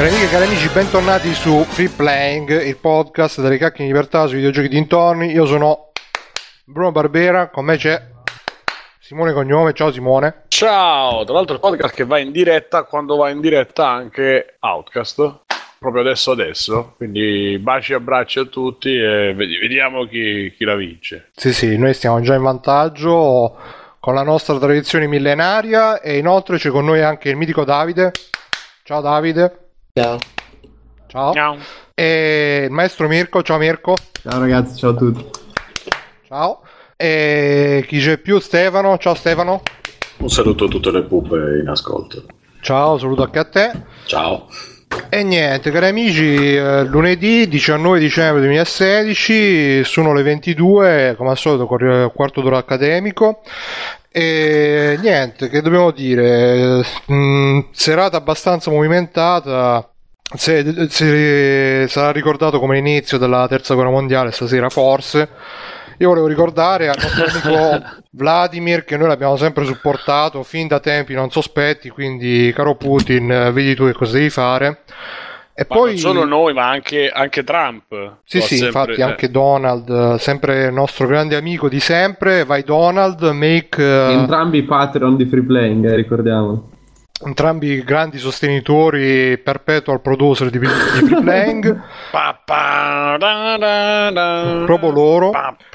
Cari amiche e cari amici, bentornati su Free Playing, il podcast delle cacche in libertà sui videogiochi dintorni. Io sono Bruno Barbera, con me c'è Simone Cognome. Ciao Simone. Ciao, tra l'altro il podcast che va in diretta quando va in diretta anche Outcast, proprio adesso, quindi baci e abbracci a tutti e vediamo chi la vince. Sì, noi stiamo già in vantaggio con la nostra tradizione millenaria e inoltre c'è con noi anche il mitico Davide. Ciao Davide. Ciao. E il maestro Mirko. Ciao Mirko. Ciao ragazzi, ciao a tutti. Ciao. E chi c'è più? Stefano. Ciao Stefano. Un saluto a tutte le pupe in ascolto. Ciao, saluto anche a te. Ciao. E niente, cari amici, lunedì 19 dicembre 2016, sono le 22, come al solito con il quarto d'ora accademico. E niente, che dobbiamo dire, serata abbastanza movimentata. Sarà ricordato come l'inizio della terza guerra mondiale stasera, forse. Io volevo ricordare al nostro amico Vladimir che noi l'abbiamo sempre supportato fin da tempi non sospetti, quindi caro Putin, vedi tu che cosa devi fare. E ma poi non solo noi, ma anche Trump. Sì, sempre, infatti anche Donald, sempre il nostro grande amico di sempre. Vai Donald, entrambi i Patreon di Free Playing, ricordiamo. Entrambi grandi sostenitori, perpetual producer di Free Playing. Proprio loro.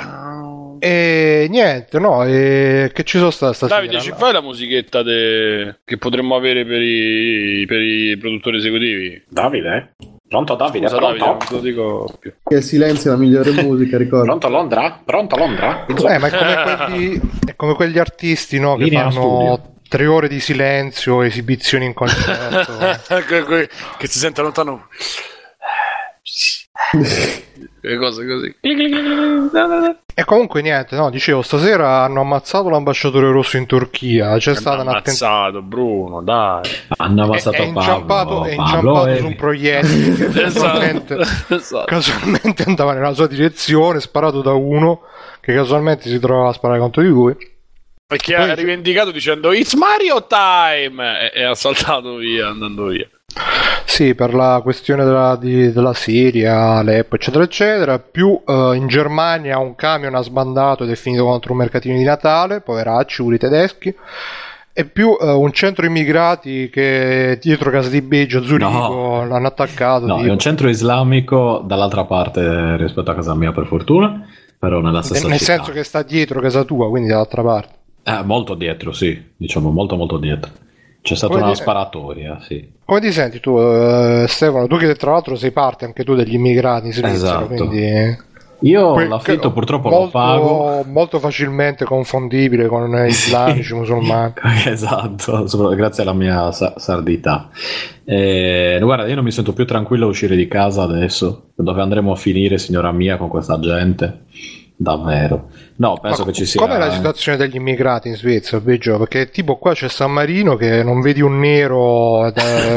E niente, no, che ci sono stasera. Davide, ci fai la musichetta che potremmo avere per i produttori esecutivi? Davide? Pronto Davide? Scusa, pronto? Davide, non lo dico più. Che il silenzio è la migliore musica, ricordo. Pronto Londra? Pronto Londra? Ma è come quegli artisti, no, che fanno 3 ore di silenzio, esibizioni in concerto. Che si sente lontano. Che cose così. E comunque niente, no, dicevo, stasera hanno ammazzato l'ambasciatore russo in Turchia. C'è stata ammazzato Bruno, dai. Hanno ammazzato è inciampato su un proiettile che casualmente andava nella sua direzione, sparato da uno che casualmente si trovava a sparare contro di lui. Perché ha rivendicato dicendo "It's Mario time" e ha saltato via, andando via. Sì, per la questione della Siria, Aleppo, eccetera, eccetera. Più in Germania un camion ha sbandato ed è finito contro un mercatino di Natale, poveracci, uri tedeschi. E più un centro immigrati che dietro casa di Beggio a Zurigo l'hanno attaccato. No, è un centro islamico dall'altra parte rispetto a casa mia, per fortuna, però nella stessa nel città. senso che sta dietro casa tua, quindi dall'altra parte. Molto dietro, sì, diciamo molto dietro. C'è stata una sparatoria, sì. Come ti senti tu, Stefano? Tu che tra l'altro sei parte anche tu degli immigrati in Svizzera, esatto. Quindi io l'affitto purtroppo lo pago. Molto facilmente confondibile con gli islamici musulmani. Esatto, grazie alla mia sardità. Guarda, io non mi sento più tranquillo a uscire di casa adesso. Dove andremo a finire, signora mia, con questa gente? Davvero. No, penso che ci sia. Com'è la situazione degli immigrati in Svizzera, Biggio? Perché tipo qua c'è San Marino che non vedi un nero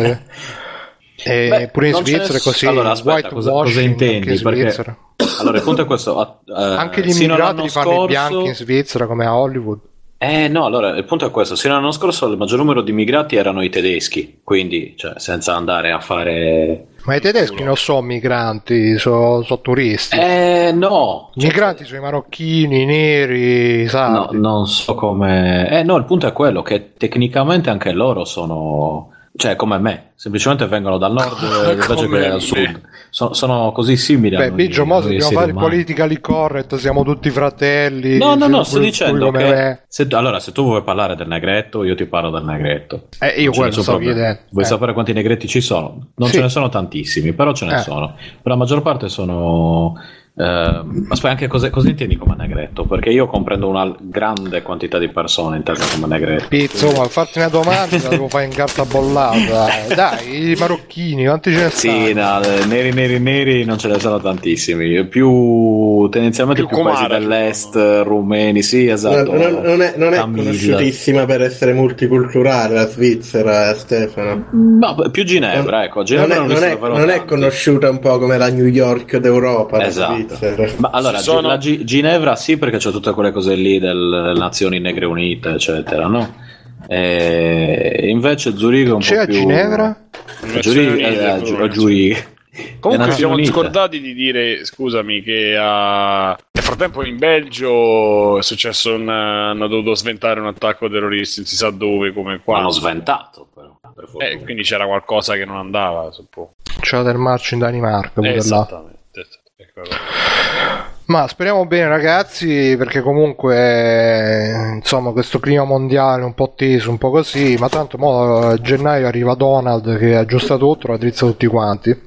e pure in Svizzera è così. Allora aspetta, cosa intendi? Perché allora il punto è questo, anche gli immigrati li fanno i bianchi in Svizzera come a Hollywood. No, allora il punto è questo: sino all'anno scorso il maggior numero di immigrati erano i tedeschi, quindi senza andare a fare. Ma i tedeschi non sono migranti, sono turisti. No. I migranti sono i marocchini, i neri, i sardi. No, non so come. No, il punto è quello che tecnicamente anche loro sono. Cioè, come me, semplicemente vengono dal nord invece che dal sud. Sono così simili a noi. Biggio, mo se dobbiamo fare politically correct, siamo tutti fratelli. No, sto dicendo che se tu vuoi parlare del negretto, io ti parlo del negretto. Io quello sto chiedendo. Vuoi sapere quanti negretti ci sono? Non ce ne sono tantissimi, però ce ne sono. Per la maggior parte sono. Aspetta, anche cosa intendi come negretto? Perché io comprendo una grande quantità di persone intese come negretto. Pizzo, ma farti una domanda la devo fare in carta bollata. Dai, i marocchini, quanti ce ne sono? Sì, no, neri non ce ne sono tantissimi. Più tendenzialmente più paesi dell'est, rumeni, sì, esatto. Non è conosciutissima per essere multiculturale la Svizzera, Stefano. Ma più Ginevra, ecco. Ginevra non è conosciuta un po' come la New York d'Europa. Esatto. Ma allora la Ginevra sì, perché c'è tutte quelle cose lì delle Nazioni Negre Unite, eccetera, no? E invece Zurigo è un c'è po' a più. Ginevra? Comunque siamo scordati di dire, scusami, che nel frattempo in Belgio è successo hanno dovuto sventare un attacco terrorista, non si sa dove, come qua. Hanno sventato però. Quindi c'era qualcosa che non andava, suppongo. C'era del marcio in Danimarca, esattamente. Ma speriamo bene, ragazzi, perché comunque insomma questo clima mondiale un po' teso, un po' così, ma tanto mo a gennaio arriva Donald che aggiusta tutto, raddrizza tutti quanti.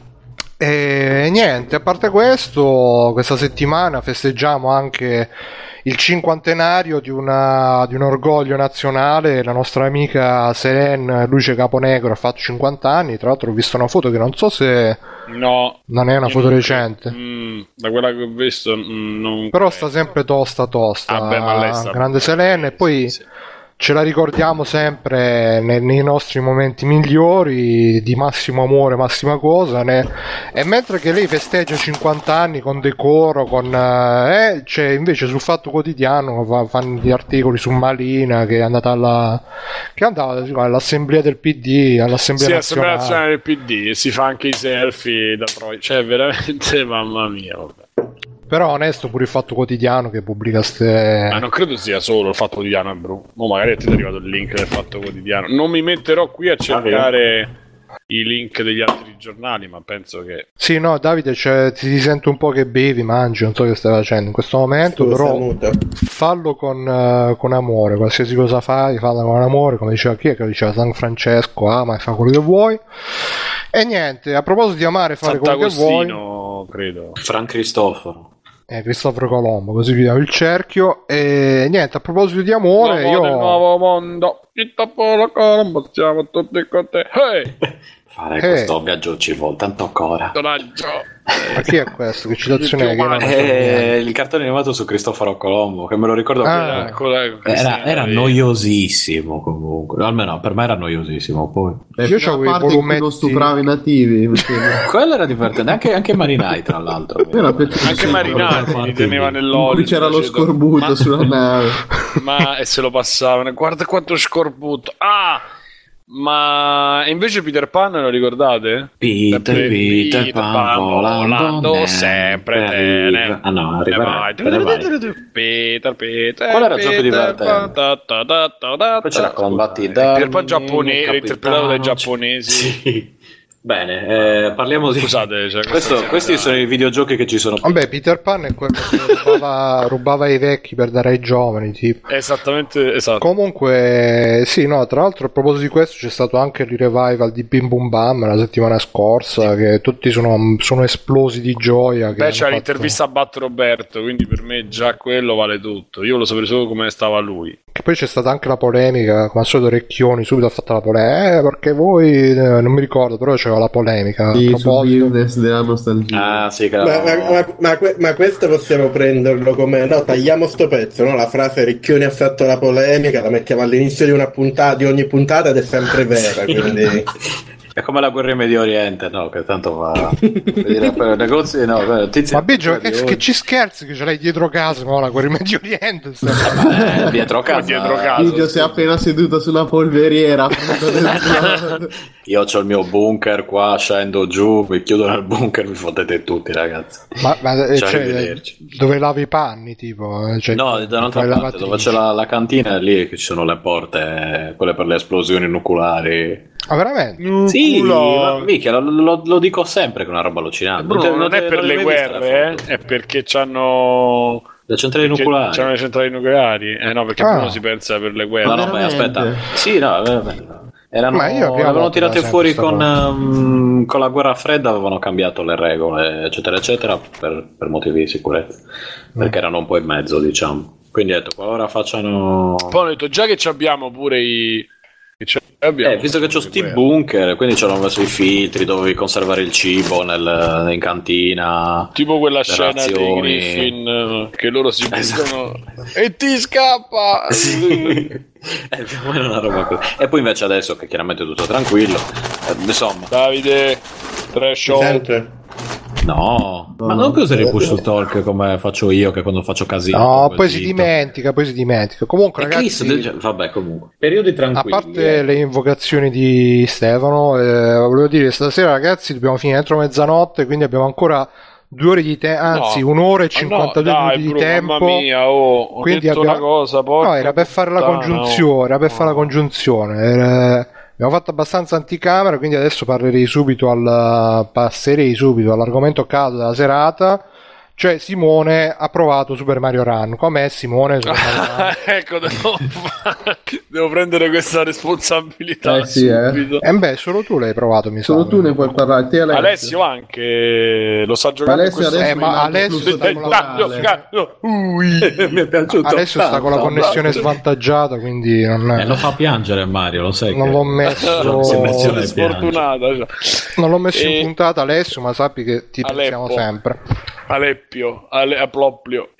E niente, a parte questo, questa settimana festeggiamo anche il cinquantenario di un orgoglio nazionale. La nostra amica Seren Luce Caponegro ha fatto 50 anni. Tra l'altro ho visto una foto che non so se non è una foto recente, da quella che ho visto però sta sempre tosta. Vabbè, ma lei sta grande Seren, e poi ce la ricordiamo sempre nei nostri momenti migliori, di massimo amore, massima cosa, e mentre che lei festeggia 50 anni con decoro, c'è invece sul Fatto Quotidiano fanno gli articoli su Malina che è andata all'assemblea del PD, all'assemblea nazionale del PD, e si fa anche i selfie da Troia, cioè veramente mamma mia, vabbè. Però onesto pure il Fatto Quotidiano che pubblica ma non credo sia solo il Fatto Quotidiano, bro. Magari a te è arrivato il link del Fatto Quotidiano. Non mi metterò qui a cercare i link degli altri giornali, ma penso che... Sì, no, Davide, ti sento un po' che bevi, mangi, non so che stai facendo in questo momento, però fallo con amore, qualsiasi cosa fai, falla con amore, come diceva chi è che diceva San Francesco, ama e fa quello che vuoi. E niente, a proposito di amare e fare quello che vuoi, credo. Fran Cristoforo. Cristoforo Colombo, così chiudiamo il cerchio. E niente, a proposito di amore, del nuovo mondo, Cristoforo Colombo, siamo tutti con te. Hey! Fare questo viaggio ci vuole tanto ancora. Ma chi è questo? Che citazione è? Il cartone animato su Cristoforo Colombo, che me lo ricordo era noiosissimo comunque, almeno per me era noiosissimo. Poi io c'avevo i volumetti, lo stuprava i nativi. Quello era divertente, anche Marinai tra l'altro. Anche Marinai li teneva nell'olio. Qui c'era lo scorbuto sulla nave. E se lo passavano, guarda quanto scorbuto. Ma invece Peter Pan, lo ricordate? Peter Pan volando sempre bene. Peter. Quello era gioco divertente. Poi c'era Combatti da Peter Pan giapponese, interpretato dai giapponesi. Sì. Bene, parliamo di... Scusate, questi sono i videogiochi che ci sono. Vabbè, Peter Pan è quello che rubava ai vecchi per dare ai giovani, tipo. Esattamente, esatto. Comunque, sì, no, tra l'altro a proposito di questo c'è stato anche il revival di Bim Bum Bam la settimana scorsa, che tutti sono esplosi di gioia. C'è l'intervista a Bat Roberto, quindi per me già quello vale tutto. Io lo sapevo solo come stava lui. Che poi c'è stata anche la polemica, come al solito Recchioni subito ha fatto la polemica, perché voi, non mi ricordo, però c'era la polemica sul business della nostalgia. Sì, ma questo possiamo prenderlo come tagliamo sto pezzo, no? La frase Recchioni ha fatto la polemica la mettiamo all'inizio di ogni puntata ed è sempre vera, quindi è come la guerra in Medio Oriente, no? Che tanto va per negozi, no? Ma Biggio, che ci scherzi che ce l'hai dietro casa, no? La guerra in Medio Oriente. Dietro casa. Biggio si è appena seduto sulla polveriera. Io c'ho il mio bunker qua, scendo giù, mi chiudo nel bunker, mi fottete tutti, ragazzi. Ma dove lavi i panni, tipo? No, da un'altra parte, dove c'è la cantina, è lì che ci sono le porte, quelle per le esplosioni nucleari. Ah, veramente? Sì, ma mica, lo dico sempre che è una roba allucinante. Bruno, non è per le guerre, è perché c'hanno le centrali nucleari. C'hanno le centrali nucleari. No, perché uno si pensa per le guerre. No, ma aspetta. Sì, no, avevano tirate fuori con la guerra fredda, avevano cambiato le regole, eccetera, eccetera, per motivi di sicurezza. Perché erano un po' in mezzo, diciamo. Quindi ho detto, qualora facciano... Poi ho detto, già che abbiamo pure visto che c'ho sti bunker, quindi ci hanno messo i filtri, dovevi conservare il cibo in cantina, tipo quella scena di Griffin che loro si buttano e ti scappa. È più o meno una roba così. E poi invece adesso che chiaramente è tutto tranquillo, insomma. Davide, trash. No, ma non cos'è il push to talk come faccio io, che quando faccio casino. No, poi si dimentica. Comunque, ragazzi, vabbè, comunque. Periodi tranquilli. A parte le invocazioni di Stefano, volevo dire, stasera ragazzi dobbiamo finire entro mezzanotte, quindi abbiamo ancora 2 ore di tempo, anzi 1 ora e 52 minuti di tempo. Mamma mia, ho quindi detto una cosa, no, era per fare la congiunzione, abbiamo fatto abbastanza anticamera, quindi adesso passerei subito all'argomento caldo della serata. Cioè, Simone ha provato Super Mario Run. Com'è, Simone? Super Mario Run? Ecco, devo prendere questa responsabilità subito. Solo tu l'hai provato, mi sa. Solo tu ne puoi parlare. Te, Alessio anche lo sta giocando. Alessio sta con mi è piaciuto. Alessio sta con la connessione svantaggiata, quindi non lo fa piangere Mario, lo sai. Non l'ho messo. Sfortunata. Non l'ho messo in puntata, Alessio, ma sappi che ti pensiamo sempre. Aploppio.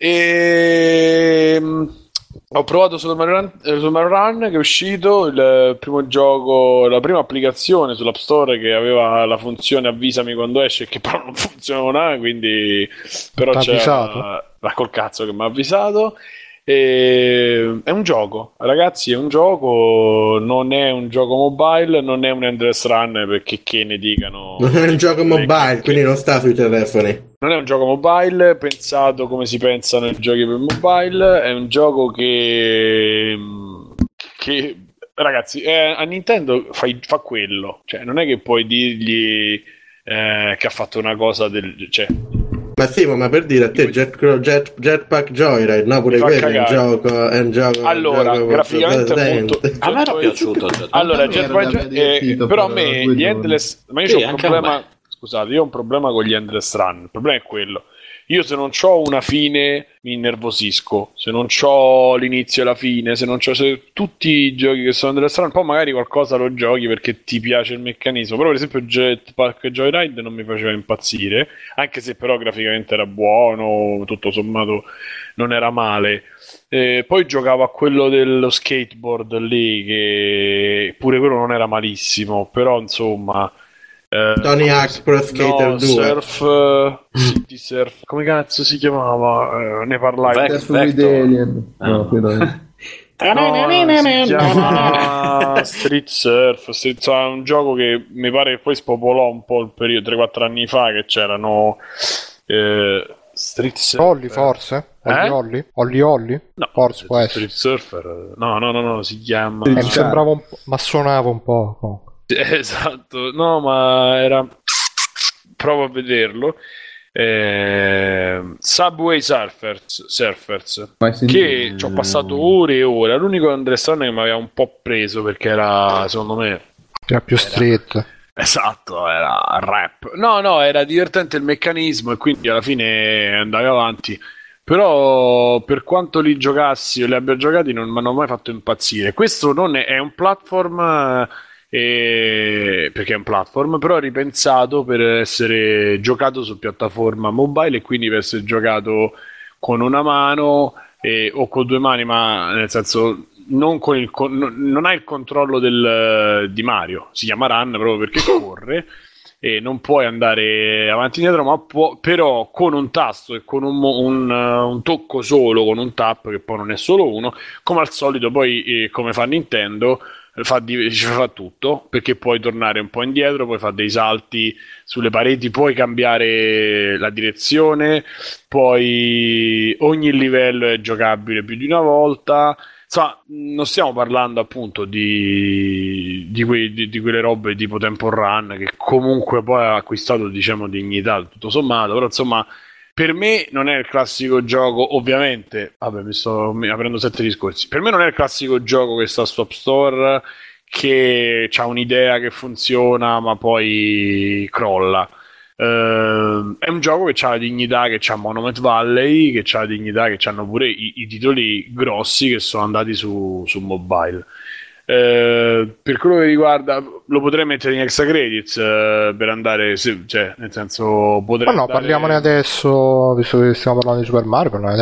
Ho provato Super Mario Run, che è uscito il primo gioco, la prima applicazione sull'App Store che aveva la funzione avvisami quando esce, che però non funziona, quindi però c'è col cazzo che mi ha avvisato. È un gioco, ragazzi, non è un gioco mobile, non è un Endless Run, perché che ne dicano. Non è un gioco mobile, quindi non sta sui telefoni. Non è un gioco mobile pensato come si pensano i giochi per mobile, è un gioco che ragazzi, a Nintendo fa quello, cioè non è che puoi dirgli che ha fatto una cosa Ma sì, ma per dire a te Jetpack Joyride, no, pure quello è un gioco. Allora, graficamente è molto. A me era piaciuto. Allora, Jetpack Joyride, però a me gli Endless. Ma io ho un problema. Scusate, io ho un problema con gli Endless Run. Il problema è quello. Io se non c'ho una fine mi innervosisco, se non c'ho l'inizio e la fine, se tutti i giochi che sono Endless Run, poi magari qualcosa lo giochi perché ti piace il meccanismo, però per esempio Jetpack Joyride non mi faceva impazzire, anche se però graficamente era buono, tutto sommato non era male. Poi giocavo a quello dello skateboard lì, che pure quello non era malissimo, però insomma... Tony Hawk Pro Skater 2 City Surf, come cazzo si chiamava? Ne parlai si chiama Street Surf. È un gioco che mi pare che poi spopolò un po' il periodo 3-4 anni fa, che c'erano Street Surf Olli forse? Olli? No, forse può essere Street Surfer. No, si chiama mi sembrava un po', ma suonava un po'. Esatto, no, ma era, provo a vederlo. Subway Surfers, che ci ho passato ore e ore. L'unico Endless Run che mi aveva un po' preso, perché era, secondo me, era più stretto. Esatto, era rap. No, era divertente il meccanismo e quindi alla fine andavi avanti. Però per quanto li giocassi o li abbia giocati non mi hanno mai fatto impazzire. Questo non è un platform... perché è un platform, però ripensato per essere giocato su piattaforma mobile e quindi per essere giocato con una mano o con 2 mani, ma nel senso non hai il controllo di Mario, si chiama Run proprio perché corre e non puoi andare avanti e indietro, ma però con un tasto e con un tocco solo, con un tap, che poi non è solo uno, come al solito. Poi come fa Nintendo, fa tutto, perché puoi tornare un po' indietro, puoi fare dei salti sulle pareti, puoi cambiare la direzione, poi ogni livello è giocabile più di una volta. Insomma, non stiamo parlando appunto di quelle robe tipo Temple Run, che comunque poi ha acquistato, diciamo, dignità tutto sommato, però insomma per me non è il classico gioco, ovviamente, mi sto aprendo 7 discorsi, per me non è il classico gioco che sta su App Store, che ha un'idea che funziona ma poi crolla. È un gioco che ha la dignità che c'ha Monument Valley, che c'ha la dignità che c'hanno pure i titoli grossi che sono andati su mobile. Per quello che riguarda, lo potrei mettere in extra credits per andare, nel senso potrei parliamone adesso, visto che stiamo parlando di Super Mario, parliamone adesso.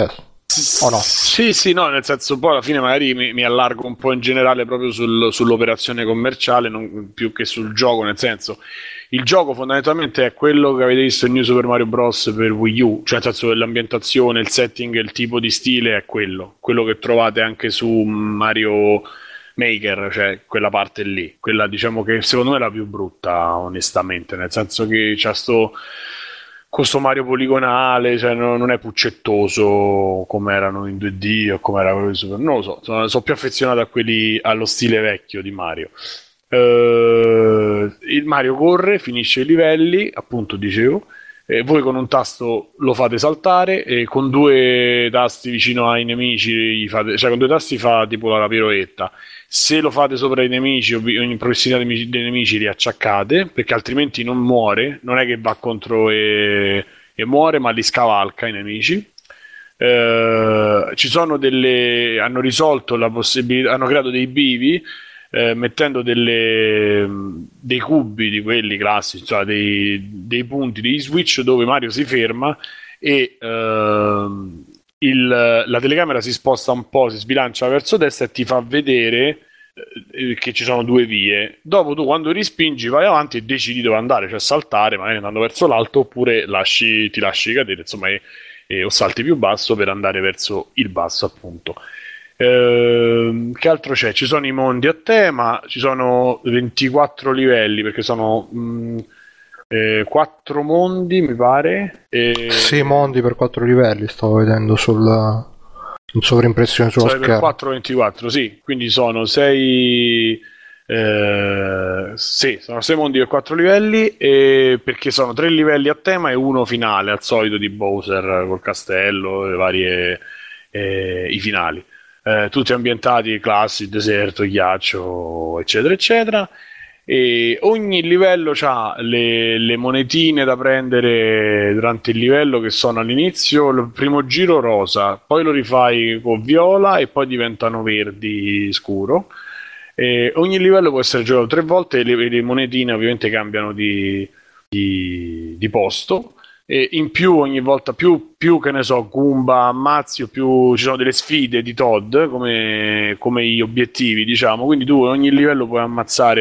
o no? Sì, no, nel senso poi alla fine magari mi allargo un po' in generale proprio sull'operazione commerciale, più che sul gioco, nel senso il gioco fondamentalmente è quello che avete visto in New Super Mario Bros. Per Wii U, cioè nel senso l'ambientazione, il setting, il tipo di stile è quello che trovate anche su Mario Maker, cioè quella parte lì, quella diciamo che secondo me è la più brutta onestamente, nel senso che c'è questo Mario poligonale, cioè non è puccettoso come erano in 2D o come era quello di Super, non lo so, sono più affezionato a quelli allo stile vecchio di Mario. Il Mario corre, finisce i livelli, appunto dicevo, voi con un tasto lo fate saltare e con due tasti vicino ai nemici cioè con due tasti fa tipo la piroetta. Se lo fate sopra i nemici o in prossimità dei nemici riacciaccate, perché altrimenti non muore, non è che va contro e muore, ma li scavalca i nemici. Ci sono hanno risolto la possibilità, hanno creato dei bivi mettendo dei cubi di quelli classici, cioè dei punti, dei switch dove Mario si ferma e la telecamera si sposta un po', si sbilancia verso destra e ti fa vedere che ci sono due vie. Dopo tu quando rispingi vai avanti e decidi dove andare, cioè saltare magari andando verso l'alto oppure ti lasci cadere, insomma, o salti più basso per andare verso il basso, appunto. Che altro c'è? Ci sono i mondi a tema, ci sono 24 livelli perché sono 4 mondi mi pare. 6 mondi per 4 livelli stavo vedendo in sovrimpressione sullo schermo. Per 4 24, sì, quindi sono 6 sì, sono 6 mondi per 4 livelli perché sono 3 livelli a tema e uno finale al solito di Bowser col castello, le varie i finali. Tutti ambientati classi, deserto, ghiaccio, eccetera, eccetera. E ogni livello ha le monetine da prendere durante il livello che sono all'inizio, il primo giro rosa, poi lo rifai con viola e poi diventano verdi scuro. E ogni livello può essere giocato 3 volte e le monetine ovviamente cambiano di posto. E in più ogni volta più che ne so Goomba ammazzi o più ci sono delle sfide di Todd come gli obiettivi, diciamo, quindi tu ogni livello puoi ammazzare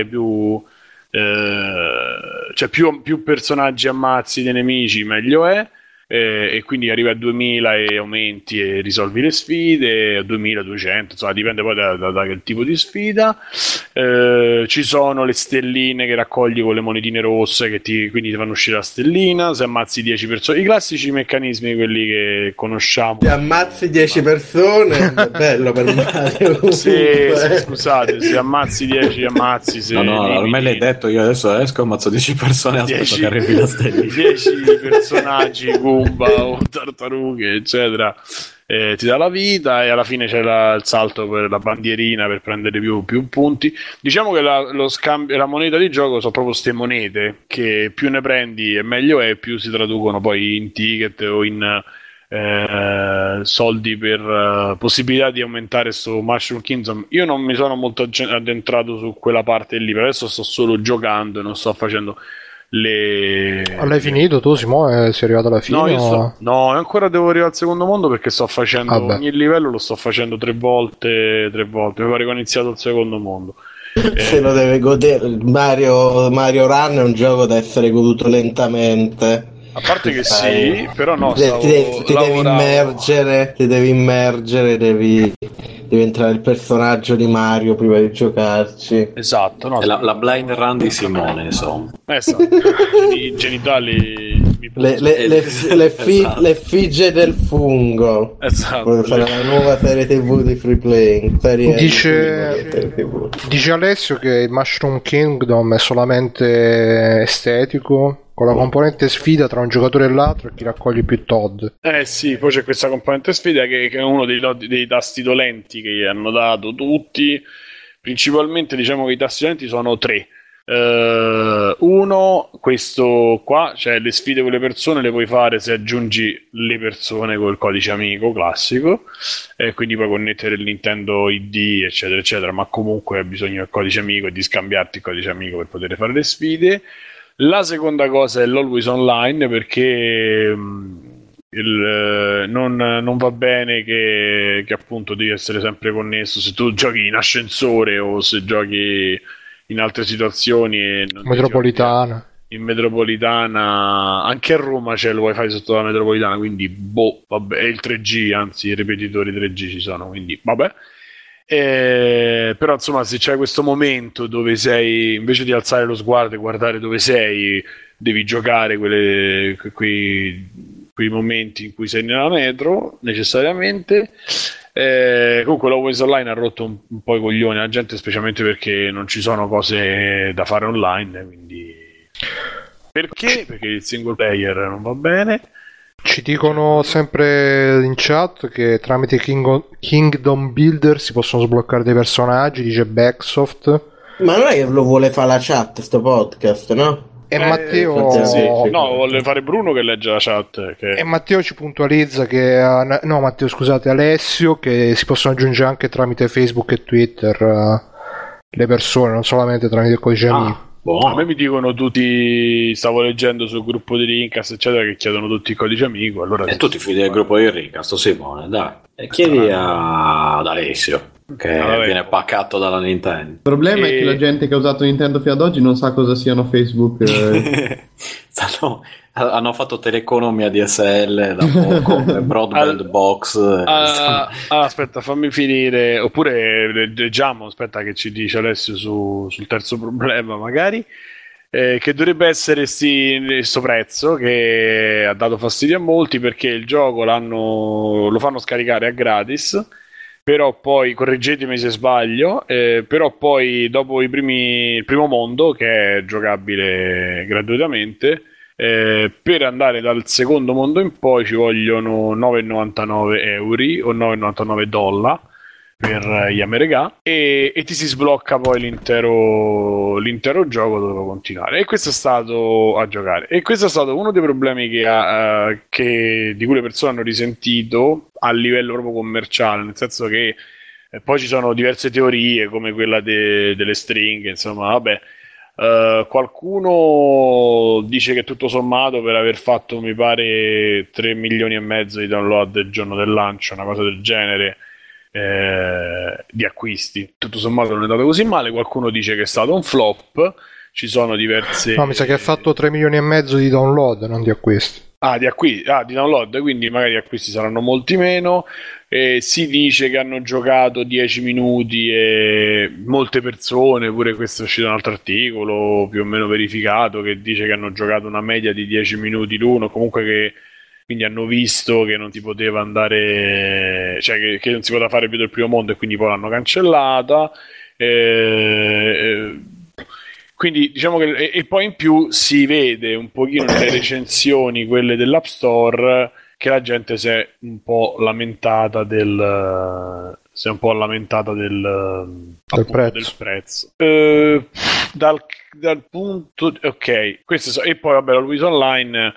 cioè più personaggi ammazzi dei nemici meglio è, e quindi arrivi a 2000 e aumenti e risolvi le sfide, a 2200, insomma dipende poi da che tipo di sfida. Ci sono le stelline che raccogli con le monetine rosse quindi ti fanno uscire la stellina se ammazzi 10 persone, i classici meccanismi quelli che conosciamo. Se ammazzi 10 persone è bello per Mario. Scusate, se ammazzi 10 ammazzi, se no, ormai l'hai detto, io adesso esco, ammazzo 10 persone, aspetto che arrivi la stellina. 10 personaggi Goomba o tartarughe eccetera, ti dà la vita e alla fine c'è il salto per la bandierina per prendere più punti. Diciamo che lo scambio, la moneta di gioco sono proprio queste monete che più ne prendi e meglio è, più si traducono poi in ticket o in soldi per possibilità di aumentare su Mushroom Kingdom. Io non mi sono molto addentrato su quella parte lì, per adesso sto solo giocando e non sto facendo L'hai finito tu, Simone? Sei arrivato alla fine? No, ancora devo arrivare al secondo mondo perché sto facendo ogni livello lo sto facendo 3 volte. Mi pare che ho iniziato il secondo mondo. Se lo deve godere. Mario Run è un gioco da essere goduto lentamente. A parte che sì, però no, ti devi immergere, devi entrare il personaggio di Mario prima di giocarci. Esatto, no, è la blind run di Simone, insomma. Esatto. I genitali l'effigie del fungo. Esatto. Fare la nuova serie TV di Free Playing. Dice Alessio che il Mushroom Kingdom è solamente estetico, con la componente sfida tra un giocatore e l'altro e chi raccoglie più Todd. Sì, poi c'è questa componente sfida che è uno dei tasti dolenti che hanno dato tutti. Principalmente diciamo che i tasti dolenti sono 3. Uno, questo qua, cioè le sfide con le persone le puoi fare se aggiungi le persone col codice amico classico, quindi puoi connettere il Nintendo ID eccetera eccetera, ma comunque hai bisogno del codice amico e di scambiarti il codice amico per poter fare le sfide. La seconda cosa è l'Always Online, perché non va bene che appunto devi essere sempre connesso se tu giochi in ascensore o se giochi in altre situazioni e non metropolitana. In metropolitana, anche a Roma c'è il wifi sotto la metropolitana, quindi vabbè, e il 3G, anzi i ripetitori 3G ci sono, quindi vabbè. Però insomma, se c'è questo momento dove sei, invece di alzare lo sguardo e guardare dove sei, devi giocare quei momenti in cui sei nella metro necessariamente. Comunque l'Always Online ha rotto un po' i coglioni alla gente, specialmente perché non ci sono cose da fare online, quindi perché il single player non va bene. Ci dicono sempre in chat che tramite Kingdom Builder si possono sbloccare dei personaggi, dice Backsoft. Ma non è che lo vuole fare la chat sto podcast, no? E Matteo sì. No, vuole fare Bruno che legge la chat e Matteo ci puntualizza che Matteo, scusate, Alessio, che si possono aggiungere anche tramite Facebook e Twitter le persone, non solamente tramite il codice amico. A me mi dicono tutti, stavo leggendo sul gruppo di Rincast eccetera, che chiedono tutti il codice amico, allora e tu ti fidi del gruppo di Rincast, Simone, dai, e chiedi ad Alessio che viene paccato dalla Nintendo. Il problema è che la gente che ha usato Nintendo fino ad oggi non sa cosa siano Facebook. Hanno fatto teleeconomia DSL da poco, broadband box. Aspetta, fammi finire, oppure leggiamo, aspetta che ci dice Alessio sul terzo problema magari, che dovrebbe essere sto prezzo che ha dato fastidio a molti, perché il gioco lo fanno scaricare a gratis, però poi, correggetemi se sbaglio, però poi dopo il primo mondo, che è giocabile gratuitamente, per andare dal secondo mondo in poi ci vogliono 9,99 euro o 9,99 dollari per gli americani, e ti si sblocca poi l'intero gioco dove continuare. E questo è stato a giocare, e questo è stato uno dei problemi di cui le persone hanno risentito a livello proprio commerciale, nel senso che poi ci sono diverse teorie come quella delle stringhe, insomma, vabbè. Qualcuno dice che tutto sommato, per aver fatto mi pare 3 milioni e mezzo di download il giorno del lancio, una cosa del genere, di acquisti, tutto sommato non è andato così male. Qualcuno dice che è stato un flop, ci sono diverse... No, mi sa che ha fatto 3 milioni e mezzo di download, non di acquisti. Di download, quindi magari gli acquisti saranno molti meno. Si dice che hanno giocato 10 minuti e molte persone, pure questo è uscito un altro articolo più o meno verificato, che dice che hanno giocato una media di 10 minuti l'uno, comunque che quindi hanno visto che non si poteva andare, cioè che non si poteva fare più del primo mondo, e quindi poi l'hanno cancellata. Quindi diciamo che, e poi in più si vede un pochino nelle recensioni, quelle dell'App Store, che la gente si è un po' lamentata del prezzo. Dal punto, ok, questo e poi vabbè, Always Online,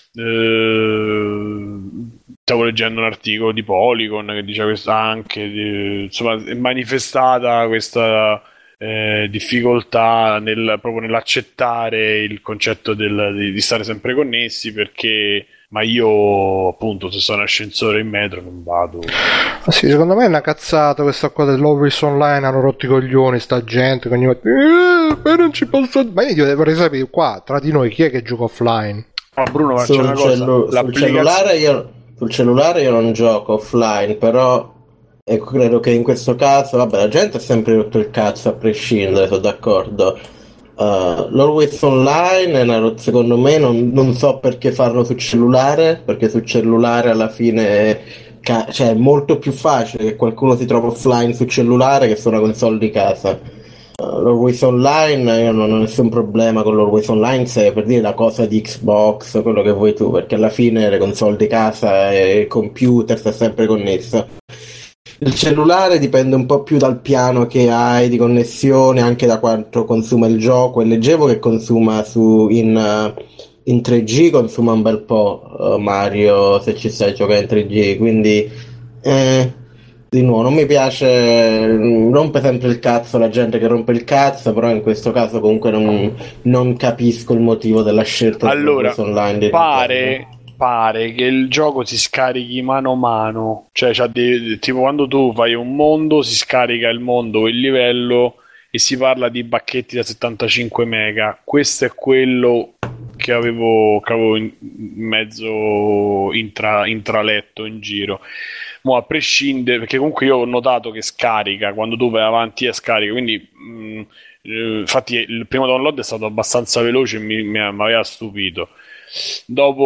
stavo leggendo un articolo di Polygon che dice questo anche, insomma, è manifestata questa difficoltà proprio nell'accettare il concetto di stare sempre connessi, perché ma io appunto se sono in ascensore in metro non vado. Sì, secondo me è una cazzata questa qua dell'Always Online, hanno rotto i coglioni sta gente che ogni volta non ci posso, ma io vorrei sapere qua tra di noi chi è che gioca offline. Bruno, c'è una cosa, sul cellulare io non gioco offline, però credo che in questo caso, vabbè, la gente ha sempre rotto il cazzo a prescindere, sono d'accordo. L'Always Online, secondo me, non so perché farlo su cellulare, perché sul cellulare alla fine cioè è molto più facile che qualcuno si trovi offline su cellulare che su una console di casa. L'Always Online, io non ho nessun problema con l'Always Online, se per dire la cosa di Xbox, quello che vuoi tu, perché alla fine le console di casa e il computer sta sempre connessa. Il cellulare dipende un po' più dal piano che hai di connessione, anche da quanto consuma il gioco, e leggevo che consuma in 3G consuma un bel po', Mario, se ci stai giocando in 3G, quindi di nuovo non mi piace, rompe sempre il cazzo la gente che rompe il cazzo, però in questo caso comunque non capisco il motivo della scelta allora, online. pare che il gioco si scarichi mano a mano, cioè tipo quando tu fai un mondo si scarica il mondo, il livello, e si parla di pacchetti da 75 mega. Questo è quello che avevo in mezzo intraletto in giro. Mo a prescindere, perché comunque io ho notato che scarica quando tu vai avanti e scarica, quindi infatti il primo download è stato abbastanza veloce e mi aveva stupito. Dopo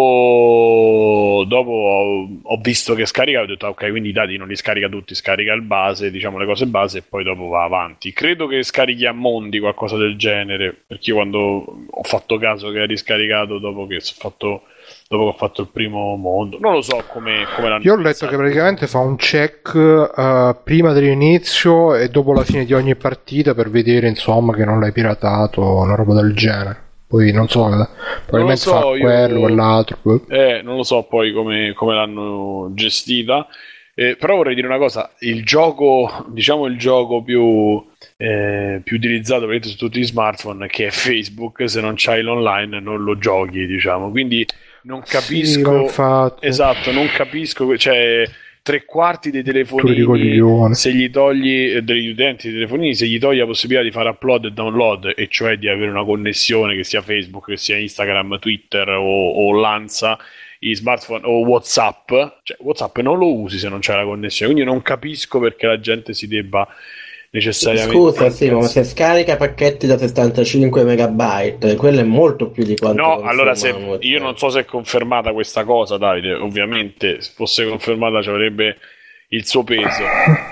ho visto che scarica, ho detto ok, quindi i dati non li scarica tutti, scarica il base, diciamo le cose base, e poi dopo va avanti. Credo che scarichi a mondi, qualcosa del genere, perché io quando ho fatto caso che ha riscaricato dopo che ho fatto il primo mondo, non lo so come l'hanno Io ho letto che praticamente fa un check prima dell'inizio e dopo la fine di ogni partita per vedere insomma che non l'hai piratato o una roba del genere. Poi non so, probabilmente fa quello o l'altro. Non lo so poi come l'hanno gestita. Però vorrei dire una cosa: il gioco più utilizzato su tutti gli smartphone, che è Facebook, se non c'hai l'online non lo giochi, diciamo. Quindi non capisco. Esatto, non capisco. Cioè, 3/4 dei telefonini, se gli togli degli utenti dei telefonini, se gli togli la possibilità di fare upload e download, e cioè di avere una connessione, che sia Facebook, che sia Instagram, Twitter o Lanza, i smartphone o WhatsApp, cioè WhatsApp non lo usi se non c'è la connessione, quindi non capisco perché la gente si debba necessariamente. Scusa, sì, ma se scarica pacchetti da 75 megabyte, quello è molto più di quanto. No, allora io non so se è confermata questa cosa, Davide. Ovviamente, se fosse confermata ci avrebbe il suo peso.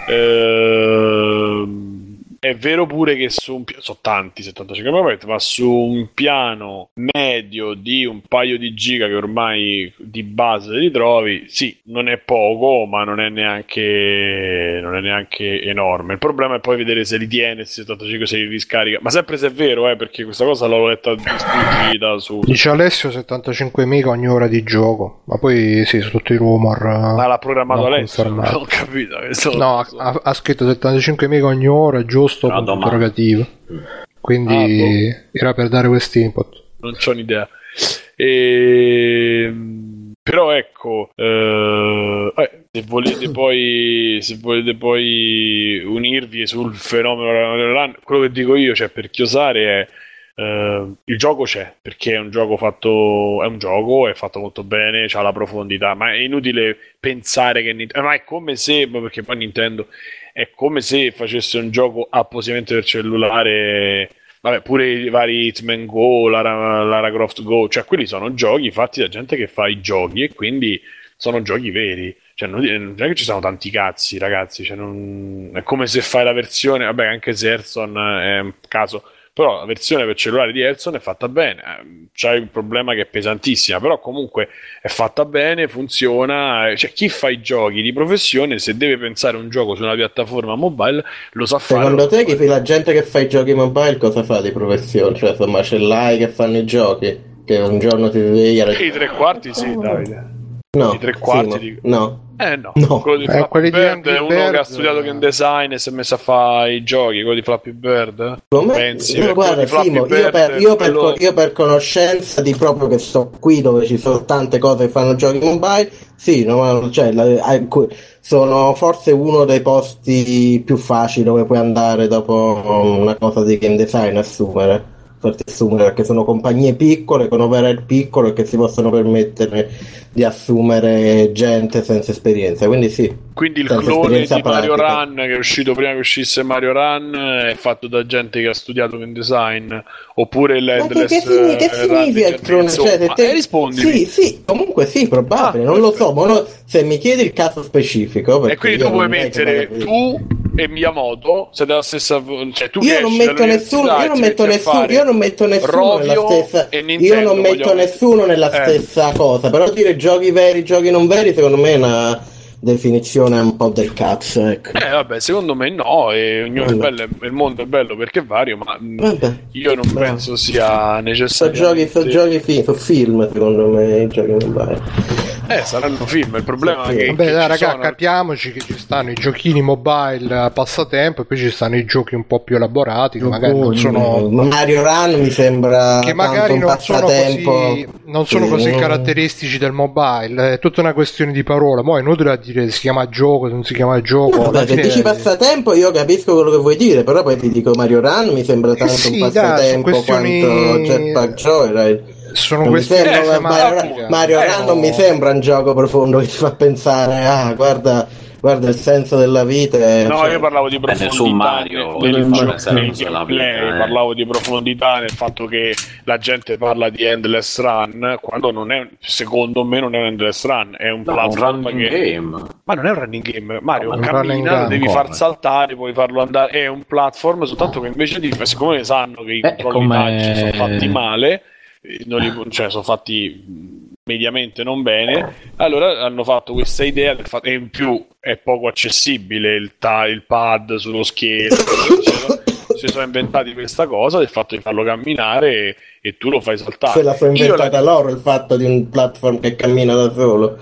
È vero pure che sono tanti 75 MB, ma su un piano medio di un paio di giga che ormai di base li trovi, sì, non è poco, ma non è neanche enorme. Il problema è poi vedere se li tiene, se 75 se li riscarica, ma sempre se è vero, perché questa cosa l'ho letta sfuggita su. Dice Alessio 75 mega ogni ora di gioco, ma poi sì, su tutti i rumor. Ma l'ha programmato Alessio, non ho capito. No, ha scritto 75 mega ogni ora, giusto? Punto interrogativo. Quindi era per dare questo input. Non c'ho un'idea. Però ecco, se volete poi unirvi sul fenomeno, quello che dico io, cioè per chiosare, è il gioco c'è, perché è un gioco è fatto molto bene, c'ha la profondità, ma è inutile pensare che ma è come se, perché poi Nintendo è come se facesse un gioco appositamente per cellulare. Vabbè, pure i vari Hitman Go, Lara Croft Go, cioè quelli sono giochi fatti da gente che fa i giochi, e quindi sono giochi veri. Cioè non è che ci sono tanti cazzi, ragazzi, cioè è come se fai la versione, vabbè, anche se Hearthstone è un caso, però la versione per cellulare di Hearthstone è fatta bene. C'hai il problema che è pesantissima, però comunque è fatta bene, funziona. Cioè, chi fa i giochi di professione, se deve pensare un gioco su una piattaforma mobile, lo sa fare. Secondo te la gente che fa i giochi mobile cosa fa di professione? Cioè, insomma, macellai che fanno i giochi, che un giorno ti sveglia i 3/4 sì, Davide. No, i 3/4 sì, no. No. Quello di Flappy Bird è uno che ha studiato game design e si è messo a fare i giochi, quello di Flappy Bird. Pensi? Guarda, Simo, io per conoscenza di proprio che sto qui dove ci sono tante cose che fanno giochi mobile, sì, no, cioè, sono forse uno dei posti più facili dove puoi andare dopo una cosa di game design assumere, perché sono compagnie piccole con overhead piccolo e che si possono permettere di assumere gente senza esperienza, quindi sì. Quindi il clone di Mario Run, che è uscito prima che uscisse Mario Run, è fatto da gente che ha studiato game design, oppure l'Endless. Che significa il clone? Cioè, rispondi. Sì, comunque sì, probabile, non lo so, ma se mi chiedi il caso specifico, e quindi tu puoi mettere tu e Miyamoto, se della stessa, cioè tu io non metto nessuno nella stessa cosa, però dire giochi veri, giochi non veri, secondo me è una definizione un po' del cazzo, ecco. Vabbè, secondo me no, e ognuno è bello, il mondo è bello perché è vario, ma io non penso sia necessario. Sono film, secondo me, i giochi mobile. Saranno film, il problema è che vabbè, dai, raga, capiamoci che ci stanno i giochini mobile a passatempo e poi ci stanno i giochi un po' più elaborati che magari non sono Mario Run mi sembra che magari un passatempo non sono così caratteristici del mobile, è tutta una questione di parola. Mo' è inutile dire si chiama gioco, non si chiama gioco. No, se dici passatempo io capisco quello che vuoi dire, però poi ti dico Mario Run mi sembra tanto un passatempo quanto Jetpack Joyride. Sono questioni Mario Run non mi sembra un gioco profondo che ti fa pensare guarda il senso della vita io parlavo di profondità su Mario parlavo di profondità nel fatto che la gente parla di endless run quando non è, secondo me non è un endless run, è un platform game. Ma non è un running game, Mario cammina, lo devi far saltare, puoi farlo andare, è un platform, soltanto che invece di, siccome sanno che i controlli touch sono fatti male, sono fatti mediamente non bene, allora hanno fatto questa idea del fatto, e in più è poco accessibile il pad sullo schermo si sono inventati questa cosa del fatto di farlo camminare e tu lo fai saltare. Se la sono inventata loro il fatto di un platform che cammina da solo,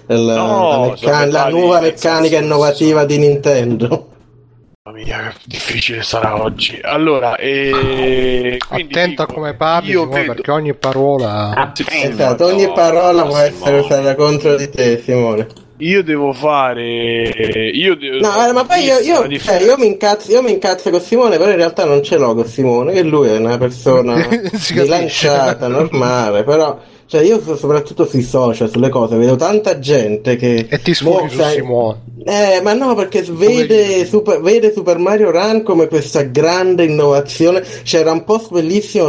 la nuova meccanica innovativa di Nintendo. Mamma mia, che difficile sarà oggi. Allora, attento a come parli, perché ogni parola ogni parola può essere usata contro di te, Simone. Io devo fare ma poi io mi incazzo con Simone, però in realtà non ce l'ho con Simone, che lui è una persona bilanciata, normale, però io soprattutto sui social, sulle cose, vedo tanta gente che e ti sfuggi su Simone. Ma no, perché vede Super Mario Run come questa grande innovazione. C'era un post bellissimo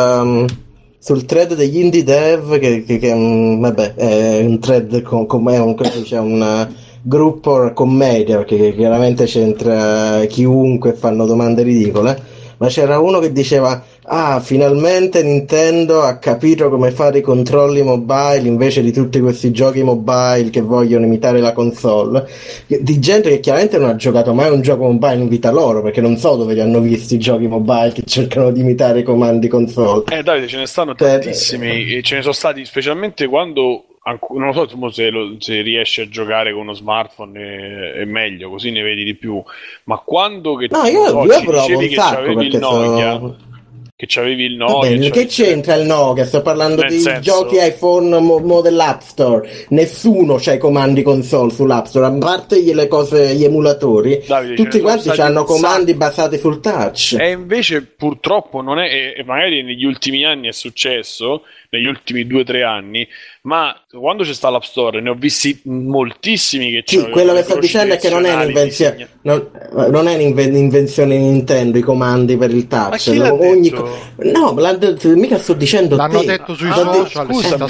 sul thread degli indie dev che è un thread c'è un gruppo commedia, perché chiaramente c'entra chiunque, fanno domande ridicole, ma c'era uno che diceva finalmente Nintendo ha capito come fare i controlli mobile invece di tutti questi giochi mobile che vogliono imitare la console, di gente che chiaramente non ha giocato mai un gioco mobile in vita loro, perché non so dove li hanno visti i giochi mobile che cercano di imitare i comandi console. Davide, ce ne stanno tantissimi e ce ne sono stati specialmente quando non lo so se riesci a giocare con uno smartphone è meglio, così ne vedi di più, ma quando io provo un sacco perché che c'avevi il Nokia. Vabbè, che c'entra il Nokia? Sto parlando di giochi iPhone model App Store. Nessuno c'ha i comandi console sull'App Store, a parte gli emulatori. Davide, tutti quanti hanno comandi basati sul touch. E invece purtroppo non è, e magari negli ultimi anni è successo, negli ultimi 2-3 anni, ma quando c'è sta l'App Store ne ho visti moltissimi che sì, quello che sto dicendo è che non è un'invenzione, non è un'invenzione Nintendo i comandi per il touch. Ma chi l'ha detto? No, mica sto dicendo l'hanno te. detto sui social.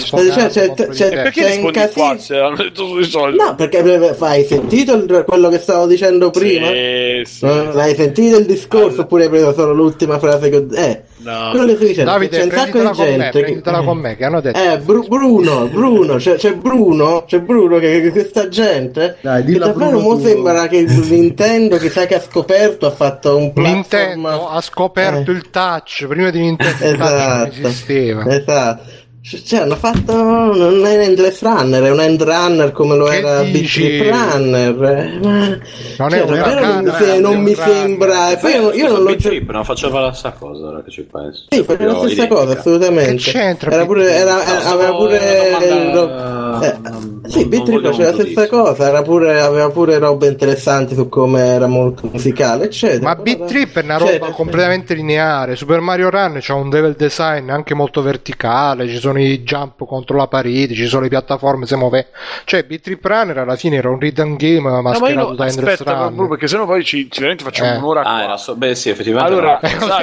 Perché rispondi qua se l'hanno detto sui social? No, perché hai sentito quello che stavo dicendo prima? Sì. Hai sentito il discorso oppure hai preso solo l'ultima frase che no. Quello che sto dicendo, Davide, c'è un sacco di gente prenditela con me che hanno detto Bruno, c'è Bruno che questa gente che davvero mo sembra che Nintendo, chissà che ha scoperto, ha fatto un platform. Nintendo ha scoperto il touch prima di Nintendo. Il touch non esisteva. Esatto. Hanno fatto non è un endless runner, è un end runner come lo era Big Trip Runner, non è non mi sembra. Poi io non lo Trip non faceva la stessa cosa, ora che ci penso. Sì, faceva la stessa cosa, assolutamente. Che c'entra? Aveva pure sì, Big Trip faceva la stessa cosa, aveva pure robe interessanti su come era molto musicale, eccetera. Ma Big Trip è una roba completamente lineare. Super Mario Run c'ha un level design anche molto verticale, ci sono i jump contro la parete, ci sono le piattaforme, si muove. Cioè Beat Trip Runner alla fine era un rhythm game mascherato da Endless Run. Perché sennò poi veramente facciamo un'ora qua. Beh sì, effettivamente. Allora,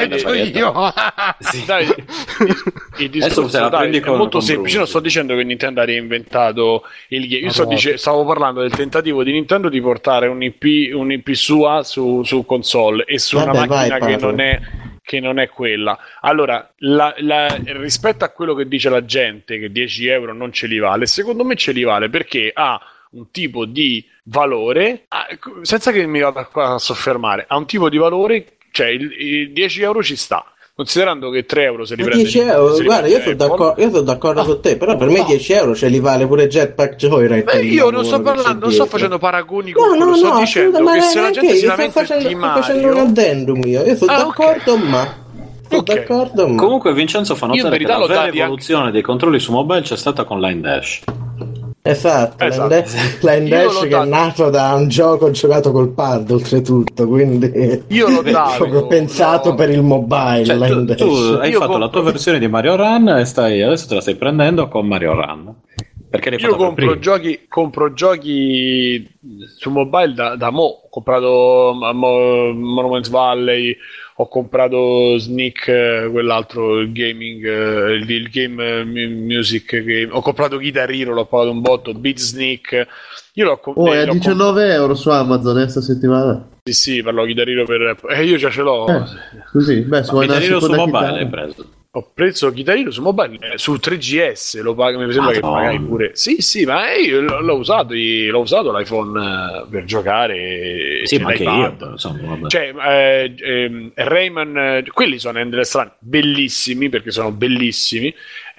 il discorso è molto semplice. Non sto dicendo che Nintendo ha reinventato il game. Io stavo parlando del tentativo di Nintendo di portare un IP sua su console e su una macchina che non è quella. Allora, rispetto a quello che dice la gente, che 10 euro non ce li vale, secondo me ce li vale perché ha un tipo di valore, senza che mi vada qua a soffermare, ha un tipo di valore, cioè il 10 euro ci sta. considerando che 3 euro se li prende 10 euro, guarda, io sono d'accordo con te, però per me 10 euro ce li vale pure Jetpack Joyride. Io non sto parlando, non sto facendo paragoni con quello, sto dicendo che se la gente si lamenta di Mario, sto facendo un addendum io sono d'accordo, ma d'accordo, ma comunque Vincenzo fa notare che la vera evoluzione dei controlli su mobile c'è stata con Line Dash. Esatto. Line Dash che è nato da un gioco giocato col pad oltretutto, quindi io l'ho dato proprio pensato per il mobile. Cioè, tu hai fatto la tua versione di Mario Run e adesso te la stai prendendo con Mario Run. Perché io compro giochi su mobile da mo'. Ho comprato Monument Valley, ho comprato Sneak, quell'altro il gaming, il game music game. Ho comprato Guitar Hero, l'ho pagato un botto. Beat Sneak, io l'ho è a 19 euro su Amazon questa settimana. Sì, parlo Guitar Hero per io già ce l'ho. Così, Guitar Hero su mobile hai preso? Ho preso Guitar Hero su mobile su 3GS, lo paghi, mi sembra che pagai pure. Sì, ma io l'ho usato l'iPhone per giocare. Sì, ma anche io, insomma, cioè, Rayman, quelli sono Endless Run, bellissimi perché sono bellissimi.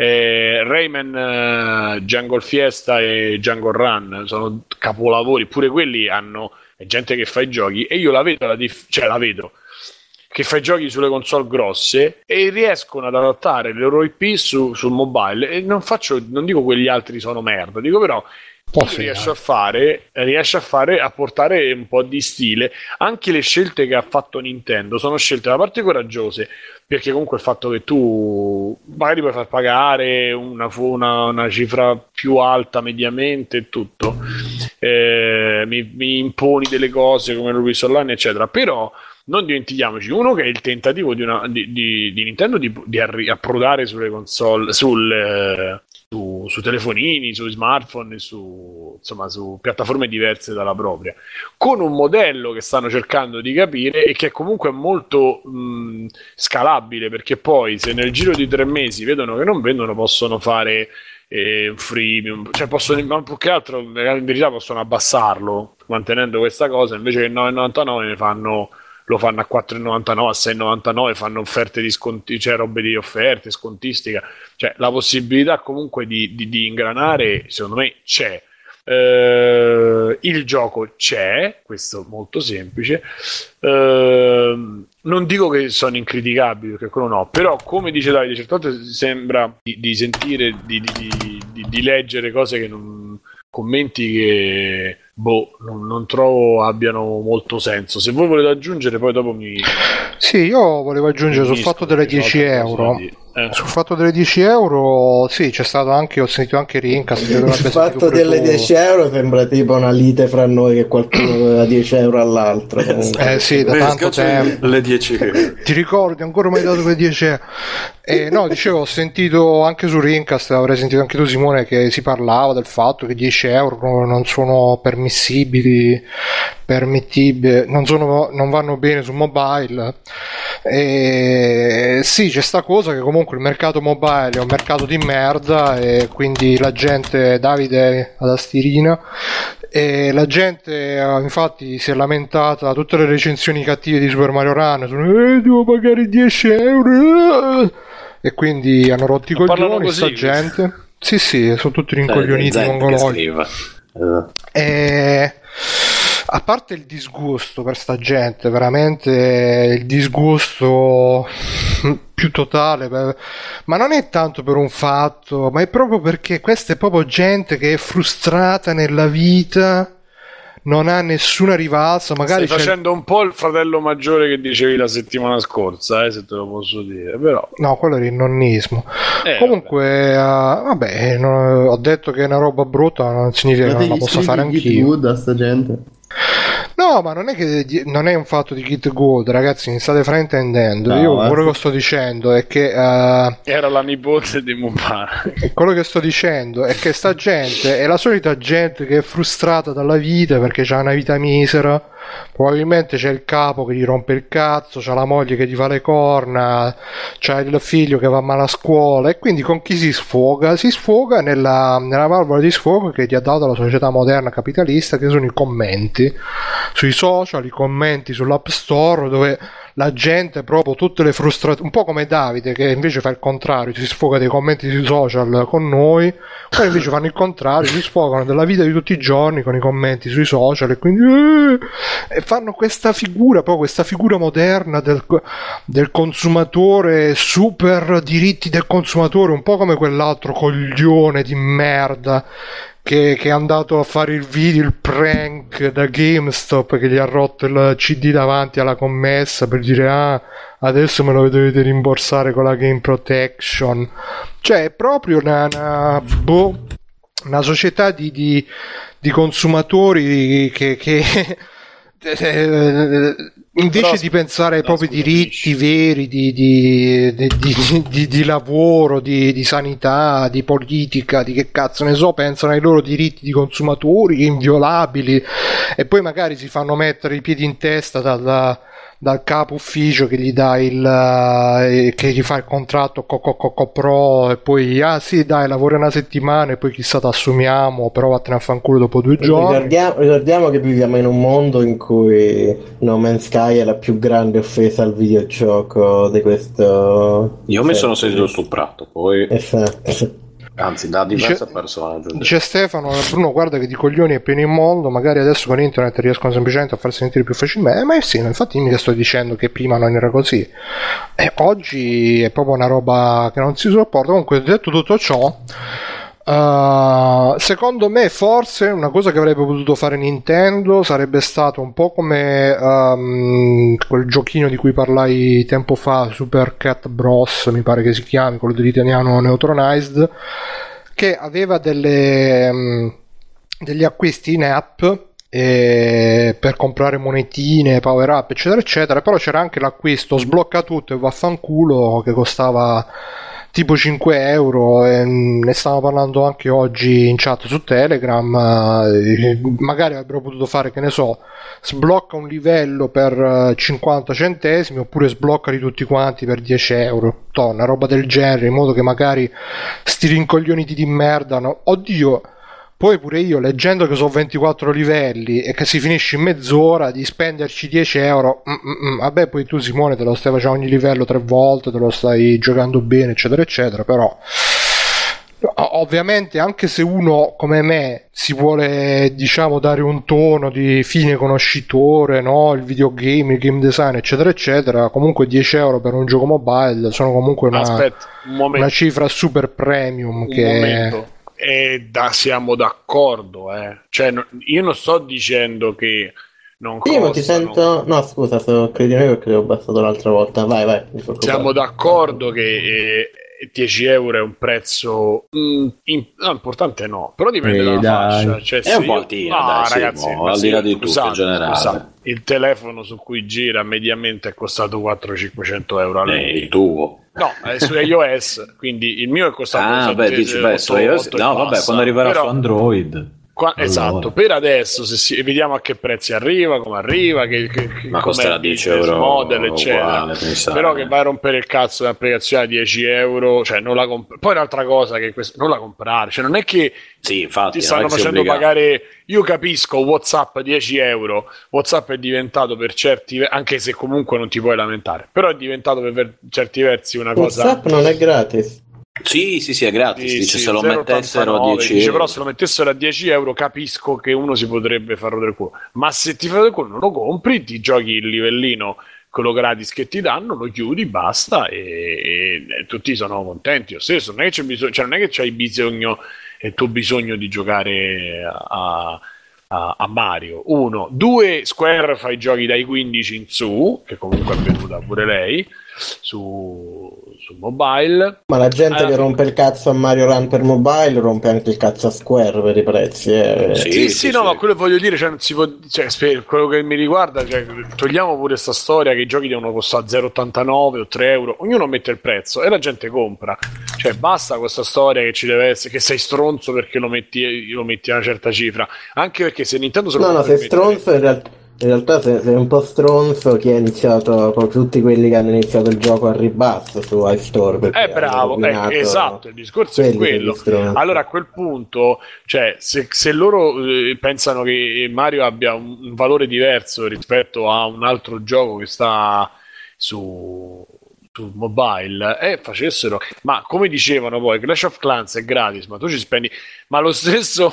Rayman, Jungle Fiesta e Jungle Run sono capolavori, pure quelli hanno gente che fa i giochi e io la vedo che fa i giochi sulle console grosse e riescono ad adattare le loro IP sul mobile e non dico quegli altri sono merda, dico però riesce a portare un po' di stile. Anche le scelte che ha fatto Nintendo sono scelte da parte coraggiose, perché comunque il fatto che tu magari puoi far pagare una cifra più alta mediamente e tutto, mi imponi delle cose come l'Ubisoft Online eccetera, però non dimentichiamoci, uno, che è il tentativo di Nintendo di approdare sulle console, su telefonini, su smartphone, su piattaforme diverse dalla propria, con un modello che stanno cercando di capire e che è comunque molto scalabile, perché poi se nel giro di 3 mesi vedono che non vendono, possono fare un freemium, cioè ma più che altro in verità possono abbassarlo mantenendo questa cosa, invece che 9,99 lo fanno a 4,99, a 6,99, fanno offerte di sconti, cioè robe di offerte, scontistica, cioè la possibilità comunque di ingranare secondo me c'è. Il gioco c'è, questo molto semplice, non dico che sono incriticabili perché quello no, però come dice Davide certe volte sembra di sentire, di leggere cose che non, commenti che non trovo abbiano molto senso. Se voi volete aggiungere poi dopo Sì, io volevo aggiungere sul fatto delle 10 euro. Sul fatto delle 10 euro, sì, c'è stato anche, ho sentito anche Rincast. Il fatto delle 10 euro sembra tipo una lite fra noi, che qualcuno dà 10 euro all'altro. Sì, da tanto tempo. Le 10. Ti ricordi? Ancora mai dato quelle 10 euro? No, dicevo, ho sentito anche su Rincast, avrei sentito anche tu Simone, che si parlava del fatto che 10 euro non sono permittibili, non vanno bene su mobile. Sì, c'è sta cosa che comunque il mercato mobile è un mercato di merda e quindi la gente, Davide ad Astirina, e la gente infatti si è lamentata, tutte le recensioni cattive di Super Mario Run sono devo pagare 10 euro e quindi hanno rotto i coglioni sta gente. Sì, sono tutti rincoglioniti mongoloidi. A parte il disgusto per sta gente, veramente il disgusto più totale, ma non è tanto per un fatto, ma è proprio perché questa è proprio gente che è frustrata nella vita, non ha nessuna rivalsa. Magari stai facendo un po' il fratello maggiore che dicevi la settimana scorsa, se te lo posso dire, però no, quello era il nonnismo. Comunque vabbè, ho detto che è una roba brutta, non significa che non la posso fare anch'io. Da sta gente. No, ma non è un fatto di Kid Gold, ragazzi, mi state fraintendendo. Io quello che sto dicendo è che era la nipote di Mubarak. Quello che sto dicendo è che sta gente è la solita gente che è frustrata dalla vita perché c'ha una vita misera. Probabilmente c'è il capo che gli rompe il cazzo, c'ha la moglie che gli fa le corna, c'ha il figlio che va male a scuola, e quindi con chi si sfoga? Si sfoga nella valvola di sfogo che gli ha dato la società moderna capitalista, che sono i commenti sui social, i commenti sull'App Store, dove la gente proprio tutte le frustrazioni, un po' come Davide che invece fa il contrario, si sfoga dei commenti sui social con noi, poi invece fanno il contrario, si sfogano della vita di tutti i giorni con i commenti sui social e quindi e fanno questa figura, proprio questa figura moderna del consumatore, super diritti del consumatore, un po' come quell'altro coglione di merda che è andato a fare il video, il prank da GameStop, che gli ha rotto il CD davanti alla commessa per dire adesso me lo dovete rimborsare con la Game Protection. Cioè è proprio una società di consumatori che invece di pensare ai propri diritti veri di lavoro, di sanità, di politica, di che cazzo ne so, pensano ai loro diritti di consumatori inviolabili, e poi magari si fanno mettere i piedi in testa dal capo ufficio che gli dà che gli fa il contratto Pro, e poi sì dai, lavora una settimana e poi chissà t'assumiamo, però vattene a fanculo dopo 2 giorni. Ricordiamo che viviamo in un mondo in cui No Man's Sky è la più grande offesa al videogioco di questo. Io mi sono sentito stuprato, poi esatto. Anzi, da diverse persone. Dice Stefano: Bruno, guarda che di coglioni è pieno il mondo, magari adesso con internet riescono semplicemente a farsi sentire più facilmente. Ma sì, infatti mica sto dicendo che prima non era così. Oggi è proprio una roba che non si sopporta. Comunque, detto tutto ciò, secondo me forse una cosa che avrebbe potuto fare Nintendo sarebbe stato un po' come quel giochino di cui parlai tempo fa, Super Cat Bros mi pare che si chiami, quello dell'italiano Neutronized, che aveva degli acquisti in app per comprare monetine, power up eccetera eccetera, però c'era anche l'acquisto sblocca tutto e vaffanculo che costava tipo 5 euro, e ne stavamo parlando anche oggi in chat su Telegram. Magari avrebbero potuto fare, che ne so, sblocca un livello per 50 centesimi oppure sbloccali tutti quanti per 10 euro, una roba del genere, in modo che magari sti rincoglioniti di merda, no? Oddio, poi pure io, leggendo che sono 24 livelli e che si finisce in mezz'ora, di spenderci 10 euro, vabbè, poi tu Simone te lo stai facendo ogni livello 3 volte, te lo stai giocando bene eccetera eccetera, però ovviamente anche se uno come me si vuole, diciamo, dare un tono di fine conoscitore, no? Il videogame, il game design eccetera eccetera, comunque 10 euro per un gioco mobile sono comunque una cifra super premium. Momento. Siamo d'accordo, cioè io non sto dicendo che non costano. Io non ti sento. No, scusa, credimi perché l'ho abbassato l'altra volta. Vai. Siamo d'accordo che 10 euro è un prezzo importante, no, però dipende dalla fascia. Cioè, è un po' altino, ragazzi, al di là di tutto in generale. Il telefono su cui gira mediamente è costato 400-500 euro il tuo. No, è su iOS, quindi il mio è costato su iOS. No, vabbè, quando arriverà su Android. Esatto, per adesso vediamo a che prezzi arriva, come arriva, ma costerà 10 euro model eccetera, però che vai a rompere il cazzo di un'applicazione a 10 euro, cioè non la poi un'altra cosa che non la comprare, cioè non è che infatti, ti stanno facendo pagare. Io capisco WhatsApp 10 euro, WhatsApp è diventato per certi, anche se comunque non ti puoi lamentare, però è diventato per certi versi una cosa. WhatsApp non è gratis. Sì, è gratis. Dice se lo mettessero a 10 euro. Però se lo mettessero a 10 euro capisco che uno si potrebbe far rodere il culo. Ma se ti fai del culo non lo compri, ti giochi il livellino, quello gratis che ti danno, lo chiudi, basta e tutti sono contenti. Lo stesso, non è che c'è bisogno, cioè non è che c'hai bisogno e tu bisogno di giocare a Mario. 1, 2, Square fa i giochi dai 15 in su, che comunque è venuta pure lei su mobile. Ma la gente che rompe il cazzo a Mario Run per mobile rompe anche il cazzo a Square per i prezzi. Sì, no, ma quello che voglio dire, cioè, non si può, cioè, quello che mi riguarda, cioè, togliamo pure sta storia che i giochi devono costare 0,89 o 3 euro, ognuno mette il prezzo e la gente compra. Cioè basta questa storia che ci deve essere, che sei stronzo perché lo metti a una certa cifra, anche perché se Nintendo se lo no, sei stronzo in realtà sei un po' stronzo chi ha iniziato, tutti quelli che hanno iniziato il gioco al ribasso su iStore. Bravo, esatto, il discorso è quello. Allora a quel punto, cioè se loro pensano che Mario abbia un valore diverso rispetto a un altro gioco che sta su mobile e facessero, ma come dicevano poi, Clash of Clans è gratis, ma tu ci spendi, ma lo stesso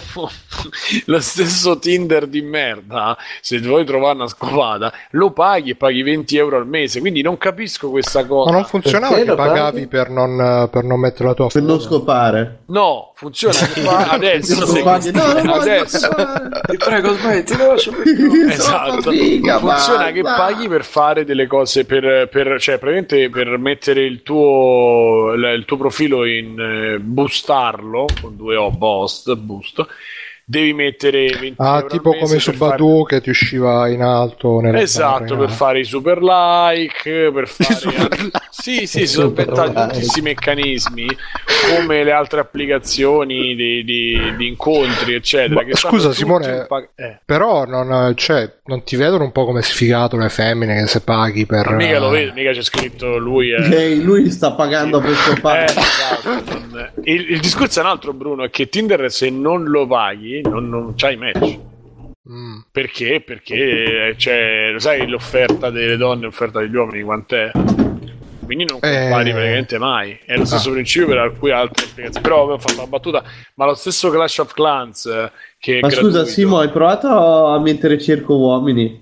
Tinder di merda, se vuoi trovare una scopata lo paghi e paghi 20 euro al mese, quindi non capisco questa cosa. Ma non funzionava che pagavi per non mettere la tua per non scopare? No, funziona che adesso adesso ti prego smetti, esatto, funziona che paghi per fare delle cose per cioè praticamente per mettere il tuo profilo in boostarlo con 2 O, boost, devi mettere 20 euro tipo al mese come su Badoo che ti usciva in alto nella esatto, per fare i super like, per fare sì, sono inventati tutti questi meccanismi come le altre applicazioni di incontri eccetera. Che scusa Simone, però non ti vedono un po' come sfigato le femmine che se paghi per mica lo vedo, mica c'è scritto lui lui sta pagando per scopare. Esatto. Il discorso è un altro, Bruno, è che Tinder se non lo paghi non c'hai match. Perché? Perché lo sai l'offerta delle donne e l'offerta degli uomini quant'è? Quindi non compari praticamente mai. È lo stesso principio per alcune altre applicazioni. Però avevo fatto una battuta, ma lo stesso Clash of Clans che ma scusa Simo, hai provato a mettere cerco uomini?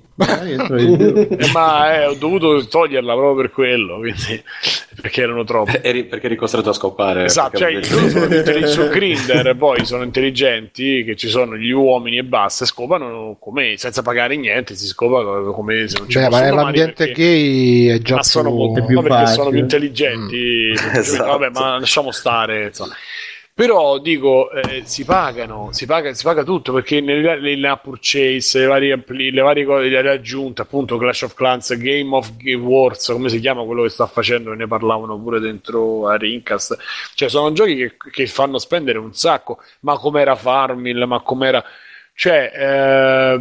Ma ho dovuto toglierla proprio per quello, quindi, perché erano troppi. Perché eri costretto a scopare. Esatto, su Grindr poi sono intelligenti, che ci sono gli uomini e basta, scopano come senza pagare niente, si scopa come se non c'è. Ma nell'ambiente gay è già più perché sono più intelligenti. Esatto. Vabbè, ma lasciamo stare, insomma. Però dico, si paga tutto, perché nella purchase, le varie cose, le aggiunte, appunto Clash of Clans, Game of Wars, come si chiama quello che sta facendo, ne parlavano pure dentro a Rincast, cioè sono giochi che fanno spendere un sacco, ma com'era Farmville, ma com'era... Cioè,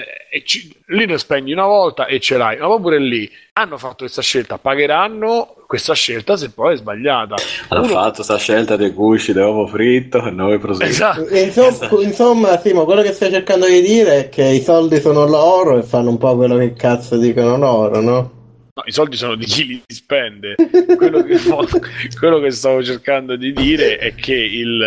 lì ne spendi una volta e ce l'hai, ma pure lì hanno fatto questa scelta, pagheranno questa scelta se poi è sbagliata. Hanno fatto questa scelta dei gusci di uovo fritto e noi proseguiamo. Esatto. Insomma, Simo, quello che stai cercando di dire è che i soldi sono loro e fanno un po' quello che cazzo dicono loro, no? No, i soldi sono di chi li spende. Quello che stavo cercando di dire è che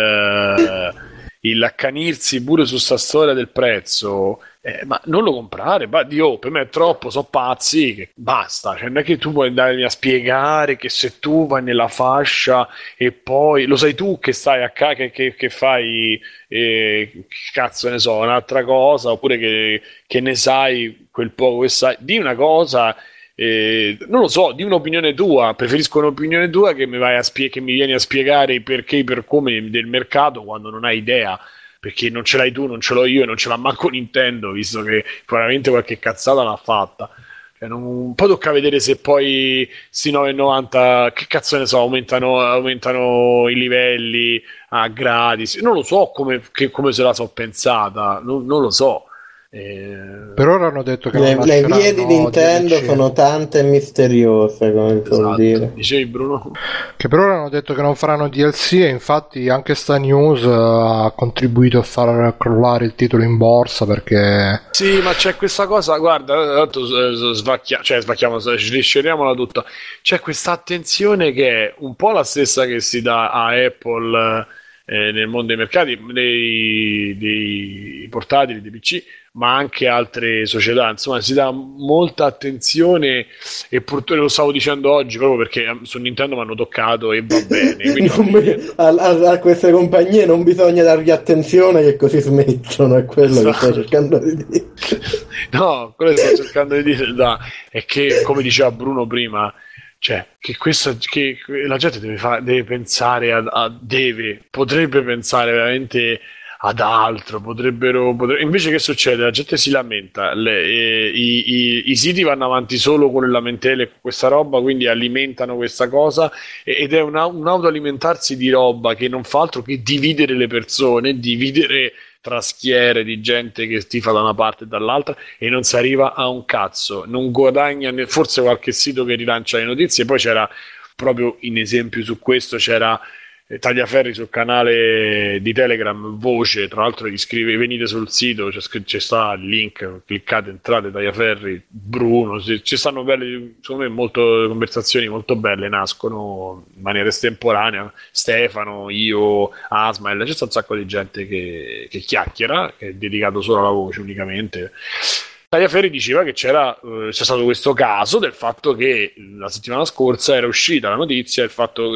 il accanirsi pure su sta storia del prezzo, ma non lo comprare, per me è troppo, so pazzi, che basta, cioè non è che tu puoi andarmi a spiegare che se tu vai nella fascia e poi lo sai tu che stai a che fai cazzo ne so, un'altra cosa, oppure che ne sai quel poco che sai di una cosa. Non lo so, di un'opinione tua, preferisco un'opinione tua che mi vieni a spiegare i perché, i per come del mercato quando non hai idea, perché non ce l'hai tu, non ce l'ho io e non ce l'ha manco Nintendo, visto che probabilmente qualche cazzata l'ha fatta. Poi tocca vedere se poi sti 9,90 che cazzo ne so, aumentano i livelli a gratis, non lo so come se la so pensata, non lo so. Per ora hanno detto che le vie di Nintendo sono tante e misteriose, come vuol dire. Dicevi, Bruno? Che per ora hanno detto che non faranno DLC e infatti anche sta news ha contribuito a far crollare il titolo in borsa, perché sì, ma c'è questa cosa, guarda, tanto svisceriamola tutta. C'è questa attenzione che è un po' la stessa che si dà a Apple nel mondo dei mercati dei portatili, dei PC, ma anche altre società, insomma si dà molta attenzione, e purtroppo lo stavo dicendo oggi proprio perché su Nintendo mi hanno toccato e va bene, quindi a queste compagnie non bisogna dargli attenzione, che così smettono, è quello che sto cercando di dire. No, quello che sto cercando di dire è che, come diceva Bruno prima, cioè che la gente deve pensare potrebbe pensare veramente ad altro, invece che succede? La gente si lamenta, i siti vanno avanti solo con le lamentele, con questa roba, quindi alimentano questa cosa, ed è un autoalimentarsi di roba che non fa altro che dividere le persone, dividere tra schiere di gente che tifa da una parte e dall'altra, e non si arriva a un cazzo, non guadagna forse qualche sito che rilancia le notizie. Poi c'era proprio in esempio su questo, c'era Tagliaferri sul canale di Telegram Voce, tra l'altro venite sul sito, c'è sta il link, cliccate, entrate, Tagliaferri, Bruno, ci stanno belle, secondo me molto conversazioni molto belle, nascono in maniera estemporanea, Stefano, io, Asmael, c'è sta un sacco di gente che chiacchiera, che è dedicato solo alla voce unicamente. Tagliaferri diceva che c'è stato questo caso del fatto che la settimana scorsa era uscita la notizia del fatto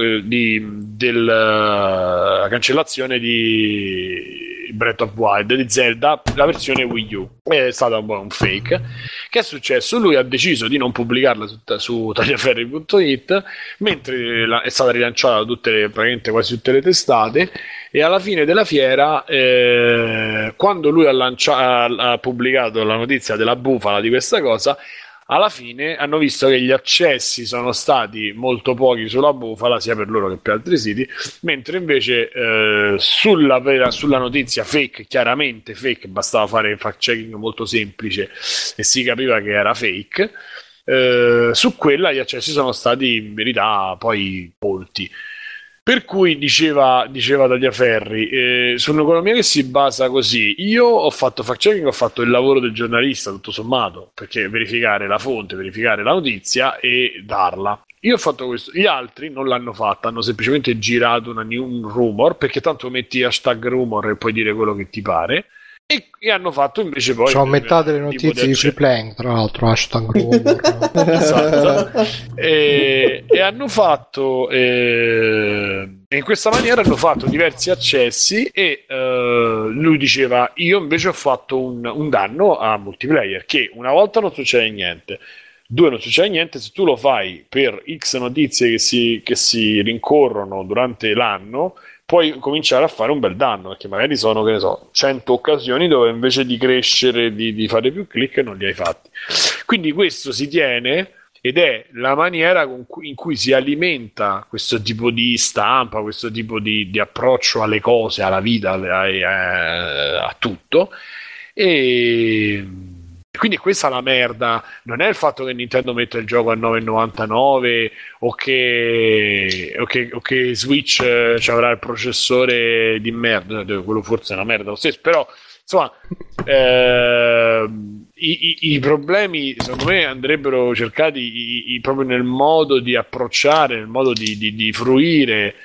della cancellazione di Breath of Wild di Zelda, la versione Wii U. È stato un fake. Che è successo? Lui ha deciso di non pubblicarla su tagliaferri.it, mentre è stata rilanciata praticamente quasi tutte le testate. E alla fine della fiera, quando lui ha pubblicato la notizia della bufala di questa cosa, alla fine hanno visto che gli accessi sono stati molto pochi sulla bufala, sia per loro che per altri siti, mentre invece sulla notizia fake, chiaramente fake, bastava fare un fact checking molto semplice e si capiva che era fake, su quella gli accessi sono stati in verità poi molti. Per cui diceva Tagliaferri, su un'economia che si basa così, io ho fatto fact-checking, ho fatto il lavoro del giornalista tutto sommato, perché verificare la fonte, verificare la notizia e darla. Io ho fatto questo, gli altri non l'hanno fatto, hanno semplicemente girato un rumor, perché tanto metti hashtag rumor e puoi dire quello che ti pare. E hanno fatto invece poi sono metà delle notizie di Freeplaying, tra l'altro hashtag rumor. Esatto. E hanno fatto in questa maniera hanno fatto diversi accessi e lui diceva io invece ho fatto un danno a multiplayer, che una volta non succede niente, due non succede niente, se tu lo fai per X notizie che si rincorrono durante l'anno puoi cominciare a fare un bel danno, perché magari sono, che ne so, 100 occasioni dove invece di crescere, di fare più click non li hai fatti. Quindi questo si tiene ed è la maniera in cui si alimenta questo tipo di stampa, questo tipo di approccio alle cose, alla vita, a tutto. E quindi questa è la merda, non è il fatto che Nintendo mette il gioco a 9,99 o che Switch ci avrà il processore di merda, quello forse è una merda lo stesso, però insomma i problemi secondo me andrebbero cercati proprio nel modo di approcciare, nel modo di fruire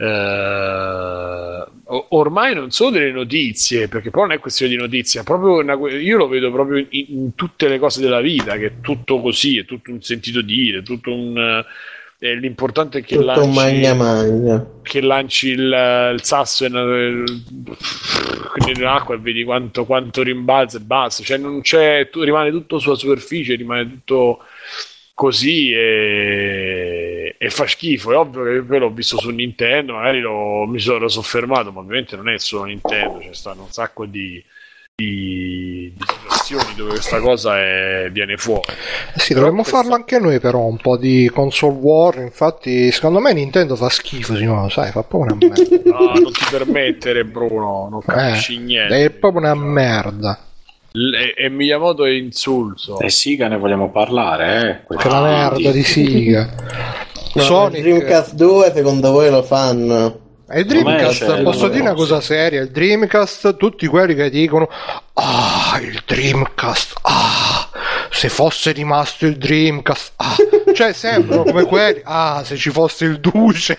ormai non solo delle notizie, perché poi non è questione di notizie, è proprio io lo vedo proprio in tutte le cose della vita, che è tutto così, è tutto un sentito dire, tutto l'importante è che tutto che lanci il sasso nell'acqua e vedi quanto rimbalza e basta, cioè non c'è, rimane tutto sulla superficie, rimane tutto così e fa schifo. È ovvio che poi l'ho visto su Nintendo, magari mi sono soffermato, ma ovviamente non è solo Nintendo, c'è stanno un sacco di situazioni dove questa cosa viene fuori. Sì, dovremmo farlo anche noi, però un po' di console war. Infatti secondo me Nintendo fa schifo, no? Sai, fa proprio una merda. No, non ti permettere, Bruno, non capisci niente, è proprio una merda. E Miyamoto è insulso. Sì, che ne vogliamo parlare, Che la merda di Siga. Sonic... Dreamcast 2 secondo voi lo fanno? Il Dreamcast, posso dire una cosa seria, il Dreamcast, tutti quelli che dicono il Dreamcast, se fosse rimasto il Dreamcast, cioè sembrano come quelli, se ci fosse il Duce,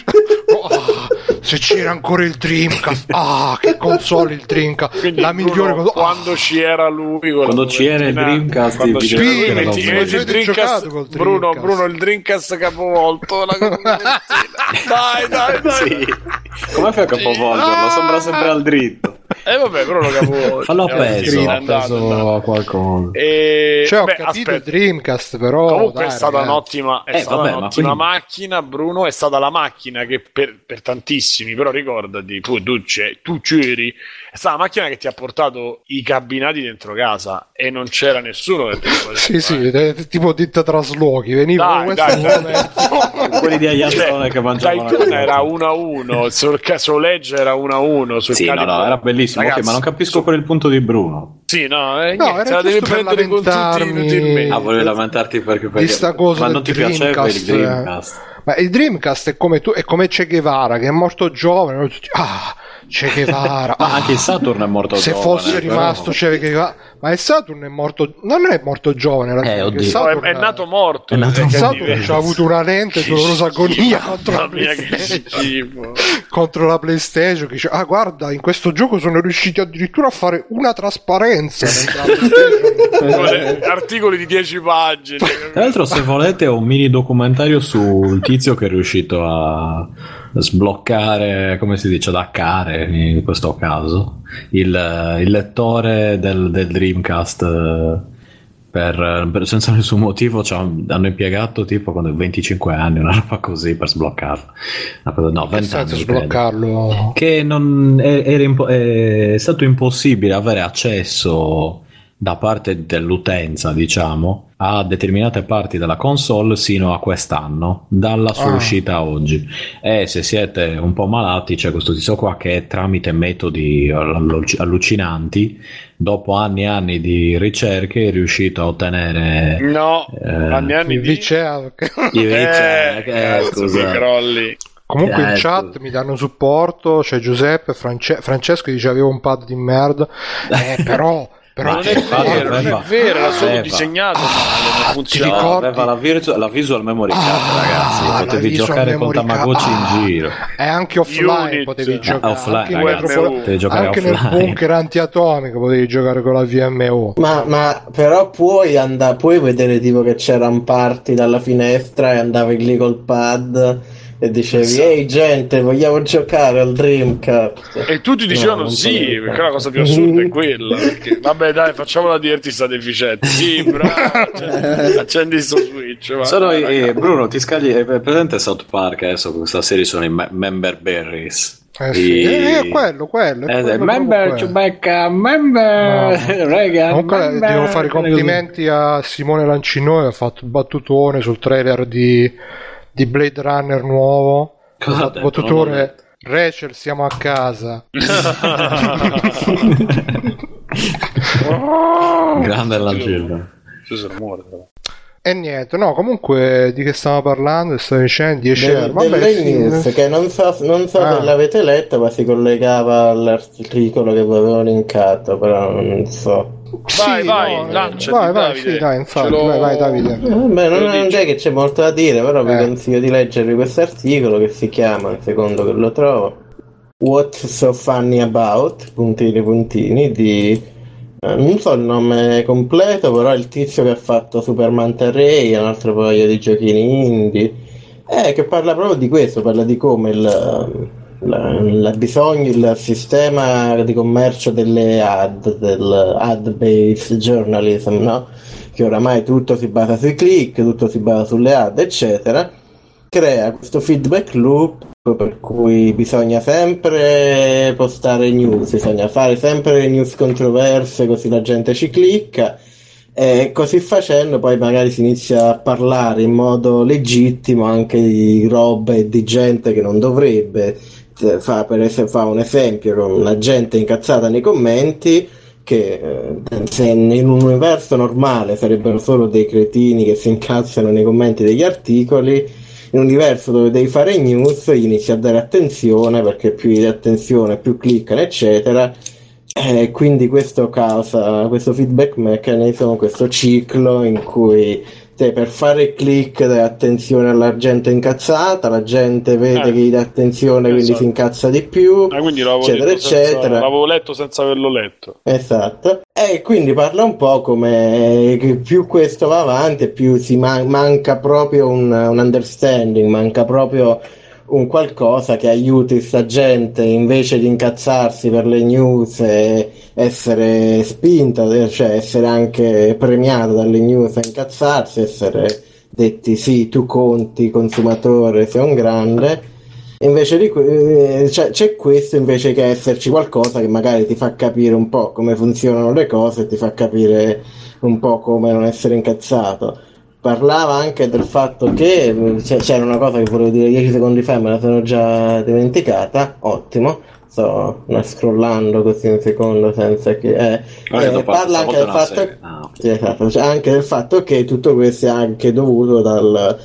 se c'era ancora il Dreamcast, che console il Dreamcast. Quindi la migliore console. Quando c'era lui, quando c'era il Dreamcast, quando c'era il Dreamcast, Bruno, il Dreamcast capovolto, dai. Sì. Come fai a capovolgerlo? Sembra sempre al dritto. Vabbè, però lo capovolto. Fallo appeso a qualcosa. Ho capito il Dreamcast, però comunque è stata un'ottima macchina, Bruno, è stata la macchina che per tantissimi, però ricordati, tu c'eri, è stata la macchina che ti ha portato i cabinati dentro casa e non c'era nessuno che sì, tipo ditta traslochi, venivano quelli di Aiazzone che mangiavano. Daytona era 1-1, sul Legge era 1-1 sul no, era bellissimo. Okay, ma non capisco quel punto di Bruno. Sì, niente, la devi prendere inutilmente. Volevi lamentarti perché questa cosa ma non ti piaceva il Dreamcast? Ma il Dreamcast è come Che Guevara, che è morto giovane, tutti, Che Guevara. Ma anche il Saturn è morto se giovane. Se fosse rimasto Che Guevara. Ma il Saturn è morto, non è morto giovane, il Saturn è nato morto. Il Saturn ha avuto una lente dolorosa agonia contro la PlayStation, che dice: guarda, in questo gioco sono riusciti addirittura a fare una trasparenza articoli di 10 pagine. Tra l'altro, se volete, ho un mini documentario sul tizio che è riuscito a sbloccare, come si dice, ad hackare in questo caso il lettore del Dreamcast senza nessun motivo. Hanno impiegato tipo 25 anni, una roba così, per sbloccarlo. No, 20 anni sbloccarlo, che non è stato impossibile avere accesso da parte dell'utenza, diciamo, a determinate parti della console sino a quest'anno, dalla sua uscita a oggi. E se siete un po' malati, c'è questo tizio qua che tramite metodi allucinanti, dopo anni e anni di ricerche, è riuscito a ottenere anni di liceo. Scusa, crolli. Comunque in chat mi danno supporto, c'è Giuseppe, Francesco dice: avevo un pad di merda, però non è vero, era solo disegnato male, non funzionava. Aveva la visual memory card, ragazzi, potevi giocare con Tamagotchi in giro. E anche offline potevi giocare, anche nel bunker antiatomico potevi giocare con la VMO. Ma però puoi vedere tipo che c'era un party dalla finestra e andavi lì col pad e dicevi: ehi gente, vogliamo giocare al Dreamcast? E tutti dicevano sì, perché la cosa più assurda è quella, perché, vabbè dai, facciamola dirti, sta deficiente. Sì, bravo, accendi sto Switch. Bruno, ti scagli, è presente South Park? Adesso questa serie sono i Member Berries. Quello member Ciubecca, member Reagan. Comunque devo fare i complimenti a Simone Lancinone, ha fatto il battutone sul trailer di Blade Runner nuovo. Battutore: Rachel, siamo a casa. Grande la gilla. E niente, no, comunque di che stiamo parlando? Stavo dicendo 10 euro. Delle news che non so se l'avete letto, ma si collegava all'articolo che vi avevo linkato, però non so. Vai, lanciati, sì, dai, infatti, vai Davide. Non è che c'è molto da dire, però vi consiglio di leggere questo articolo che si chiama, secondo che lo trovo, What's So Funny About, puntini, di non so il nome completo, però è il tizio che ha fatto Super Manta Ray, un altro paio di giochini indie, che parla proprio di questo, parla di come il sistema di commercio delle del ad-based journalism, no? Che oramai tutto si basa sui click, tutto si basa sulle ad, eccetera, crea questo feedback loop per cui bisogna sempre postare news, bisogna fare sempre news controverse, così la gente ci clicca, e così facendo poi magari si inizia a parlare in modo legittimo anche di roba e di gente che non dovrebbe. Fa un esempio con la gente incazzata nei commenti, che se in un universo normale sarebbero solo dei cretini che si incazzano nei commenti degli articoli, in un universo dove devi fare news gli inizi a dare attenzione, perché più di attenzione più cliccano, eccetera, quindi questo causa questo feedback mechanism, questo ciclo in cui per fare click dai attenzione alla gente incazzata, la gente vede che gli dà attenzione, quindi si incazza di più, quindi eccetera. L'avevo letto senza averlo letto. Esatto. E quindi parla un po' come più questo va avanti, più si manca proprio un understanding, manca proprio un qualcosa che aiuti sta gente, invece di incazzarsi per le news e essere spinta, cioè essere anche premiata dalle news a incazzarsi, essere detti sì, tu conti, consumatore, sei un grande. Invece c'è questo, invece che esserci qualcosa che magari ti fa capire un po' come funzionano le cose, ti fa capire un po' come non essere incazzato. Parlava anche del fatto che c'era una cosa che volevo dire 10 secondi fa, me la sono già dimenticata. Ottimo, sto scrollando così un secondo senza che parla anche del fatto esatto, cioè anche del fatto che tutto questo è anche dovuto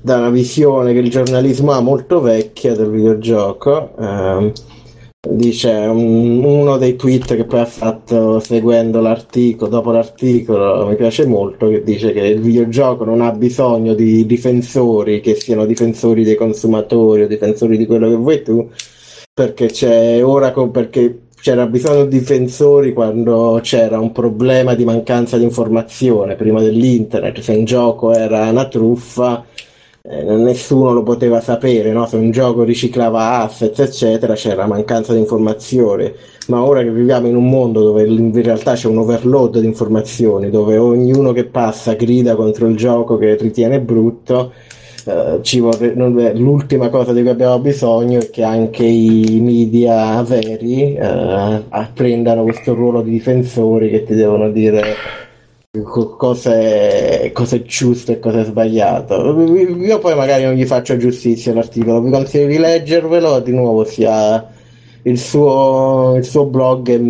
da una visione che il giornalismo ha molto vecchia del videogioco. Dice uno dei tweet che poi ha fatto seguendo l'articolo, dopo l'articolo, mi piace molto, che dice che il videogioco non ha bisogno di difensori che siano difensori dei consumatori o difensori di quello che vuoi tu, perché perché c'era bisogno di difensori quando c'era un problema di mancanza di informazione prima dell'internet. Se un gioco era una truffa, nessuno lo poteva sapere, no? Se un gioco riciclava asset eccetera, c'era mancanza di informazioni. Ma ora che viviamo in un mondo dove in realtà c'è un overload di informazioni, dove ognuno che passa grida contro il gioco che ritiene brutto, l'ultima cosa di cui abbiamo bisogno è che anche i media veri prendano questo ruolo di difensori che ti devono dire cosa è giusto e cosa è sbagliato. Io poi magari non gli faccio giustizia all'articolo, vi consiglio di leggervelo. Di nuovo il suo blog è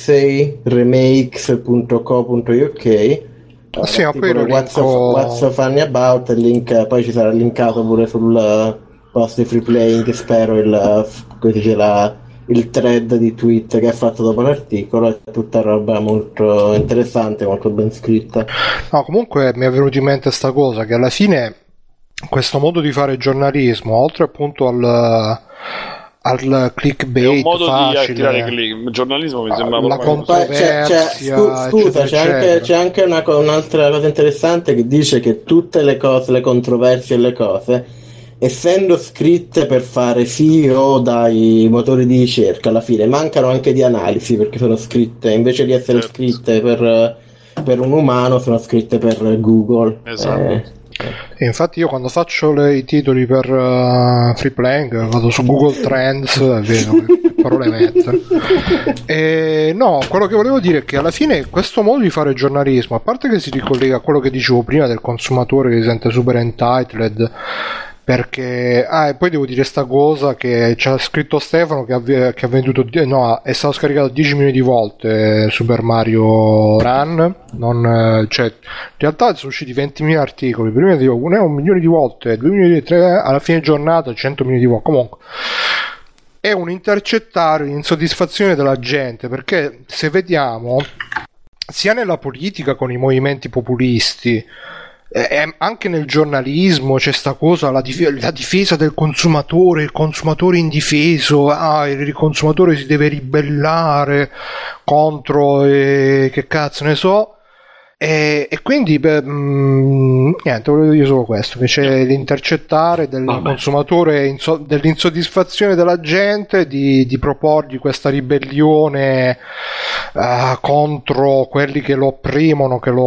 merseyremakes.co.uk. Sì, ma poi what's so funny about, il link poi ci sarà linkato pure sul post di Free Playing, che spero il thread di tweet che ha fatto dopo l'articolo. È tutta roba molto interessante, molto ben scritta. No, comunque mi è venuto in mente sta cosa, che alla fine questo modo di fare giornalismo, oltre appunto al clickbait, è un modo facile, di attirare click. Il giornalismo mi sembra la controversia, scusa, c'è anche un'altra cosa interessante che dice che tutte le cose, le controversie e le cose, essendo scritte per fare SEO dai motori di ricerca, alla fine mancano anche di analisi, perché sono scritte, invece di essere scritte per un umano, sono scritte per Google. Esatto. E infatti io quando faccio i titoli per Free Playing vado su Google Trends e vedo che parole mettere. E no, quello che volevo dire è che alla fine questo modo di fare giornalismo, a parte che si ricollega a quello che dicevo prima del consumatore che si sente super entitled, perché e poi devo dire sta cosa che c'ha scritto Stefano che ha venduto, no, è stato scaricato 10 milioni di volte Super Mario Run, cioè in realtà sono usciti 20.000 articoli, prima dico 1 milione di volte, 2 milioni, 3, alla fine giornata 100 milioni di volte. Comunque è un intercettare l'insoddisfazione della gente, perché se vediamo sia nella politica con i movimenti populisti, anche nel giornalismo c'è sta cosa, la difesa del consumatore, il consumatore indifeso, il consumatore si deve ribellare contro, che cazzo ne so, e quindi niente, volevo dire solo questo, che c'è l'intercettare del consumatore, dell'insoddisfazione della gente, di proporgli questa ribellione contro quelli che lo opprimono, che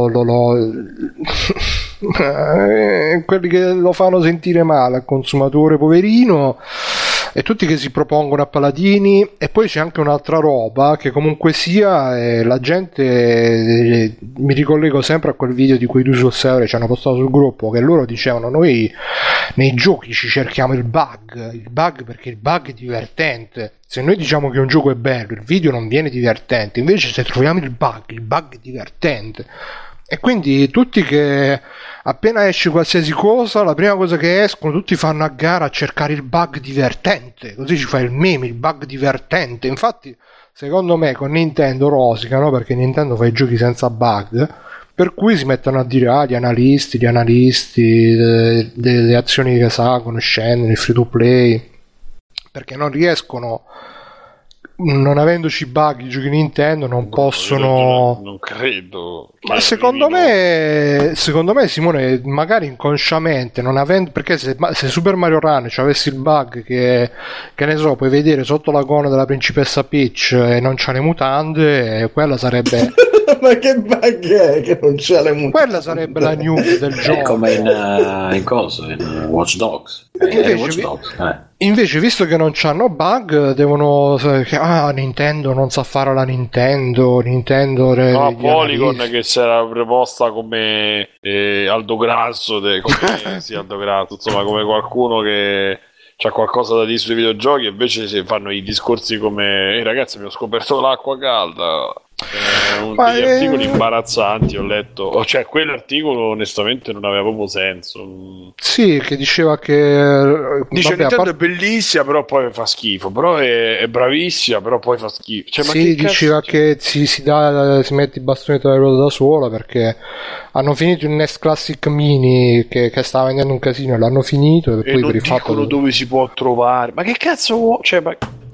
quelli che lo fanno sentire male, al consumatore poverino, e tutti che si propongono a paladini. E poi c'è anche un'altra roba che comunque sia, la gente, mi ricollego sempre a quel video di cui tu sul server ci hanno postato sul gruppo, che loro dicevano: noi nei giochi ci cerchiamo il bug perché il bug è divertente. Se noi diciamo che un gioco è bello, il video non viene divertente, invece se troviamo il bug è divertente. E quindi tutti che appena esce qualsiasi cosa, la prima cosa che escono, tutti fanno a gara a cercare il bug divertente, così ci fa il meme, il bug divertente. Infatti secondo me con Nintendo rosicano, perché Nintendo fa i giochi senza bug, per cui si mettono a dire gli analisti delle azioni che sa, conoscendo il free to play, perché non riescono, non avendoci bug i giochi Nintendo non possono, non credo, ma secondo me Simone, magari inconsciamente, non avendo, perché se Super Mario Run avessi il bug che ne so, puoi vedere sotto la gonna della principessa Peach e non c'ha le mutande, quella sarebbe ma che bug è che non c'ha le mutande? Quella sarebbe la news del gioco, come in Watch Dogs. Invece, visto che non c'hanno bug, devono Nintendo non sa fare la Nintendo Polygon che si era preposta come Aldo Grasso sì, Aldo Grasso, insomma, come qualcuno che c'ha qualcosa da dire sui videogiochi, invece si fanno i discorsi come ragazzi, mi ho scoperto l'acqua calda, Degli articoli imbarazzanti ho letto, cioè quell'articolo onestamente non aveva proprio senso. Sì, che diceva che dice Nintendo è bellissima però poi fa schifo, però è bravissima però poi fa schifo, cioè, ma sì, diceva che si mette i bastoni tra le ruote da sola perché hanno finito il NES Classic Mini che stava vendendo un casino e l'hanno finito e poi non per il fatto dove si può trovare, ma che cazzo vuoi, cioè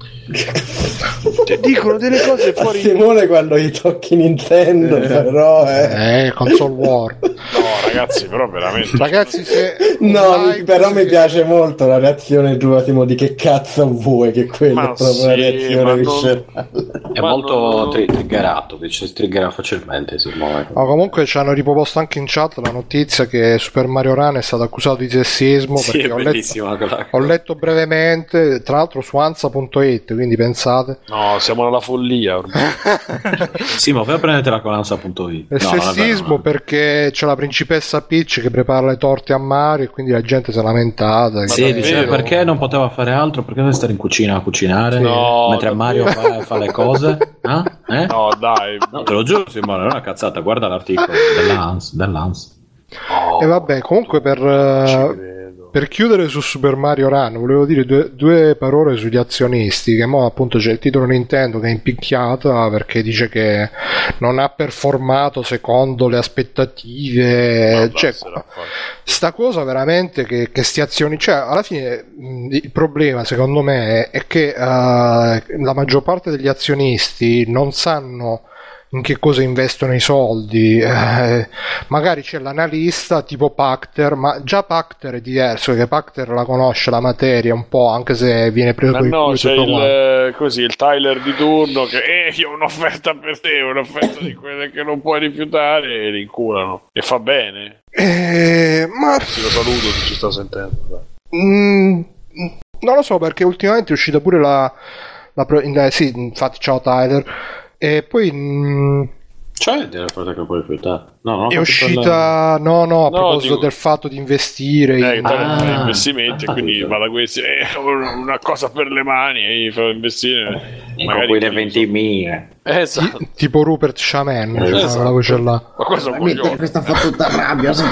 dicono delle cose fuori. Simone quando gli tocchi Nintendo però console war. No ragazzi, però veramente ragazzi, se però mi piace molto la reazione tua, Timo, di che cazzo vuoi, che quella è proprio una reazione viscerale. È molto triggerato, si triggera facilmente Simone. Comunque ci hanno riproposto anche in chat la notizia che Super Mario Run è stato accusato di sessismo, perché ho letto brevemente, tra l'altro su Ansa.it, quindi pensate. No, siamo nella follia ormai. Sì, ma vai a prendetela con Ansa.it. È sessismo perché c'è la principessa Peach che prepara le torte a Mario e quindi la gente si è lamentata. Sì, diceva perché non poteva fare altro, perché deve stare in cucina a cucinare mentre Mario fa le cose. No, dai. No, te lo giuro, Simone, non è una cazzata, guarda l'articolo dell'ANS. E vabbè, comunque per chiudere su Super Mario Run volevo dire due parole sugli azionisti, che mo appunto c'è il titolo Nintendo che è impicchiata perché dice che non ha performato secondo le aspettative. Cioè, sta cosa veramente che sti azioni, cioè alla fine il problema secondo me è che la maggior parte degli azionisti non sanno in che cosa investono i soldi. Magari c'è l'analista tipo Pachter, ma già Pachter è diverso perché Pachter la conosce la materia un po', anche se viene preso ma no, c'è il Tyler di turno che io ho un'offerta per te, un'offerta di quelle che non puoi rifiutare, e li inculano e fa bene. Ma sì, lo saluto se ci sta sentendo. Non lo so, perché ultimamente è uscita pure sì, infatti ciao Tyler. E poi cioè della cosa che puoi rifiutare. È uscita a proposito del fatto di investire in investimenti, quindi va da questi una cosa per le mani e gli fa investire con quei 20.000. Esatto. Tipo Rupert Shaman, la voce là. Ma questo questa fa tutta rabbia sotto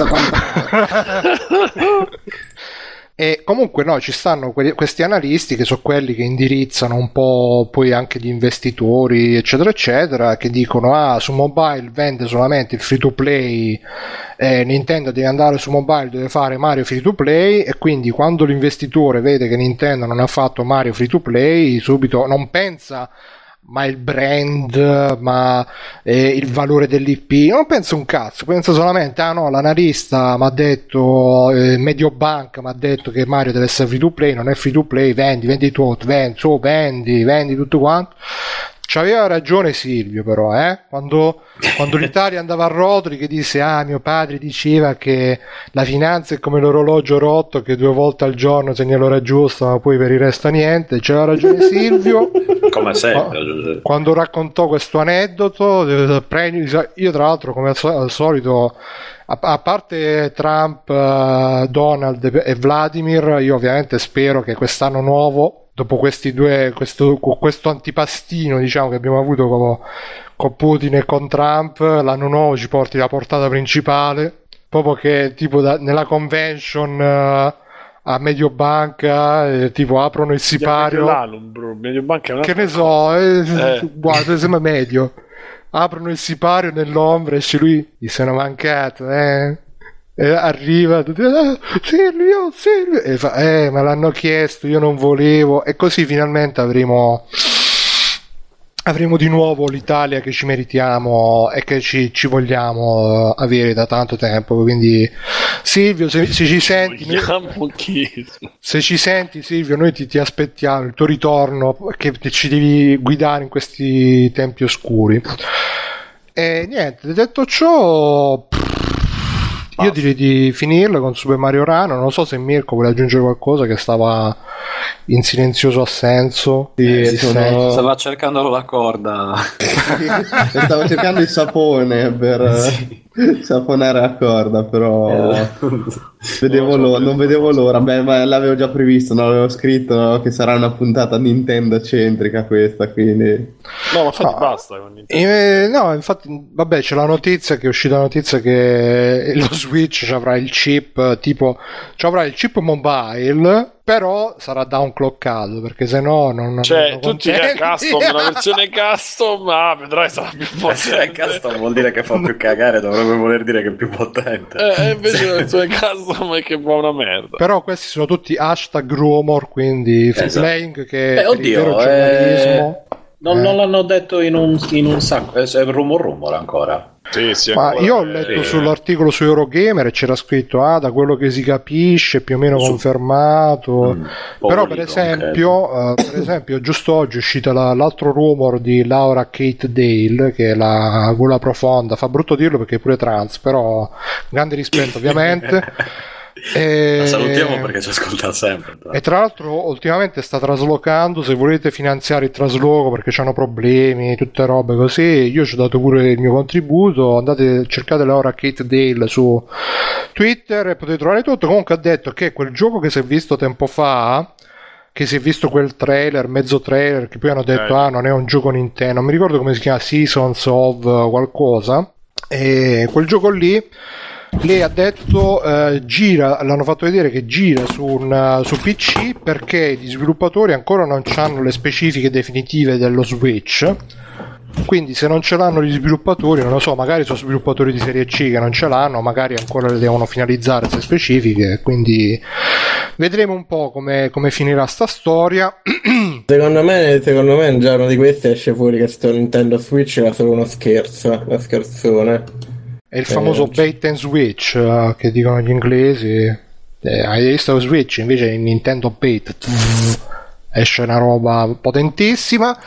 E comunque ci stanno questi analisti che sono quelli che indirizzano un po' poi anche gli investitori eccetera eccetera, che dicono su mobile vende solamente il free to play, Nintendo deve andare su mobile, deve fare Mario free to play, e quindi quando l'investitore vede che Nintendo non ha fatto Mario free to play subito non pensa ma il brand, ma il valore dell'IP, non penso un cazzo, penso solamente l'analista mi ha detto, Mediobank mi ha detto che Mario deve essere free to play, non è free to play, vendi tutto quanto. C'aveva ragione Silvio però, quando l'Italia andava a rotoli, che disse mio padre diceva che la finanza è come l'orologio rotto che 2 volte al giorno segna l'ora giusta ma poi per il resto niente. C'aveva ragione Silvio come sempre quando raccontò questo aneddoto. Io tra l'altro come al solito, a parte Trump, Donald e Vladimir, io ovviamente spero che quest'anno nuovo, dopo questi due, questo antipastino diciamo che abbiamo avuto con Putin e con Trump, l'anno nuovo ci porti la portata principale, proprio che tipo nella convention a Mediobanca tipo aprono il sipario, che ne so, guarda, sembra medio, aprono il sipario nell'ombra, esce lui, gli sono mancato arriva Silvio e fa me l'hanno chiesto, io non volevo, e così finalmente avremo di nuovo l'Italia che ci meritiamo e che ci vogliamo avere da tanto tempo. Quindi Silvio, se ci senti, se ci senti Silvio, noi ti aspettiamo il tuo ritorno, che ci devi guidare in questi tempi oscuri. E niente, detto ciò, io direi di finirla con Super Mario Run. Non so se Mirko vuole aggiungere qualcosa, che stava in silenzioso assenso. Stava cercando la corda. Stavo cercando il sapone per... Saponare a corda, però non vedevo l'ora. Beh, ma l'avevo già previsto, non avevo scritto che sarà una puntata Nintendo centrica questa, quindi no, ma infatti basta con Nintendo. No, infatti, vabbè, c'è la notizia che è uscita la notizia che lo Switch avrà il chip tipo, avrà il chip mobile, però sarà downclockato, perché se no non tutti custom, la versione custom, vedrai sarà più potente. Custom vuol dire che fa più cagare, dovrebbe voler dire che è più potente. Invece la versione custom è che fa una merda. Però questi sono tutti hashtag rumor, quindi Freeplaying che oddio, per il vero giornalismo non l'hanno detto in un sacco, è rumor ancora. Sì, ma io ho letto sull'articolo su Eurogamer e c'era scritto da quello che si capisce più o meno confermato, però per esempio giusto oggi è uscita l'altro rumor di Laura Kate Dale, che è la gola profonda, fa brutto dirlo perché è pure trans, però grande rispetto ovviamente. La salutiamo perché ci ascolta sempre. E tra l'altro ultimamente sta traslocando, se volete finanziare il trasloco perché c'hanno problemi, tutte robe così, io ci ho dato pure il mio contributo, cercate Laura Kate Dale su Twitter e potete trovare tutto. Comunque ha detto che quel gioco che si è visto tempo fa, che si è visto quel trailer, mezzo trailer, che poi hanno detto non è un gioco Nintendo, non mi ricordo come si chiama, Seasons of qualcosa, e quel gioco lì lei ha detto gira, l'hanno fatto vedere che gira su PC perché gli sviluppatori ancora non hanno le specifiche definitive dello Switch, quindi se non ce l'hanno gli sviluppatori, non lo so, magari sono sviluppatori di serie C che non ce l'hanno, magari ancora le devono finalizzare queste specifiche, quindi vedremo un po' come finirà sta storia. Secondo me un giorno di questi esce fuori che sto Nintendo Switch era solo uno scherzo, una scherzone. È il famoso bait and switch che dicono gli inglesi. Hai visto lo Switch? Invece in Nintendo bait esce una roba potentissima.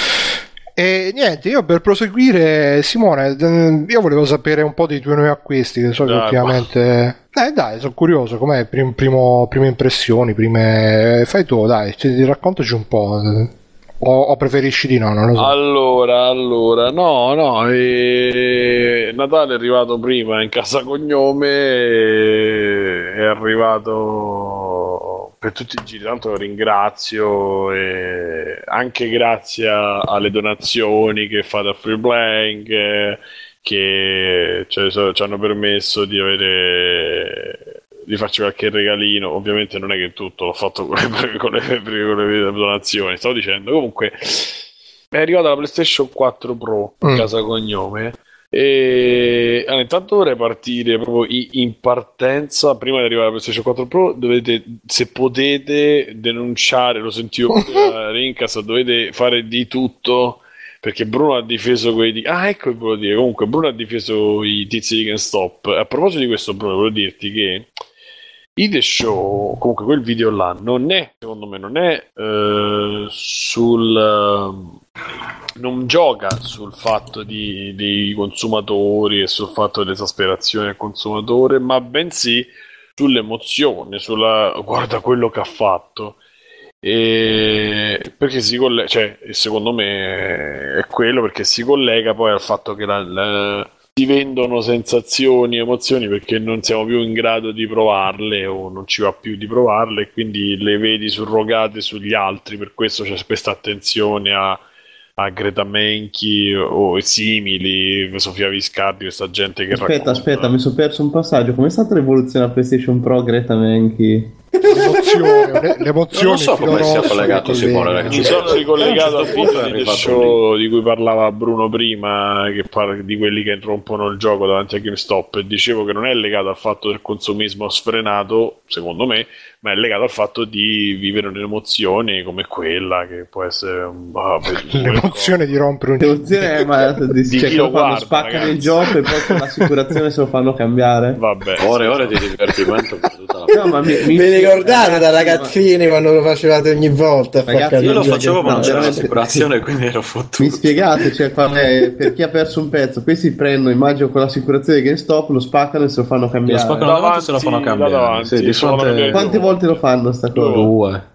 E niente, io per proseguire, Simone, io volevo sapere un po' dei tuoi nuovi acquisti, che so che ultimamente sono curioso, com'è prime impressioni, fai tu, dai, raccontaci un po'. O preferisci di no? Non lo so. Allora, no, Natale è arrivato prima in casa cognome, è arrivato per tutti i giri, tanto lo ringrazio, e anche grazie alle donazioni che fate a Freeplaying, che ci hanno permesso di farci qualche regalino. Ovviamente non è che tutto l'ho fatto con le donazioni, stavo dicendo. Comunque è arrivata la PlayStation 4 Pro in casa cognome, e intanto vorrei partire proprio in partenza. Prima di arrivare alla PlayStation 4 Pro dovete, se potete, denunciare, lo sentivo a Rincast, dovete fare di tutto, perché Bruno ha difeso ecco che volevo dire. Comunque Bruno ha difeso i tizi di GameStop. A proposito di questo, Bruno, volevo dirti che The Show, comunque quel video là secondo me non gioca sul fatto dei consumatori e sul fatto dell'esasperazione del consumatore, ma bensì sull'emozione, guarda quello che ha fatto. Perché secondo me è quello, perché si collega poi al fatto che si vendono sensazioni, emozioni, perché non siamo più in grado di provarle, o non ci va più di provarle, e quindi le vedi surrogate sugli altri. Per questo c'è questa attenzione a Greta Menchi o simili, Sofia Viscardi, questa gente che aspetta, mi sono perso un passaggio. Com'è stata l'evoluzione a PlayStation Pro, Greta Menchi? L'emozione non so come sia collegato Simone, mi sono ricollegato al punto di show di cui parlava Bruno prima, che parla di quelli che rompono il gioco davanti a GameStop, e dicevo che non è legato al fatto del consumismo sfrenato, secondo me, ma è legato al fatto di vivere un'emozione come quella, che può essere l'emozione di rompere un gioco, spaccano il gioco e poi con l'assicurazione se lo fanno cambiare. Vabbè, ore di divertimento per tutta la no, ma vi ricordate da ragazzini quando lo facevate ogni volta? Ragazzi, io lo facevo quando c'era l'assicurazione, quindi ero fottuto. Mi spiegate, per chi ha perso un pezzo, questi prendono, immagino, con l'assicurazione di GameStop, lo spaccano e se lo fanno cambiare. Lo spaccano davanti e se lo fanno cambiare. Quante volte lo fanno sta cosa? 2.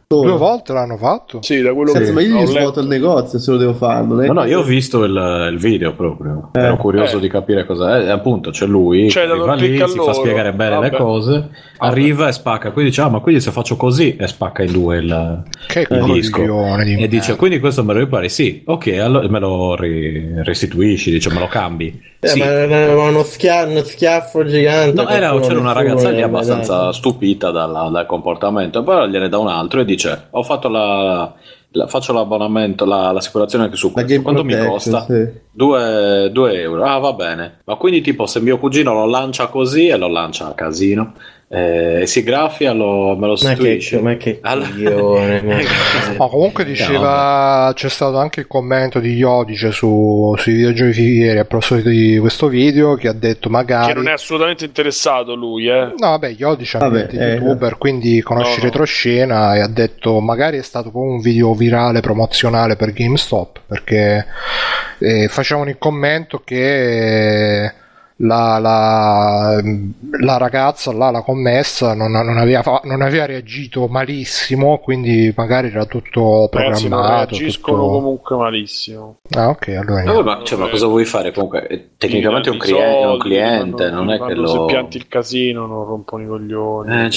2 volte l'hanno fatto? Sì, da quello Senza, che ma io gli ho svuoto il negozio se lo devo fare. No, io ho visto il video proprio. Ero curioso di capire cosa è. Appunto, c'è lui che arriva lì, si fa spiegare bene le cose, arriva e spacca. Quindi dice: ma quindi se faccio così, e spacca in due il disco. E dice: quindi questo me lo ripari? Sì, ok, allora me lo restituisci, dice, me lo cambi. Sì. Ma era uno schiaffo gigante. No, c'era una ragazza lì abbastanza stupita dal comportamento, però gliene dà un altro e dice: ho fatto faccio l'abbonamento, l'assicurazione anche su questo, quanto mi costa? Sì. 2 euro. Ah, va bene. Ma quindi tipo se mio cugino lo lancia così e lo lancia a casino, si graffia, me lo sostituisce. Ma che coglione. Ma comunque diceva, c'è stato anche il commento di Iodice sui videogiochi ieri a proposito di questo video, che ha detto magari... Che non è assolutamente interessato lui, No, vabbè, Iodice è youtuber, quindi conosce retroscena, e ha detto magari è stato poi un video virale promozionale per GameStop, perché facevano il commento che... La ragazza là, la commessa non aveva reagito malissimo, quindi magari era tutto programmato. Non reagiscono comunque malissimo. Ah, ok, allora ma cosa vuoi fare? Comunque tecnicamente è un cliente, non è che se pianti il casino non rompono i coglioni.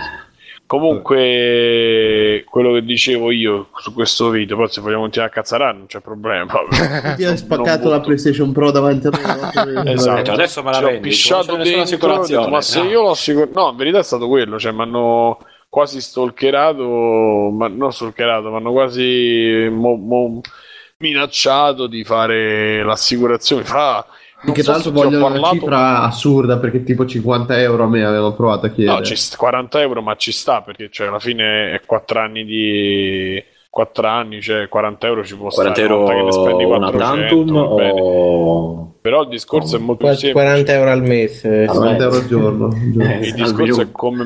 Comunque, quello che dicevo io su questo video, poi se vogliamo continuare a cazzarare non c'è problema. Ti ha spaccato la PlayStation Pro davanti a me. Esatto, adesso me la vendi, ho pisciato dentro, ma se io l'ho assicurato... No, in verità è stato quello, cioè mi hanno quasi stalkerato, ma non stalkerato, mi hanno quasi minacciato di fare l'assicurazione. Che tra l'altro vogliono una cifra assurda, perché tipo 50 euro a me avevano provato a chiedere. No, 40 euro, ma ci sta, perché cioè alla fine è 4 anni, cioè 40 euro ci può 40 stare. 40 euro che ne spendi 400 o... Però il discorso è molto semplice. 40 euro al mese, 40 euro al giorno. Il discorso è come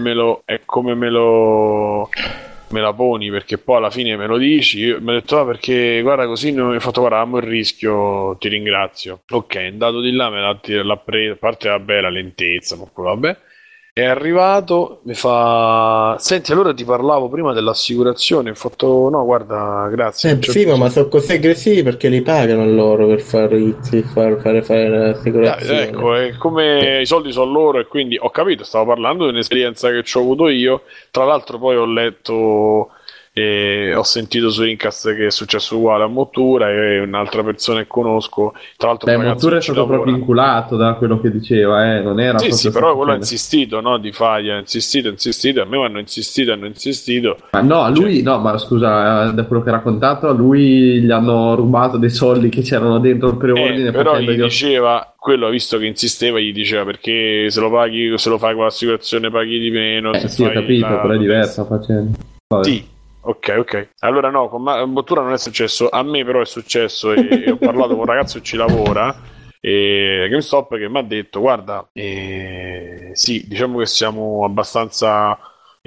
me la poni, perché poi alla fine me lo dici. Io mi ho detto perché guarda, così mi ho fatto, guarda, amo il rischio, ti ringrazio. Ok, è andato di là, me l'ha preso, a parte vabbè la lentezza, vabbè. È arrivato, mi fa: senti, allora ti parlavo prima dell'assicurazione. Ho fatto: no, guarda, grazie. Ma sono così aggressivi perché li pagano loro per fare l'assicurazione. Ecco, è come i soldi sono loro, e quindi ho capito, stavo parlando di un'esperienza che ci ho avuto io. Tra l'altro poi ho letto e ho sentito su Incast che è successo uguale a Mottura, e un'altra persona che conosco, tra l'altro Mottura è stato proprio inculato da quello che diceva, non era sì, però quello ha insistito, no, di faglia, ha insistito, a me hanno insistito. Ma no, a lui, no, ma scusa, da quello che ha raccontato, a lui gli hanno rubato dei soldi che c'erano dentro il preordine, però gli diceva, quello, visto che insisteva, gli diceva: perché se lo fai con l'assicurazione paghi di meno. Sì, ho capito, però è diversa facendo. Sì. Ok. Allora no, con Mottura non è successo, a me però è successo, e ho parlato con un ragazzo che ci lavora, GameStop, che mi ha detto: guarda, sì, diciamo che siamo abbastanza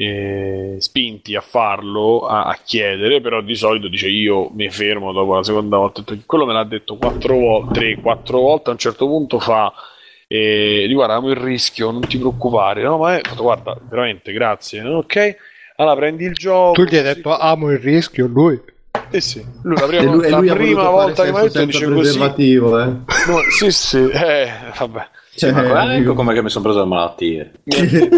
spinti a farlo, a chiedere, però di solito, dice, io mi fermo dopo la seconda volta. Quello me l'ha detto 4 volte, a un certo punto fa: guarda, amo il rischio, non ti preoccupare. No, ma guarda, veramente, grazie. Ok, allora prendi il gioco. Tu gli hai detto amo il rischio, lui? Sì. Lui la prima volta che mi ha detto, dice preservativo, così. Sì, vabbè. Ecco come che mi sono preso le malattie. Mi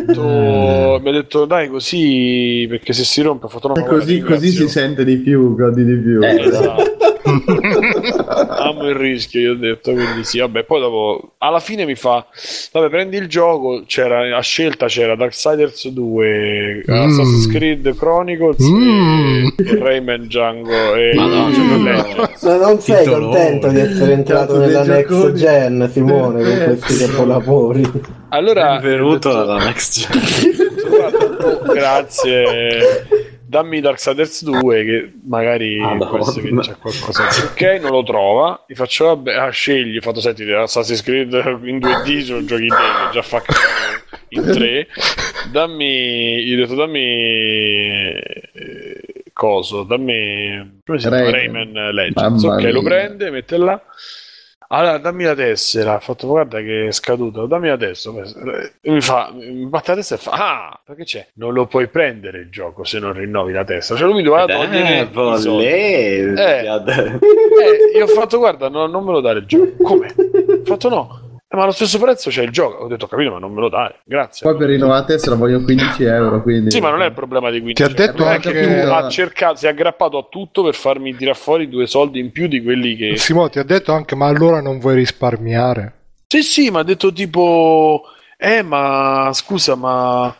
ha detto dai, così, perché se si rompe così si sente di più, godi di più. Esatto. Amo il rischio, io ho detto, quindi sì, vabbè. Poi dopo alla fine mi fa: vabbè, prendi il gioco, c'era a scelta, c'era Darksiders 2, Assassin's Creed Chronicles e Rayman Django e non sei contento di essere entrato nella next gen, Simone, con questi capolavori? Allora, benvenuto alla next gen. Guarda, grazie. Dammi Darksiders 2, che magari può essere che c'è qualcosa. Ok, non lo trova. Gli faccio: vabbè, scegli. Ho fatto: senti, Assassin's Creed in 2D sono giochi indegni, già fa in 3. Gli ho detto: dammi coso, dammi come si chiama? Rayman Legends. Ok, lo prende, mette là. allora dammi la tessera. Ha fatto guarda che è scaduta, dammi la tessera. Mi batte la tessera e fa perché c'è? Non lo puoi prendere il gioco se non rinnovi la tessera. Cioè lui mi doveva togliere io ho fatto guarda non me lo dare il gioco. Come? Ho fatto no. Ma allo stesso prezzo c'è il gioco. Ho detto capito, ma non me lo dai, grazie. Poi per rinnovare la tessera voglio 15 euro, quindi... Sì, ma non è il problema di 15 euro. Ti ha detto anche che si è aggrappato a tutto per farmi tirare fuori 2 soldi in più di quelli che... Simone ti ha detto anche ma allora non vuoi risparmiare? Sì, ma ha detto tipo ma scusa ma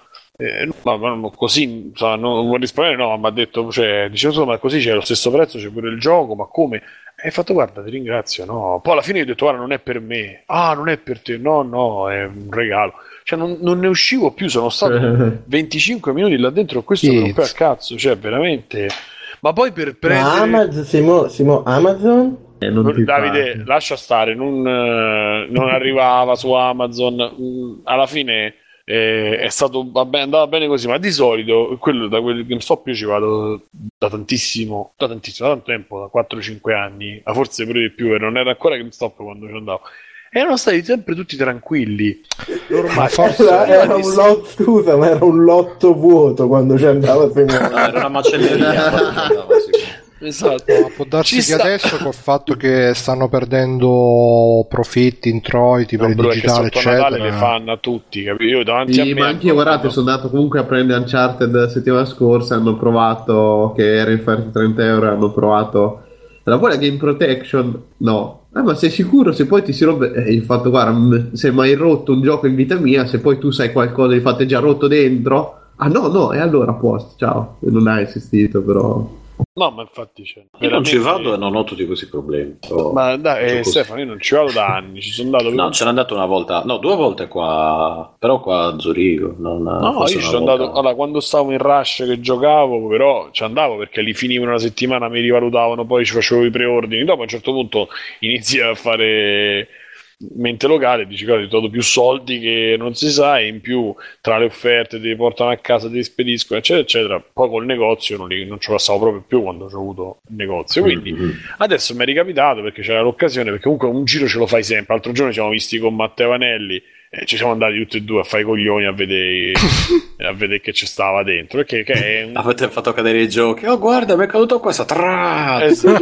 così insomma, non vuoi risparmiare, no, ma ha detto dicevo ma così c'è lo stesso prezzo, c'è pure il gioco, ma come? E hai fatto guarda ti ringrazio, no, poi alla fine io ho detto guarda non è per me, non è per te, no è un regalo, cioè non ne uscivo più, sono stato 25 minuti là dentro, questo mi rompe a cazzo, cioè veramente, ma poi per prendere Amazon? Davide lascia stare, non arrivava su Amazon, alla fine è stato andava bene così, ma di solito da quel GameStop io ci vado da tanto tempo, da 4-5 anni, ma forse pure di più, e non era ancora GameStop quando ci andavo. Erano stati sempre tutti tranquilli. Ormai era un lotto vuoto quando ci andavo prima. Era una macelleria. Esatto. Ma può darsi che adesso col fatto che stanno perdendo profitti, introiti per il digitale, eccetera, Natale le fanno a tutti, capito? Io davanti a me. Ma anche io, guardate, sono andato comunque a prendere Uncharted settimana scorsa, hanno provato che era in 30 euro, hanno provato la buona Game Protection, no. Ma sei sicuro se poi ti si rompe? Il fatto, guarda, se mai rotto un gioco in vita mia, se poi tu sai qualcosa di fatto è già rotto dentro? No, e allora a posto, ciao. Non hai insistito, però. No, ma infatti c'è. Io non ci vado e non ho tutti questi problemi. Ma dai, Stefano, io non ci vado da anni. Ci sono andato. No, ce n'è andato una volta. No, 2 volte qua. Però qua a Zurigo. Io ci sono andato. Allora, quando stavo in Rush che giocavo, però ci andavo perché li finivo una settimana, mi rivalutavano, poi ci facevo i preordini. Dopo a un certo punto inizi a fare mente locale, dici che ho dato più soldi che non si sa, e in più tra le offerte ti portano a casa, ti spediscono, eccetera eccetera. Poi col negozio non ci passavo proprio più quando ho avuto il negozio, quindi adesso mi è ricapitato perché c'era l'occasione, perché comunque un giro ce lo fai sempre. L'altro giorno ci siamo visti con Matteo Anelli e ci siamo andati tutti e due a fare i coglioni a vedere che ci stava dentro, perché è avete fatto cadere i giochi. Guarda, mi è caduto questo, ha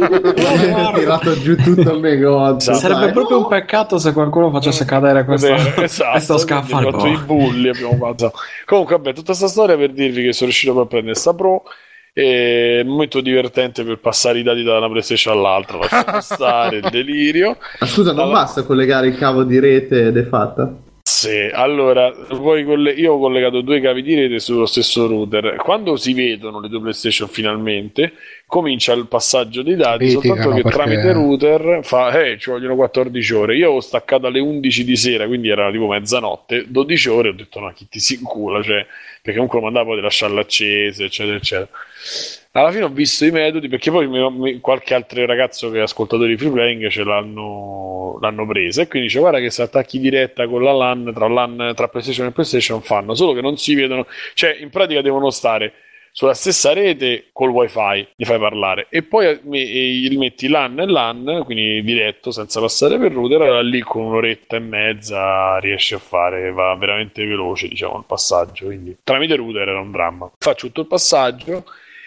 tirato giù tutto il negozio. Sarebbe proprio un peccato se qualcuno facesse cadere questo scaffale. I bulli abbiamo fatto. Comunque vabbè, tutta sta storia per dirvi che sono riuscito a prendere sta Pro, e un momento divertente per passare i dati da una PlayStation all'altra, lasciamo stare il delirio. Ma scusa, non basta collegare il cavo di rete ed è fatta? Sì, allora io ho collegato 2 cavi di rete sullo stesso router. Quando si vedono le 2 PlayStation finalmente comincia il passaggio dei dati, soltanto che tramite router ci vogliono 14 ore. Io ho staccato alle 11 di sera, quindi era tipo mezzanotte, 12 ore, ho detto no, chi ti si incula, cioè, perché comunque lo mandava poi di lasciarlo acceso, eccetera eccetera. Alla fine ho visto i metodi, perché poi qualche altro ragazzo che è ascoltatore di Free Playing ce l'hanno presa, e quindi dice guarda che se attacchi diretta con la LAN tra PlayStation e PlayStation fanno, solo che non si vedono, cioè in pratica devono stare sulla stessa rete col wifi, gli fai parlare, e poi gli metti LAN e LAN, quindi diretto senza passare per router, allora lì con un'oretta e mezza riesci a fare, va veramente veloce diciamo il passaggio, quindi tramite router era un dramma. Faccio tutto il passaggio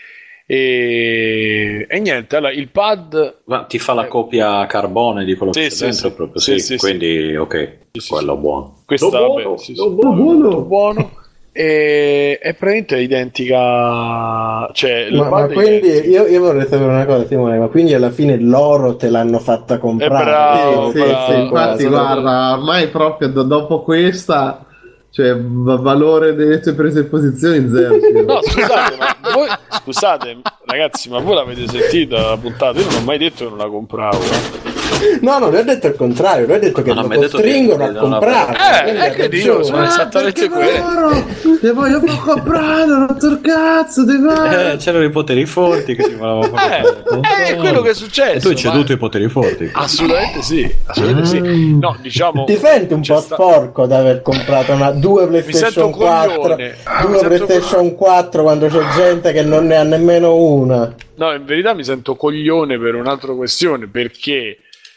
e niente, allora il pad ti fa la copia carbone di quello che c'è dentro, proprio quindi ok, quello buono. Questo buono. È praticamente identica, cioè ma quindi io vorrei sapere una cosa, Simone, ma quindi alla fine loro te l'hanno fatta comprare? Bravo. Infatti guarda, ormai proprio dopo questa, cioè valore delle tue prese in posizione zero. No, scusate ragazzi, ma voi l'avete sentita la puntata? Io non ho mai detto che non la compravo. No, non ho detto il contrario, non ho detto che lo costringono a comprare. Che io sono esattamente quello. Te voglio comprare, non rotto il cazzo, c'erano i poteri forti che ti volevano fare. È quello che è successo. E tu hai ceduto i poteri forti. Assolutamente sì. No, diciamo, ti senti un po' sporco ad aver comprato 2 PlayStation 4, 2 PlayStation 4 quando c'è gente che non ne ha nemmeno una. No, in verità mi sento coglione per un'altra questione, perché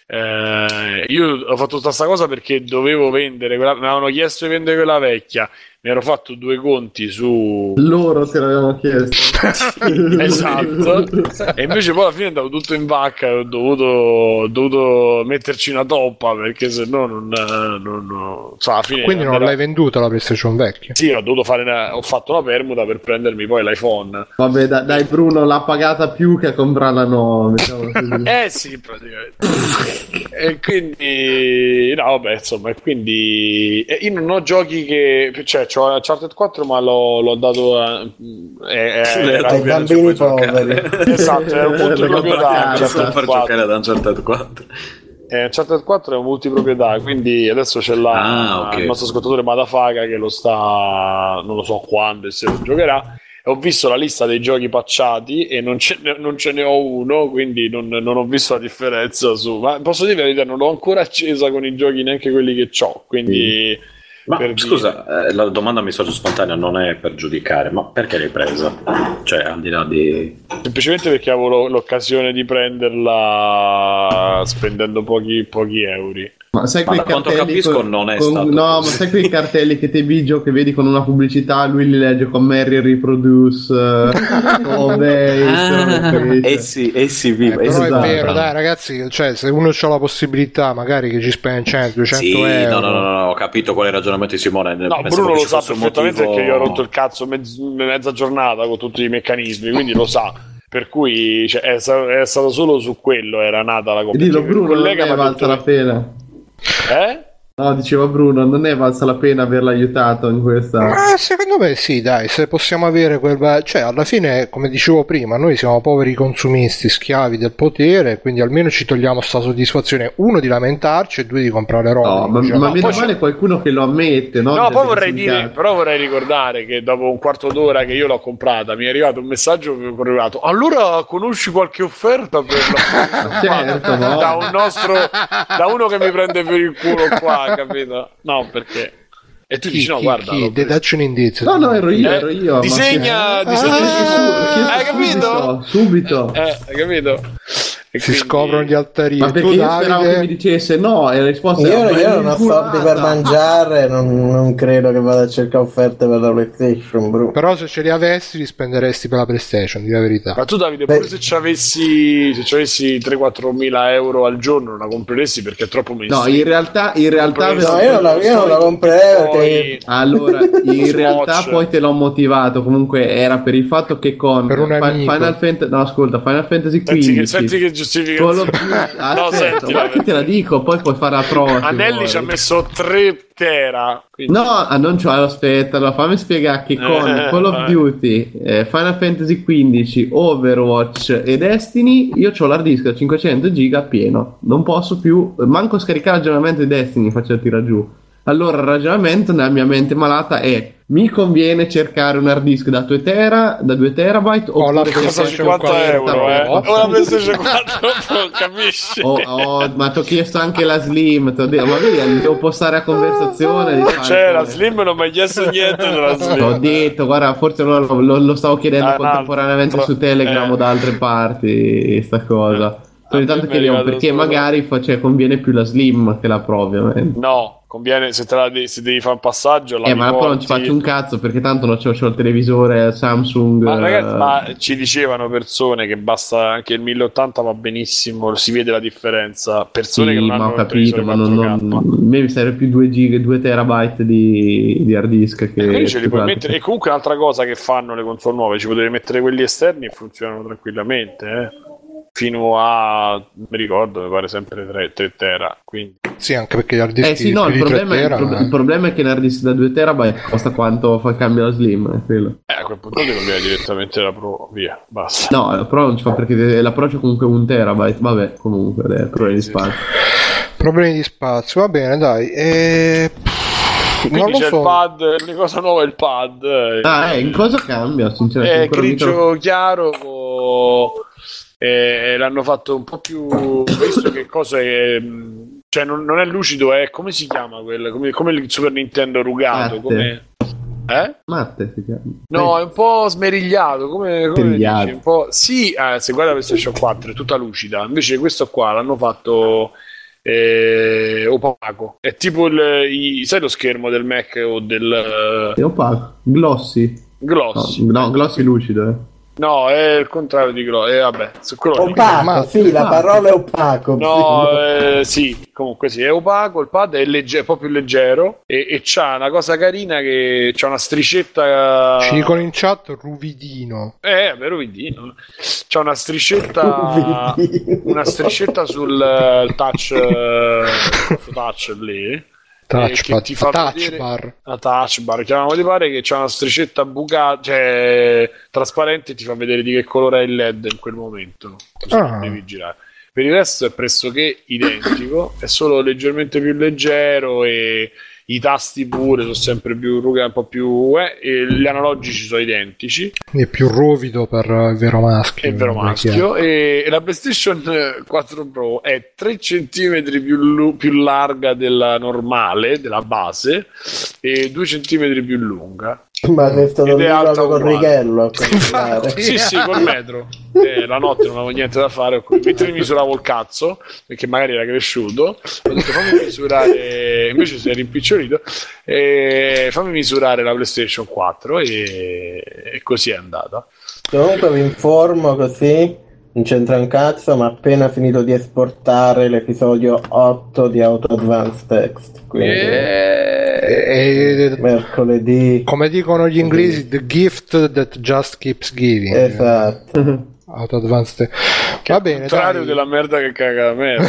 Io ho fatto tutta questa cosa perché dovevo vendere quella, mi avevano chiesto di vendere quella vecchia, mi ero fatto 2 conti su loro te l'avevano chiesto. esatto, e invece poi alla fine andavo tutto in vacca e ho dovuto metterci una toppa perché se no non so, alla fine quindi non l'hai venduta la PlayStation vecchia? Sì, ho fatto una permuta per prendermi poi l'iPhone. Vabbè, dai Bruno, l'ha pagata più che a comprarla nuova, diciamo così. Sì, praticamente. E quindi no, vabbè, insomma, e quindi io non ho giochi che, cioè c'ho Uncharted 4 ma l'ho dato ai bambini poveri. Esatto, era un multiproprietà. Per giocare ad Uncharted 4. Uncharted 4 è un multiproprietà, quindi adesso c'è il nostro ascoltatore Madafaga che lo sta, non lo so quando e se lo giocherà. Ho visto la lista dei giochi patchati e non ce ne ho uno, quindi non ho visto la differenza ma posso dire la verità, non l'ho ancora accesa con i giochi, neanche quelli che ho, quindi ma scusa, la domanda mi sorge spontanea, non è per giudicare, ma perché l'hai presa? Cioè, al di là di... semplicemente perché avevo l'occasione di prenderla spendendo pochi euro. Ma sai quei quanto capisco non è stato no, ma sai quei cartelli che ti vigio che vedi con una pubblicità, lui li legge con Mary Reproduce essi vivo, però esatto. è vero, dai ragazzi, cioè se uno ha la possibilità magari che ci spende 100-200 sì, euro. No, ho capito qual è il ragionamento di Simone. No, Bruno lo sa perfettamente perché io ho rotto il cazzo mezza giornata con tutti i meccanismi, quindi lo sa. Per cui cioè, è stato solo su quello era nata la competizione. Dillo Bruno, non è valsa la pena. No, diceva Bruno, non è valsa la pena averla aiutato in questa. Secondo me sì, dai, se possiamo avere cioè alla fine, come dicevo prima, noi siamo poveri consumisti, schiavi del potere, quindi almeno ci togliamo sta soddisfazione, 1 di lamentarci e 2 di comprare roba. No, ma meno male qualcuno che lo ammette, no? No, poi vorrei ricordare che dopo un quarto d'ora che io l'ho comprata mi è arrivato un messaggio che ho arrivato. Allora conosci qualche offerta per la certo, no. da uno che mi prende per il culo qua, capito? No, perché e tu dici no, guarda, dacci un indizio. No, ero io. Disegna hai capito? Subito. Hai capito? Si scoprono gli altari. Ma perché io speravo che mi dicesse no, e la risposta io non ho soldi per mangiare, non credo che vada a cercare offerte per la PlayStation, bro. Però se ce li avessi li spenderesti per la PlayStation, di la verità. Ma tu Davide, pure se ci avessi 3-4 mila euro al giorno non la compreresti perché è troppo mensile. No, in realtà no, io non la comprerei perché allora in realtà poi te l'ho motivato, comunque era per il fatto che con Final Fantasy XV senti che aspetta, guarda che te la dico, poi puoi fare la prova. Anelli ci ha messo 3 tera. Quindi... No, non c'ho, aspetta, allora fammi spiegare che con Call of Duty, Final Fantasy XV, Overwatch e Destiny io c'ho l'hard disk da 500 giga pieno, non posso più manco scaricare l'aggiornamento di Destiny, faccio tirare giù. Allora il ragionamento nella mia mente malata è: mi conviene cercare un hard disk da 2 terabyte o la PlayStation 50 euro o la PlayStation 4 capisci? Ma ti ho chiesto anche la Slim, ma vedi, devo postare a conversazione c'è la Slim, non mi hai chiesto niente della Slim. Ho detto, guarda, forse lo stavo chiedendo contemporaneamente su Telegram o da altre parti sta cosa. Ogni tanto chiediamo perché magari conviene più la Slim che la Pro, ovviamente. No, conviene se devi fare un passaggio ma poi non ci faccio un cazzo perché tanto non c'ho il televisore Samsung. Ma ragazzi, ma ci dicevano persone che basta anche il 1080 va benissimo, si vede la differenza. Persone che non hanno capito, ma a me mi serve più 2 terabyte di hard disk che ce li puoi mettere. E comunque un'altra cosa che fanno le console nuove, ci potevi mettere quelli esterni e funzionano tranquillamente, fino a mi ricordo mi pare sempre 3 tera, quindi sì, anche perché gli hard disk sì, no, il problema è che l'hard disk da 2 terabyte costa quanto fa il cambio la Slim, è quello. A quel punto ti conviene direttamente la Pro, via, basta. No, la Pro non ci fa perché la Pro c'è comunque 1 terabyte, vabbè, comunque problemi di spazio. Problemi di spazio, va bene, dai. Quindi non c'è il pad, l'unica cosa nuova è il pad. In cosa cambia, sinceramente? È grigio chiaro l'hanno fatto un po' più visto che cosa è, cioè non è lucido, è come si chiama quello, come il Super Nintendo rugato, Matte si chiama. No, è un po' smerigliato, come dici? Un po'... Sì, se guarda la PlayStation 4 è tutta lucida, invece questo qua l'hanno fatto opaco. È tipo sai lo schermo del Mac o del... È opaco. Glossy. No, glossy lucido, No, è il contrario di glossy. Vabbè, su quello opaco, sì, la parola è opaco. No, sì, comunque sì, è opaco. Il pad è un po' più leggero e c'ha una cosa carina che c'ha una striscetta. Ci dicono in chat ruvidino. Beh, ruvidino. C'ha una striscetta sul touch lì. Touchpad, che ti fa la touch bar, chiamiamo di pare, che c'ha una striscetta bucata, cioè trasparente, e ti fa vedere di che colore è il LED in quel momento. Devi girare. Per il resto è pressoché identico, è solo leggermente più leggero e i tasti pure sono sempre più rugati, un po' più e gli analogici sono identici. È più ruvido per il vero maschio. È il vero maschio. E la PlayStation 4 Pro è 3 cm più larga della normale, della base, e 2 cm più lunga. Ma sei stato proprio con Righello. Sì, col metro. La notte non avevo niente da fare, mentre mi misuravo il cazzo, perché magari era cresciuto, ho detto fammi misurare, invece si è rimpicciolito, fammi misurare la PlayStation 4 e così è andata. Comunque vi informo, così non c'entra un cazzo, ma appena finito di esportare l'episodio 8 di Auto Advanced Text, quindi mercoledì, come dicono gli inglesi, the gift that just keeps giving. Esatto. Auto Advanced. Va bene, contrario della merda che caga la merda.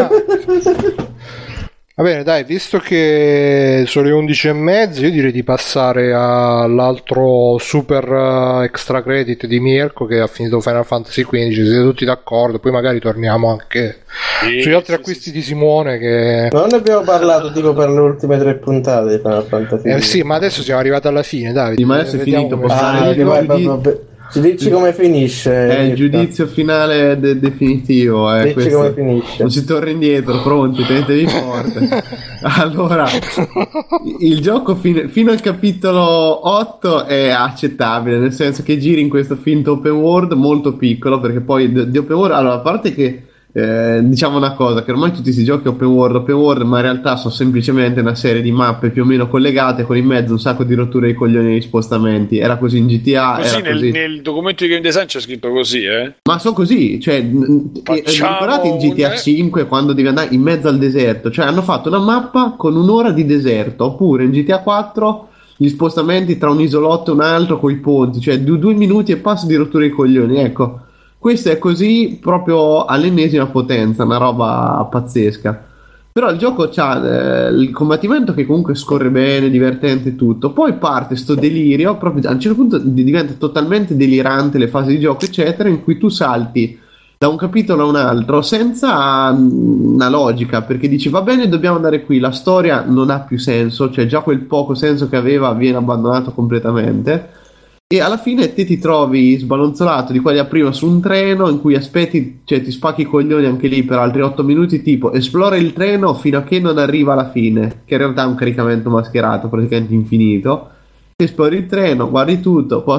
Va bene, dai, visto che sono le 11:30, io direi di passare all'altro super extra credit di Mirko, che ha finito Final Fantasy XV. Siete tutti d'accordo? Poi magari torniamo anche sugli altri acquisti di Simone, che non ne abbiamo parlato tipo per le ultime 3 puntate di Final Fantasy. Sì, ma adesso siamo arrivati alla fine, dai. Sì, ma adesso è finito. Ci dici come finisce? È il giudizio finale definitivo. Dici come finisce. Non si torna indietro, pronti, tenetevi forte. Allora, il gioco fino al capitolo 8 è accettabile, nel senso che giri in questo finto open world molto piccolo, perché poi di open world, allora, a parte che diciamo una cosa, che ormai tutti questi giochi open world, ma in realtà sono semplicemente una serie di mappe più o meno collegate, con in mezzo un sacco di rotture di coglioni di spostamenti. Era così in GTA, così nel documento di game design c'è scritto così, ma sono così, cioè ricordate in GTA 5 quando devi andare in mezzo al deserto, cioè hanno fatto una mappa con un'ora di deserto, oppure in GTA 4 gli spostamenti tra un isolotto e un altro coi ponti, cioè 2 minuti e passo di rotture di coglioni, ecco. Questo è così proprio all'ennesima potenza, una roba pazzesca. Però il gioco c'ha il combattimento che comunque scorre bene, divertente e tutto. Poi parte sto delirio, proprio a un certo punto diventa totalmente delirante le fasi di gioco, eccetera, in cui tu salti da un capitolo a un altro senza una logica, perché dici va bene, dobbiamo andare qui, la storia non ha più senso, cioè già quel poco senso che aveva viene abbandonato completamente. E alla fine te ti trovi sbalonzolato di qua di prima su un treno in cui aspetti, cioè ti spacchi i coglioni anche lì per altri 8 minuti, tipo esplora il treno fino a che non arriva alla fine, che in realtà è un caricamento mascherato praticamente infinito. Esplori il treno, guardi tutto, poi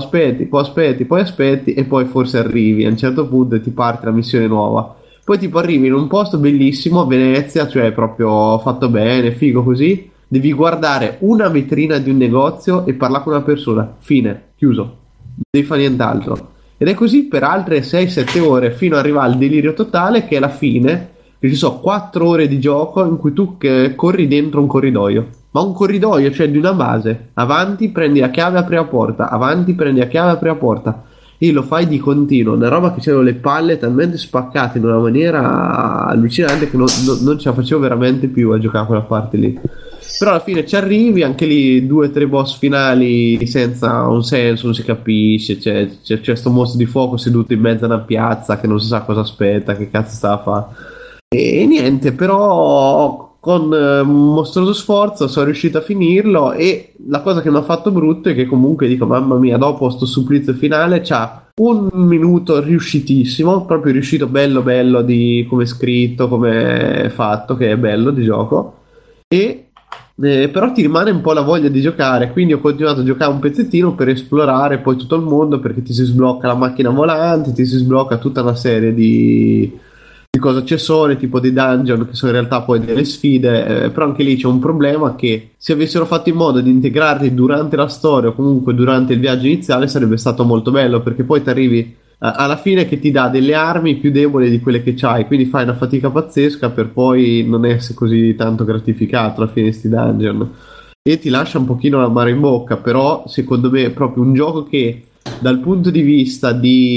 aspetti e poi forse arrivi a un certo punto e ti parte la missione nuova. Poi tipo arrivi in un posto bellissimo a Venezia, cioè proprio fatto bene, figo così. Devi guardare una vetrina di un negozio e parlare con una persona, fine, chiuso, non devi fare nient'altro. Ed è così per altre 6-7 ore fino ad arrivare al delirio totale, che è la fine, che ci sono 4 ore di gioco in cui tu corri dentro un corridoio, ma un corridoio, cioè di una base, avanti prendi la chiave, apri la porta, avanti prendi la chiave, apri la porta, e lo fai di continuo, una roba che c'erano le palle talmente spaccate in una maniera allucinante che non ce la facevo veramente più a giocare quella parte lì. Però alla fine ci arrivi, anche lì 2-3 boss finali senza un senso, non si capisce, c'è sto mostro di fuoco seduto in mezzo a una piazza che non si sa cosa aspetta, che cazzo sta a fare, e niente, però con mostruoso sforzo sono riuscito a finirlo. E la cosa che mi ha fatto brutto è che comunque dico mamma mia, dopo sto supplizio finale c'ha un minuto riuscitissimo, proprio riuscito bello di come è scritto, come è fatto, che è bello di gioco, e però ti rimane un po' la voglia di giocare, quindi ho continuato a giocare un pezzettino per esplorare poi tutto il mondo, perché ti si sblocca la macchina volante, ti si sblocca tutta una serie di di cosa c'è sole, tipo di dungeon, che sono in realtà poi delle sfide, però anche lì c'è un problema che se avessero fatto in modo di integrarli durante la storia o comunque durante il viaggio iniziale sarebbe stato molto bello, perché poi ti arrivi alla fine che ti dà delle armi più deboli di quelle che c'hai, quindi fai una fatica pazzesca per poi non essere così tanto gratificato alla fine di sti dungeon, e ti lascia un pochino l'amaro in bocca. Però secondo me è proprio un gioco che dal punto di vista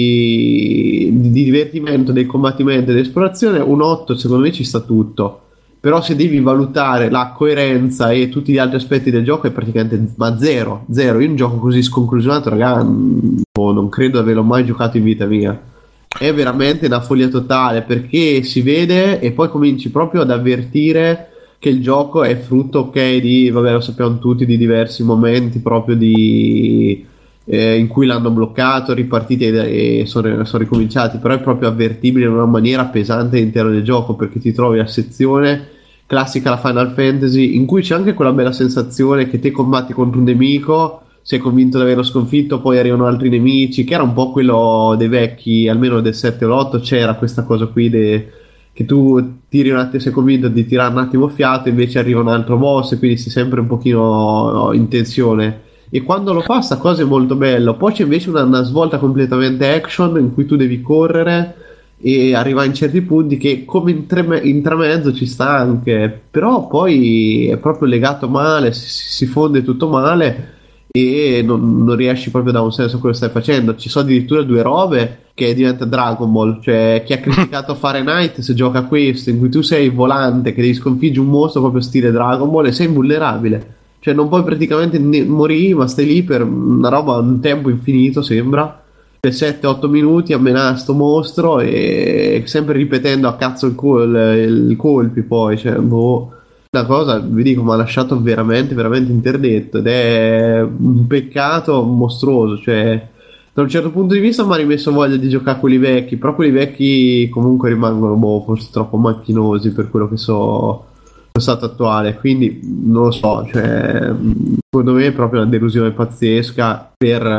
di divertimento, del combattimento e dell'esplorazione, un 8 secondo me ci sta tutto. Però se devi valutare la coerenza e tutti gli altri aspetti del gioco è praticamente zero. Io un gioco così sconclusionato, raga, non credo di averlo mai giocato in vita mia. È veramente una follia totale, perché si vede e poi cominci proprio ad avvertire che il gioco è frutto, ok, di, vabbè, lo sappiamo tutti, di diversi momenti proprio di in cui l'hanno bloccato, ripartiti e sono ricominciati, però è proprio avvertibile in una maniera pesante all'interno del gioco, perché ti trovi la sezione classica, la Final Fantasy, in cui c'è anche quella bella sensazione che te combatti contro un nemico, sei convinto di averlo sconfitto, poi arrivano altri nemici, che era un po' quello dei vecchi, almeno del 7 o l'8 c'era questa cosa qui che tu tiri un attimo, sei convinto di tirare un attimo fiato, invece arriva un altro boss e quindi sei sempre un pochino in tensione. E quando lo fa sta cosa è molto bello. Poi c'è invece una svolta completamente action in cui tu devi correre e arrivare in certi punti che come intramezzo ci sta anche, però poi è proprio legato male, si fonde tutto male e non riesci proprio a dare un senso a quello che stai facendo. Ci sono addirittura due robe che diventa Dragon Ball, cioè chi ha criticato Fahrenheit se gioca a questo in cui tu sei volante che devi sconfiggere un mostro proprio stile Dragon Ball e sei invulnerabile. Cioè non puoi praticamente morire, ma stai lì per una roba, un tempo infinito sembra, per 7-8 minuti a menare sto mostro e sempre ripetendo a cazzo i colpi poi, cioè una cosa, vi dico, mi ha lasciato veramente veramente interdetto ed è un peccato mostruoso. Cioè da un certo punto di vista mi ha rimesso voglia di giocare a quelli vecchi, però quelli vecchi comunque rimangono forse troppo macchinosi per quello che so stato attuale, quindi non lo so, cioè secondo me è proprio una delusione pazzesca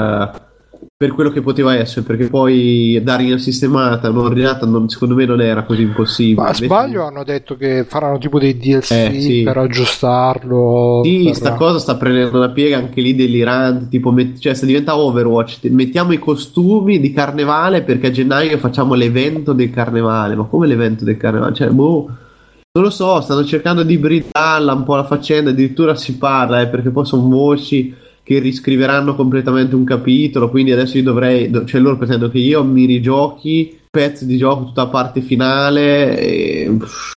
per quello che poteva essere, perché poi dare una sistemata, un'ordinata secondo me non era così impossibile. Ma sbaglio, hanno detto che faranno tipo dei DLC sì, per aggiustarlo. Sì, sta cosa sta prendendo una piega anche lì delirante, tipo cioè se diventa Overwatch, mettiamo i costumi di carnevale perché a gennaio facciamo l'evento del carnevale. Ma come l'evento del carnevale? Cioè non lo so, stanno cercando di ibridarla un po' la faccenda, addirittura si parla, perché poi sono voci che riscriveranno completamente un capitolo, quindi adesso io cioè loro pretendono che io mi rigiochi pezzi di gioco tutta la parte finale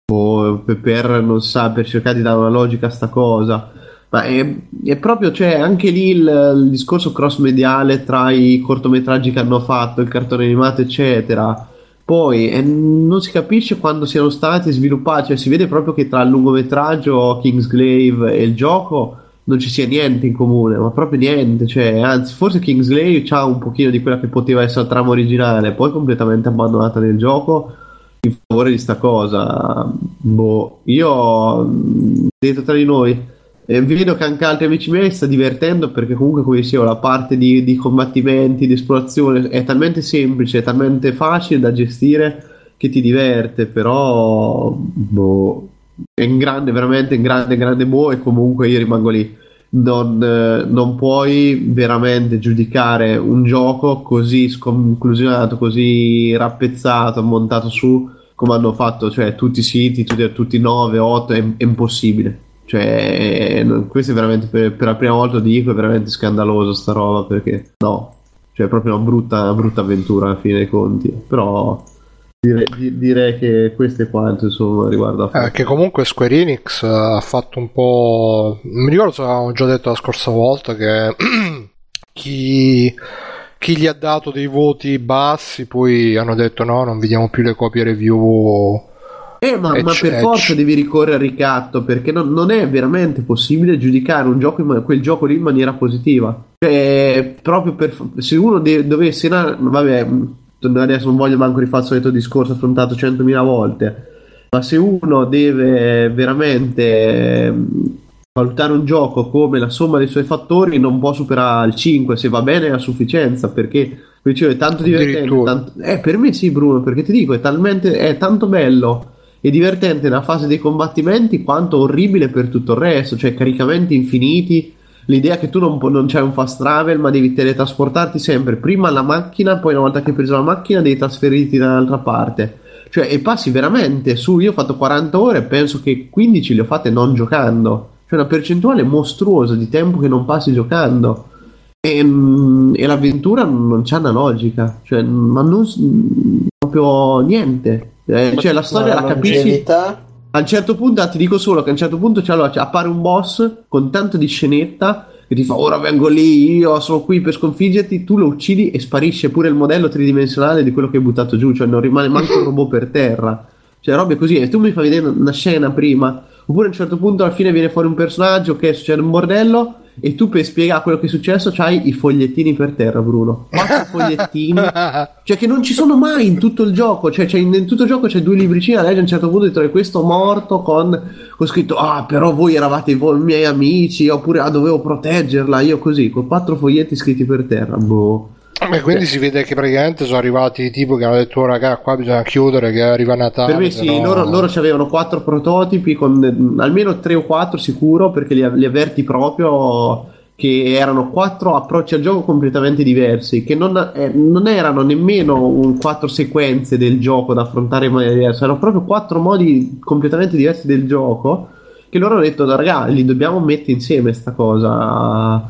per cercare di dare una logica a sta cosa. Ma è proprio, cioè anche lì il discorso cross mediale tra i cortometraggi che hanno fatto, il cartone animato eccetera. Poi non si capisce quando siano stati sviluppati, cioè si vede proprio che tra il lungometraggio Kingsglaive e il gioco non ci sia niente in comune, ma proprio niente, cioè anzi forse Kingsglaive c'ha un pochino di quella che poteva essere la trama originale, poi completamente abbandonata nel gioco in favore di sta cosa. Io detto tra di noi vedo che anche altri amici miei sta divertendo, perché comunque come dicevo la parte di combattimenti, di esplorazione è talmente semplice, è talmente facile da gestire che ti diverte, però è in grande, veramente in grande e comunque io rimango lì. Non puoi veramente giudicare un gioco così sconclusionato, così rappezzato, montato su come hanno fatto, cioè tutti i siti, tutti 9, 8, è impossibile. Cioè questo è veramente per la prima volta, dico, è veramente scandaloso sta roba, perché no, cioè è proprio una brutta avventura alla fine dei conti. Però direi che questo è quanto insomma riguardo che comunque Square Enix ha fatto un po', mi ricordo se avevamo già detto la scorsa volta che chi gli ha dato dei voti bassi poi hanno detto no, non vediamo più le copie review. Ma per forza devi ricorrere al ricatto, perché non è veramente possibile giudicare un gioco quel gioco lì in maniera positiva. Cioè, proprio se uno dovesse, vabbè, adesso non voglio manco rifare il solito discorso affrontato 100.000 volte, ma se uno deve veramente valutare un gioco come la somma dei suoi fattori, non può superare il 5, se va bene è a sufficienza, perché Dicevo, è tanto divertente, per me sì, Bruno, perché ti dico, è tanto bello e divertente nella fase dei combattimenti quanto orribile per tutto il resto, cioè caricamenti infiniti, l'idea che tu non c'hai un fast travel ma devi teletrasportarti sempre prima alla macchina, poi una volta che hai preso la macchina devi trasferirti da un'altra parte, cioè, e passi veramente io ho fatto 40 ore e penso che 15 le ho fatte non giocando, cioè una percentuale mostruosa di tempo che non passi giocando. E l'avventura non c'ha una logica, cioè, ma non proprio niente. Cioè, la storia la capisci. A un certo punto, ti dico solo che a un certo punto appare un boss con tanto di scenetta che ti fa: ora vengo lì, io sono qui per sconfiggerti. Tu lo uccidi e sparisce pure il modello tridimensionale di quello che hai buttato giù, cioè non rimane manco un robot per terra, cioè robe così. E tu mi fai vedere una scena prima, oppure a un certo punto alla fine viene fuori un personaggio che succede un bordello e tu per spiegare quello che è successo c'hai i fogliettini per terra, Bruno, 4 fogliettini, cioè che non ci sono mai in tutto il gioco, cioè in tutto il gioco c'è 2 libricini, a legge a un certo punto ti trovi questo morto con scritto però voi eravate i miei amici, oppure dovevo proteggerla, io così con 4 foglietti scritti per terra, boh. Quindi si vede che praticamente sono arrivati tipo che hanno detto: raga, qua bisogna chiudere che arriva Natale. Per me sì, loro avevano 4 prototipi con almeno 3 o 4 sicuro, perché li avverti proprio che erano 4 approcci al gioco completamente diversi, che non erano nemmeno 4 sequenze del gioco da affrontare in maniera diversa, erano proprio 4 modi completamente diversi del gioco, che loro hanno detto: raga, li dobbiamo mettere insieme sta cosa.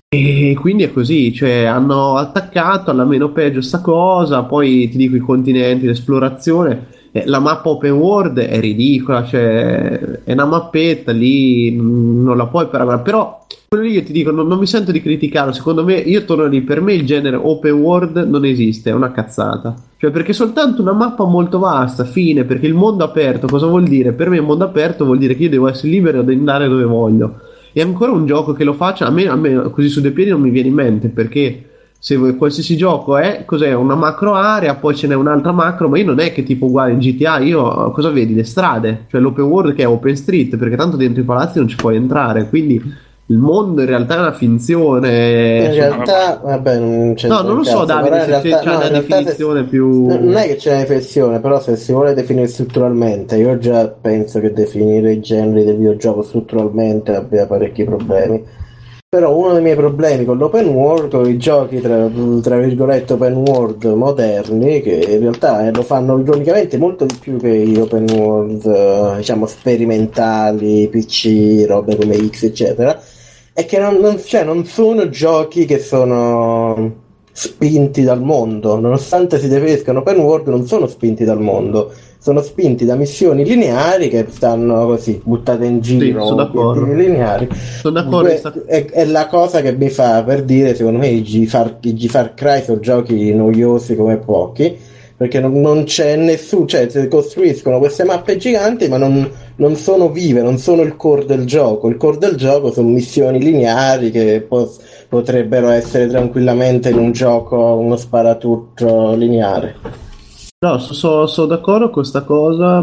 E quindi è così, cioè hanno attaccato alla meno peggio sta cosa, poi ti dico i continenti, l'esplorazione, la mappa open world è ridicola, cioè è una mappetta lì, non la puoi paragonare, però quello lì io ti dico, non mi sento di criticarlo, secondo me, io torno lì, per me il genere open world non esiste, è una cazzata, cioè perché è soltanto una mappa molto vasta, fine, perché il mondo aperto cosa vuol dire? Per me il mondo aperto vuol dire che io devo essere libero di andare dove voglio. E ancora un gioco che lo faccia, a me così su due piedi non mi viene in mente, perché se qualsiasi gioco cos'è? Una macro area, poi ce n'è un'altra macro, ma io non è che tipo uguale in GTA, io cosa vedi? Le strade, cioè l'open world che è open street, perché tanto dentro i palazzi non ci puoi entrare, quindi il mondo in realtà è una finzione. In realtà, vabbè, non c'è. No, non lo so, Davide, se c'è una definizione più. Non è che c'è una definizione, però se si vuole definire strutturalmente, io già penso che definire i generi del videogioco strutturalmente abbia parecchi problemi. Però uno dei miei problemi con l'open world, con i giochi tra virgolette open world moderni, che in realtà lo fanno ironicamente molto di più che gli open world diciamo sperimentali, PC, robe come X eccetera, è che non sono giochi che sono spinti dal mondo, nonostante si definiscano open world, non sono spinti dal mondo, sono spinti da missioni lineari che stanno così buttate in giro. Sì, sono d'accordo. Lineari. Sono d'accordo. È la cosa che mi fa per dire, secondo me i Far Cry sono giochi noiosi come pochi, perché non c'è nessuno, cioè costruiscono queste mappe giganti ma non sono vive, non sono il core del gioco. Il core del gioco sono missioni lineari che potrebbero essere tranquillamente in un gioco uno sparatutto lineare. No, sono d'accordo con questa cosa,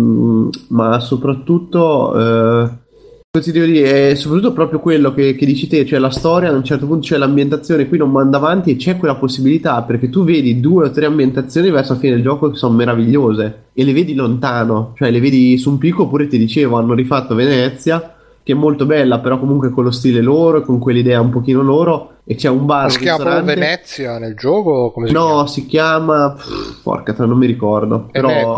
ma soprattutto così devo dire, è soprattutto proprio quello che dici te, cioè la storia, a un certo punto c'è l'ambientazione, qui non manda avanti e c'è quella possibilità, perché tu vedi 2 o 3 ambientazioni verso la fine del gioco che sono meravigliose e le vedi lontano, cioè le vedi su un picco, oppure ti dicevo, hanno rifatto Venezia, che è molto bella, però comunque con lo stile loro e con quell'idea un pochino loro, e c'è un bar. Si chiama Venezia nel gioco? Come si chiama? No, si chiama porca, non mi ricordo. Però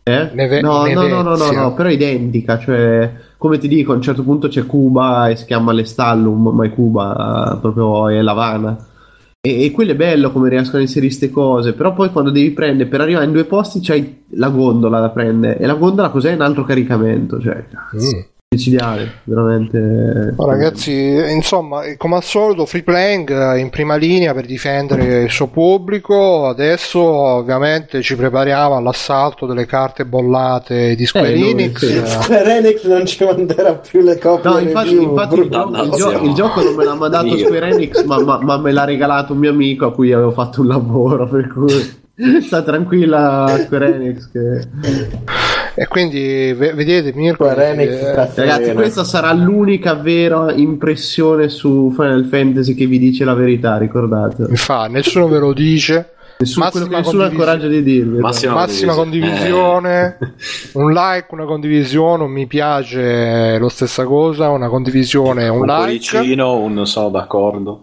no, però è identica, cioè come ti dico, a un certo punto c'è Cuba e si chiama l'Estallum, ma è Cuba, proprio è l'Havana. E quello è bello come riescono a inserire queste cose, però poi quando devi prendere per arrivare in 2 posti c'hai la gondola da prendere, e la gondola cos'è? Un altro caricamento, cioè micidiale, veramente. Oh, ragazzi, insomma, come al solito Free Playing in prima linea per difendere il suo pubblico. Adesso ovviamente ci prepariamo all'assalto delle carte bollate di Square Enix. Square Enix non ci manderà più le copie. No, infatti il gioco non me l'ha mandato Square Enix, ma me l'ha regalato un mio amico a cui avevo fatto un lavoro, per cui sta tranquilla Square Enix che... E quindi vedete Mirko, ragazzi, questa sarà l'unica vera impressione su Final Fantasy che vi dice la verità, ricordate. Nessuno ve lo dice. Nessuno ha coraggio di dirvi. Massima condivisione, un like, una condivisione, un mi piace, lo stessa cosa, una condivisione, un like, cuoricino, un non sono d'accordo.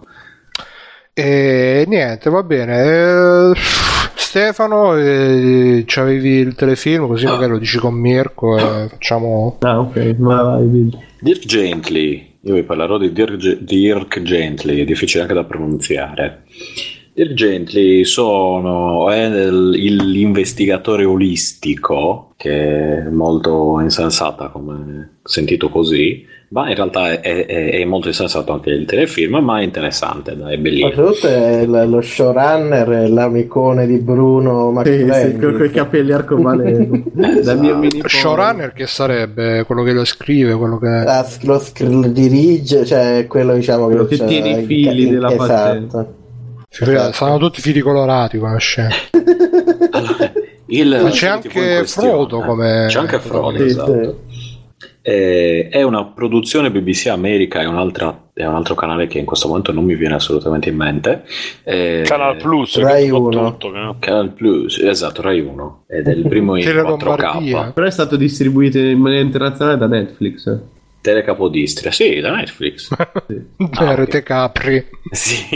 E niente, va bene. Stefano, c'avevi il telefilm, così magari lo dici con Mirko e facciamo... ok, vai. Dirk Gently, io vi parlerò di Dirk Gently, è difficile anche da pronunziare. Dirk Gently è l'investigatore olistico, che è molto insensata come sentito così, ma in realtà è molto insensato anche il telefilm, ma è interessante, dai, è bellissimo. Soprattutto è lo showrunner, è l'amicone di Bruno Sì, con i capelli arcobaleno. Showrunner che sarebbe quello che lo scrive, quello che lo dirige, cioè quello diciamo che tiene i fili della faccenda. Saranno tutti fili colorati come scena. Allora, c'è anche Frodo come... C'è anche Frodo, esatto. È una produzione BBC America, è un altro canale che in questo momento non mi viene assolutamente in mente. Canal Plus, Rai 1. Tutto, Canal Plus, esatto, Rai 1. Ed è il primo in 4K. Però è stato distribuito in maniera internazionale da Netflix. Telecapodistria, sì, da Netflix. Rete Capri. Sì.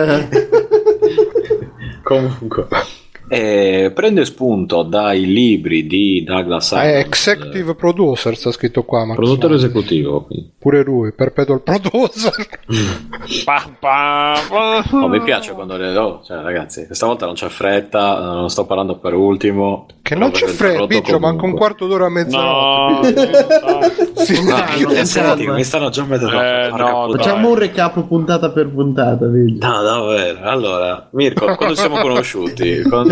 Comunque prende spunto dai libri di Douglas Adams. Executive producer sta scritto qua, ma produttore esecutivo, quindi. Pure lui, perpetual producer. Mi piace quando cioè, ragazzi, questa volta non c'è fretta, non sto parlando per ultimo. Che non c'è fretta, Biggio, manca un quarto d'ora a mezzanotte. Mi stanno già mettendo facciamo un recap puntata per puntata, vedi? No, davvero. Allora, Mirko, quando siamo conosciuti? Quando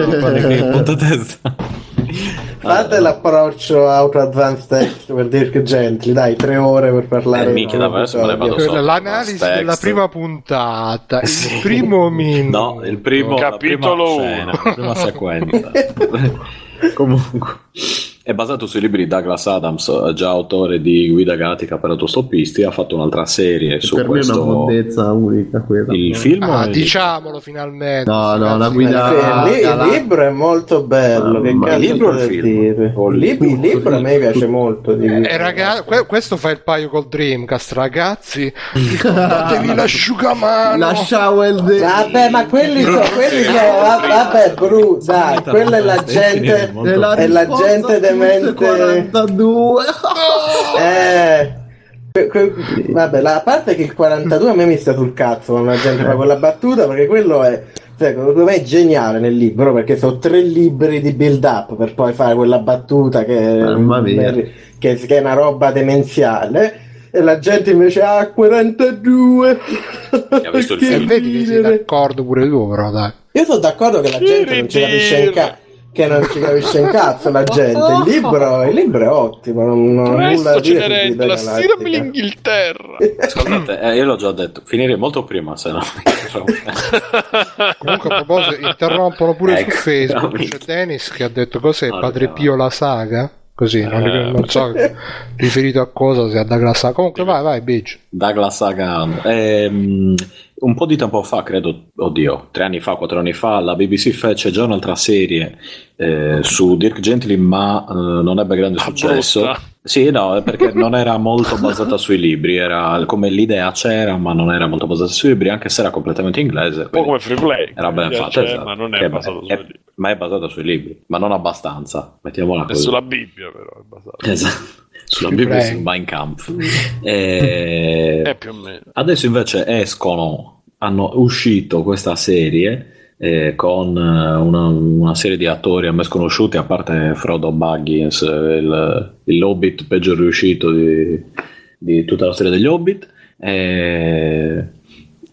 fate l'approccio auto advanced text per Dirk Gently, dai, 3 ore per parlare l'analisi della prima puntata, il primo minuto, il primo capitolo 1, la prima sequenza. Comunque è basato sui libri di Douglas Adams, già autore di Guida Galattica per autostoppisti. Ha fatto un'altra serie su per questo. Me è una bellezza unica quella. Il film diciamolo finalmente. No, la guida. Il libro è molto bello. Il libro o il film? Il libro a me piace molto. Questo fa il paio col Dreamcast, ragazzi. Ricordatevi l'asciugamano. La shower. Vabbè, ma quelli sono. Vabbè, Bru, dai, quella è la gente. È la gente demente. 42. Vabbè, la parte che il 42 a me mi sta sul cazzo quando la gente fa quella battuta, perché quello è, secondo me, è geniale nel libro, perché sono 3 libri di build up per poi fare quella battuta che è una roba demenziale. E la gente invece 42. Ha visto il film. Vedi che sei d'accordo pure tu, però dai. Io sono d'accordo che la gente non ci capisce in cazzo. Che non ci capisce in cazzo la gente. Il libro è ottimo. Non presto cenerente, la stirami l'Inghilterra. Scusate, io l'ho già detto, finire molto prima, se no. Comunque, a proposito, interrompono pure su Facebook. C'è Dennis che ha detto cos'è Padre Pio la saga? Così, non so riferito a cosa, se a Douglas Saga. Comunque vai Beach. Douglas Saga. Un po' di tempo fa, credo, 3 anni fa, 4 anni fa, la BBC fece già un'altra serie su Dirk Gently, ma non ebbe grande successo. Brutta. Sì, no, perché non era molto basata sui libri, era come l'idea c'era, ma non era molto basata sui libri, anche se era completamente inglese. Un po' come Free Play. Era ben fatta, esatto. Ma non è basata sui libri. Ma è basata sui libri, ma non abbastanza, mettiamola così. Sulla Bibbia, però, è basata. Esatto. Sulla Bibbia su Mein Kampf. Più o meno. Adesso invece hanno uscito questa serie con una serie di attori a me sconosciuti, a parte Frodo Baggins, il Hobbit peggio riuscito di tutta la storia degli Hobbit,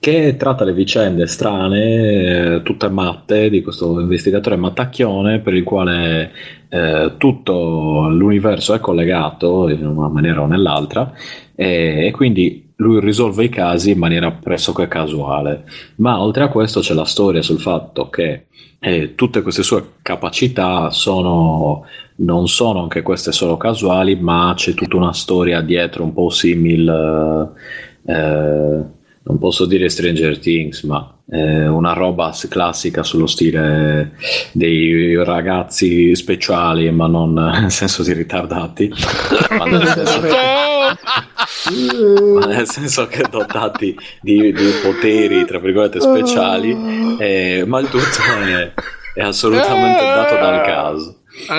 che tratta le vicende strane, tutte matte, di questo investigatore mattacchione per il quale tutto l'universo è collegato in una maniera o nell'altra, e quindi lui risolve i casi in maniera pressoché casuale. Ma oltre a questo c'è la storia sul fatto che tutte queste sue capacità non sono anche queste solo casuali, ma c'è tutta una storia dietro un po' simile, non posso dire Stranger Things, ma una roba classica sullo stile dei ragazzi speciali, ma non nel senso di ritardati, ma nel senso che dotati di poteri tra virgolette speciali, ma il tutto è assolutamente dato dal caso.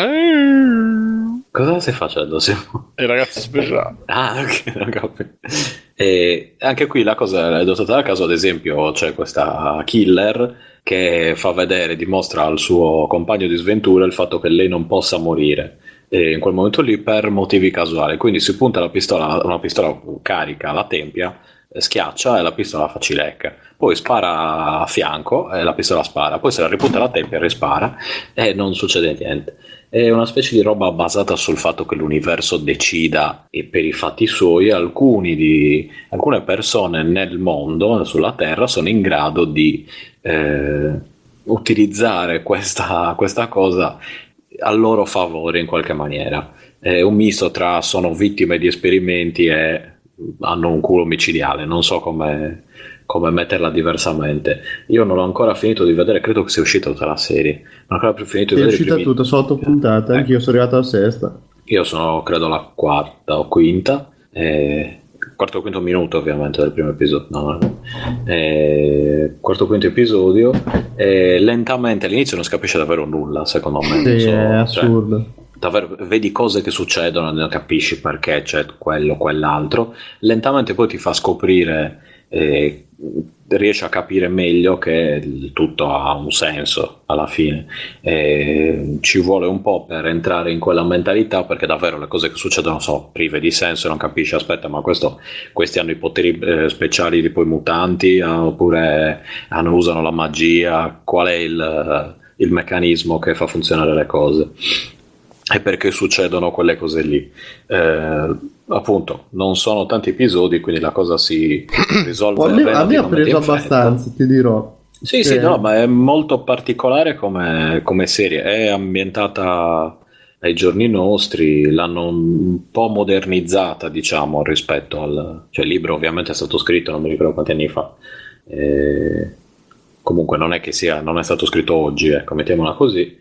Cosa stai facendo, Simo? Il ragazzo speciale. Ok, non capito. E anche qui la cosa è dotata dal caso. Ad esempio c'è questa killer che dimostra al suo compagno di sventura il fatto che lei non possa morire in quel momento lì per motivi casuali, quindi si punta una pistola carica alla tempia, schiaccia e la pistola fa cilecca, poi spara a fianco e la pistola spara, poi se la ripunta alla tempia rispara e non succede niente. È una specie di roba basata sul fatto che l'universo decida, e per i fatti suoi alcune persone nel mondo, sulla Terra, sono in grado di utilizzare questa cosa a loro favore in qualche maniera. È un misto tra sono vittime di esperimenti e hanno un culo micidiale, non so come metterla diversamente. Io non ho ancora finito di vedere, credo che sia uscita tutta la serie, non ho ancora più finito di vedere. È uscita tutta, 8 puntate, anche io sono arrivato alla sesta. Io sono credo alla quarta o quinta, quarto o quinto minuto ovviamente del primo episodio, quarto o quinto episodio, lentamente all'inizio non si capisce davvero nulla, secondo me. Sì, è assurdo. Davvero, vedi cose che succedono e non capisci perché c'è quello o quell'altro, lentamente poi ti fa scoprire, riesci a capire meglio che il tutto ha un senso alla fine. Ci vuole un po' per entrare in quella mentalità, perché davvero le cose che succedono sono prive di senso e non capisci, aspetta, ma questi hanno i poteri speciali tipo i mutanti, oppure usano la magia, qual è il meccanismo che fa funzionare le cose e perché succedono quelle cose lì. Appunto, non sono tanti episodi, quindi la cosa si risolve a me ha preso abbastanza, ti dirò. Sì, no, ma è molto particolare come serie, è ambientata ai giorni nostri, l'hanno un po' modernizzata, diciamo, rispetto cioè il libro ovviamente è stato scritto non mi ricordo quanti anni fa, comunque non è stato scritto oggi, ecco, mettiamola così.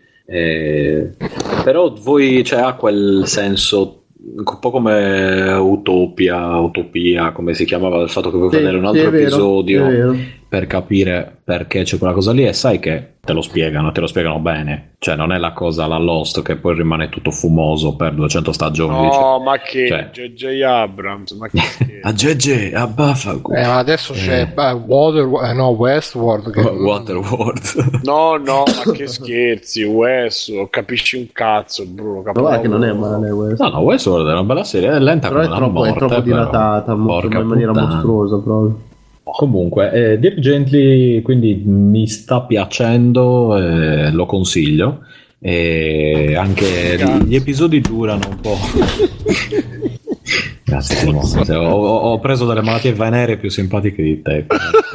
Però ha quel senso un po' come Utopia, come si chiamava, il fatto che vuoi vedere un altro episodio per capire perché c'è quella cosa lì, e sai che te lo spiegano bene, cioè non è la cosa alla Lost che poi rimane tutto fumoso per 200 stagioni. No, ma che J.J. Abrams, ma che a JJ abbaffa. Adesso c'è Westworld Waterworld. No, ma che scherzi, Westworld, capisci un cazzo, Bruno. Ma che non è male Westworld. No, Westworld è una bella serie, è lenta però come la morte, è troppo dilatata, in maniera mostruosa proprio. Comunque, Dirk Gently quindi mi sta piacendo, lo consiglio, e anche gli episodi durano un po'. Grazie Timo. Ho preso delle malattie venere più simpatiche di te.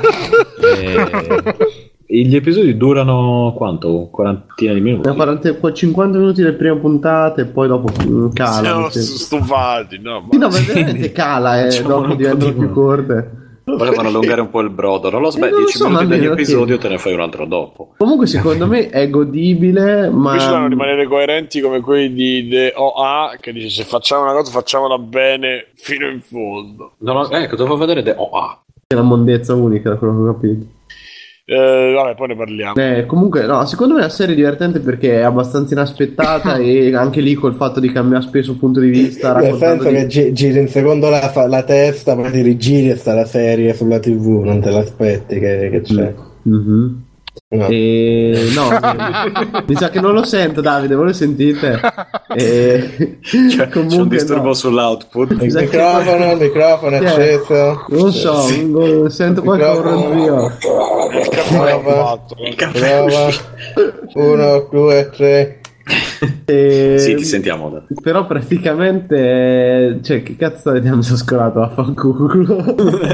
Gli episodi durano quanto? Quarantina di minuti? 50 minuti le prime puntate e poi dopo cala. Siamo stufati, no? Ma veramente cala, dopo diventano più corte. Volevano allungare un po' il brodo, non lo smetti, 10 minuti di ogni episodio, te ne fai un altro dopo. Comunque secondo me è godibile, ma invece devono rimanere coerenti come quelli di The OA, che dice se facciamo una cosa facciamola bene fino in fondo. Ecco, dovevo vedere The OA. È una mondezza unica, da quello che ho capito. Vabbè, poi ne parliamo. Comunque, no, secondo me è una serie divertente perché è abbastanza inaspettata e anche lì col fatto di cambiare spesso punto di vista. Nel senso che giri in secondo la testa, ma ti rigiri e sta la serie sulla TV, non te l'aspetti che c'è. Mm-hmm. No. Mi sa che non lo sento, Davide, voi lo sentite? C'è un disturbo sull'output. Il microfono è acceso. Non so, sento qualche ronzio. Il caffè. 1, 2, 3. Sì, ti sentiamo. Però praticamente, cioè, che cazzo mi sono scolato a fanculo.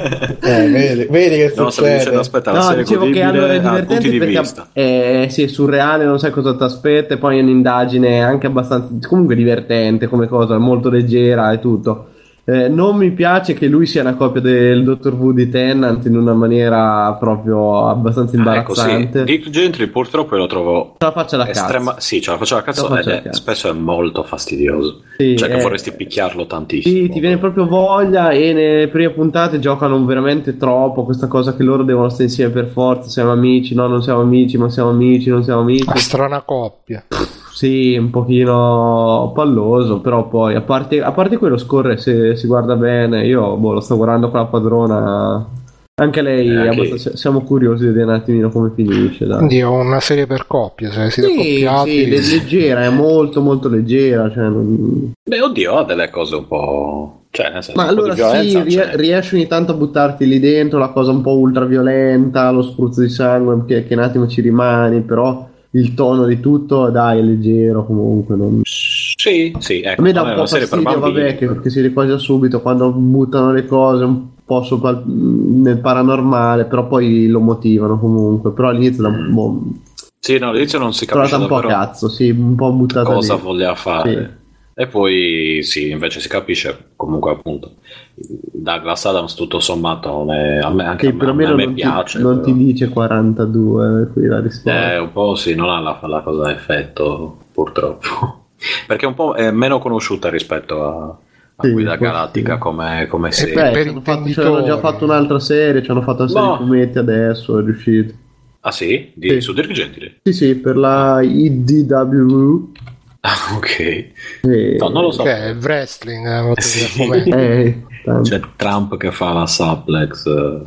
Vedi che no, succede? Dicendo, aspetta, la serie dicevo che allora è punti di divertente vista. Sì, è surreale, non sai cosa ti aspetta, e poi è un'indagine anche abbastanza, comunque divertente come cosa, molto leggera e tutto. Non mi piace che lui sia una copia del Dr. Who di Tennant in una maniera proprio abbastanza imbarazzante. Sì. Dick Gentry purtroppo lo trovo ce la faccia da cazzo. Sì, ce la faccia da cazzo spesso è molto fastidioso. Sì, cioè che vorresti picchiarlo tantissimo. Sì, ti viene proprio voglia, e nelle prime puntate giocano veramente troppo questa cosa che loro devono stare insieme per forza, siamo amici, no, non siamo amici, ma siamo amici, non siamo amici. Una strana coppia. Sì, un pochino palloso, però poi a parte quello scorre, se si guarda bene. Io lo sto guardando con la padrona, anche lei siamo curiosi di vedere un attimino come finisce, dai. Quindi è una serie per coppie, se siete accoppiati. Sì, leggera, è molto molto leggera, cioè Beh, oddio, ha delle cose un po', cioè nel senso, ma allora sì, riesci ogni tanto a buttarti lì dentro la cosa un po' ultra violenta, lo spruzzo di sangue che un attimo ci rimani, però il tono di tutto, dai, è leggero comunque. Sì, ecco. A me dà un po' fastidio, vabbè, che si riposa subito quando buttano le cose un po' nel paranormale, però poi lo motivano comunque. Però all'inizio da un po'. Sì, no, all'inizio non si capisce un po' a cazzo, sì, un po' buttata cosa lì. voglia fare. Sì. E poi sì, invece si capisce comunque, appunto, Douglas Adams tutto sommato a me piace. Non ti dice 42 qui la risposta. Un po' sì, non ha la cosa da effetto, purtroppo, perché un po' è meno conosciuta rispetto a Guida Galattica come serie. Ci hanno già fatto un'altra serie, ci hanno fatto una serie di fumetti adesso, è riuscito. Ah sì? Su Dirk Gently? Sì, per la IDW. Ah, ok. No, non lo so. Che è wrestling. Sì. C'è Trump che fa la suplex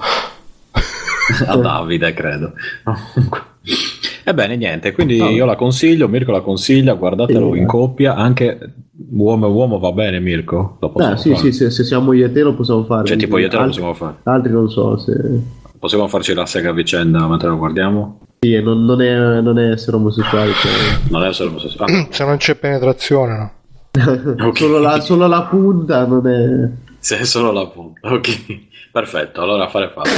a Davide, credo. Ebbene, niente, quindi io la consiglio, Mirko la consiglia, guardatelo in coppia, anche uomo e uomo va bene, Mirko? Lo possiamo fare. Sì, se siamo io e te lo possiamo fare. Cioè, tipo io e te lo possiamo fare. Altri non so se... Possiamo farci la sega a vicenda mentre lo guardiamo? Sì, non è essere omosessuali. Cioè... Non è essere omosessuali. Se non c'è penetrazione, no? Okay. Solo la punta non è... Se è solo la punta, ok. Perfetto, allora fare fatto.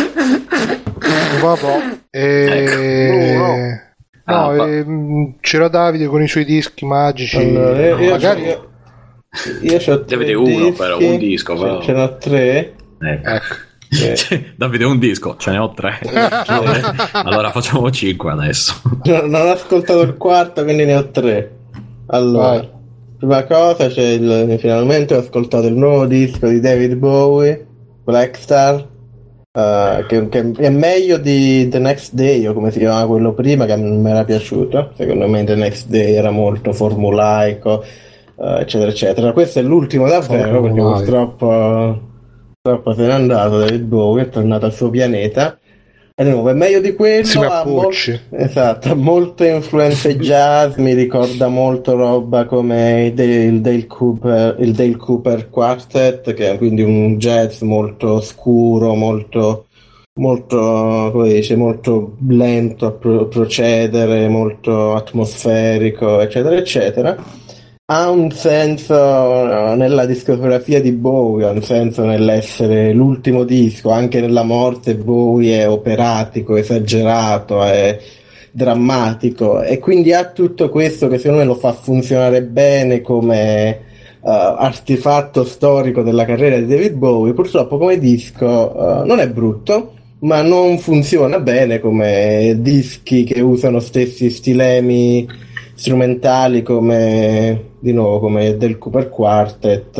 C'era Davide con i suoi dischi magici. Allora, magari io c'ho Davide uno però un disco, però. Ce n'ho 3. Ecco. Davide un disco, ce ne ho 3. Allora facciamo 5 adesso. Non ho ascoltato il quarto, quindi ne ho 3. Allora, prima cosa finalmente ho ascoltato il nuovo disco di David Bowie, Black Star, che è meglio di The Next Day, o come si chiamava quello prima, che non mi era piaciuto. Secondo me The Next Day era molto formulaico, eccetera eccetera. Questo è l'ultimo davvero, perché purtroppo se n'è andato David Bowie, è tornato al suo pianeta, e di nuovo è meglio di quello, ha molte influenze jazz, mi ricorda molto roba come il Dale Cooper Quartet, che è quindi un jazz molto scuro, molto come dice, molto lento a procedere, molto atmosferico, eccetera eccetera. Ha un senso nella discografia di Bowie, ha un senso nell'essere l'ultimo disco, anche nella morte Bowie è operatico, esagerato, è drammatico, e quindi ha tutto questo che secondo me lo fa funzionare bene come artefatto storico della carriera di David Bowie. Purtroppo come disco non è brutto, ma non funziona bene come dischi che usano stessi stilemi strumentali come del Cooper Quartet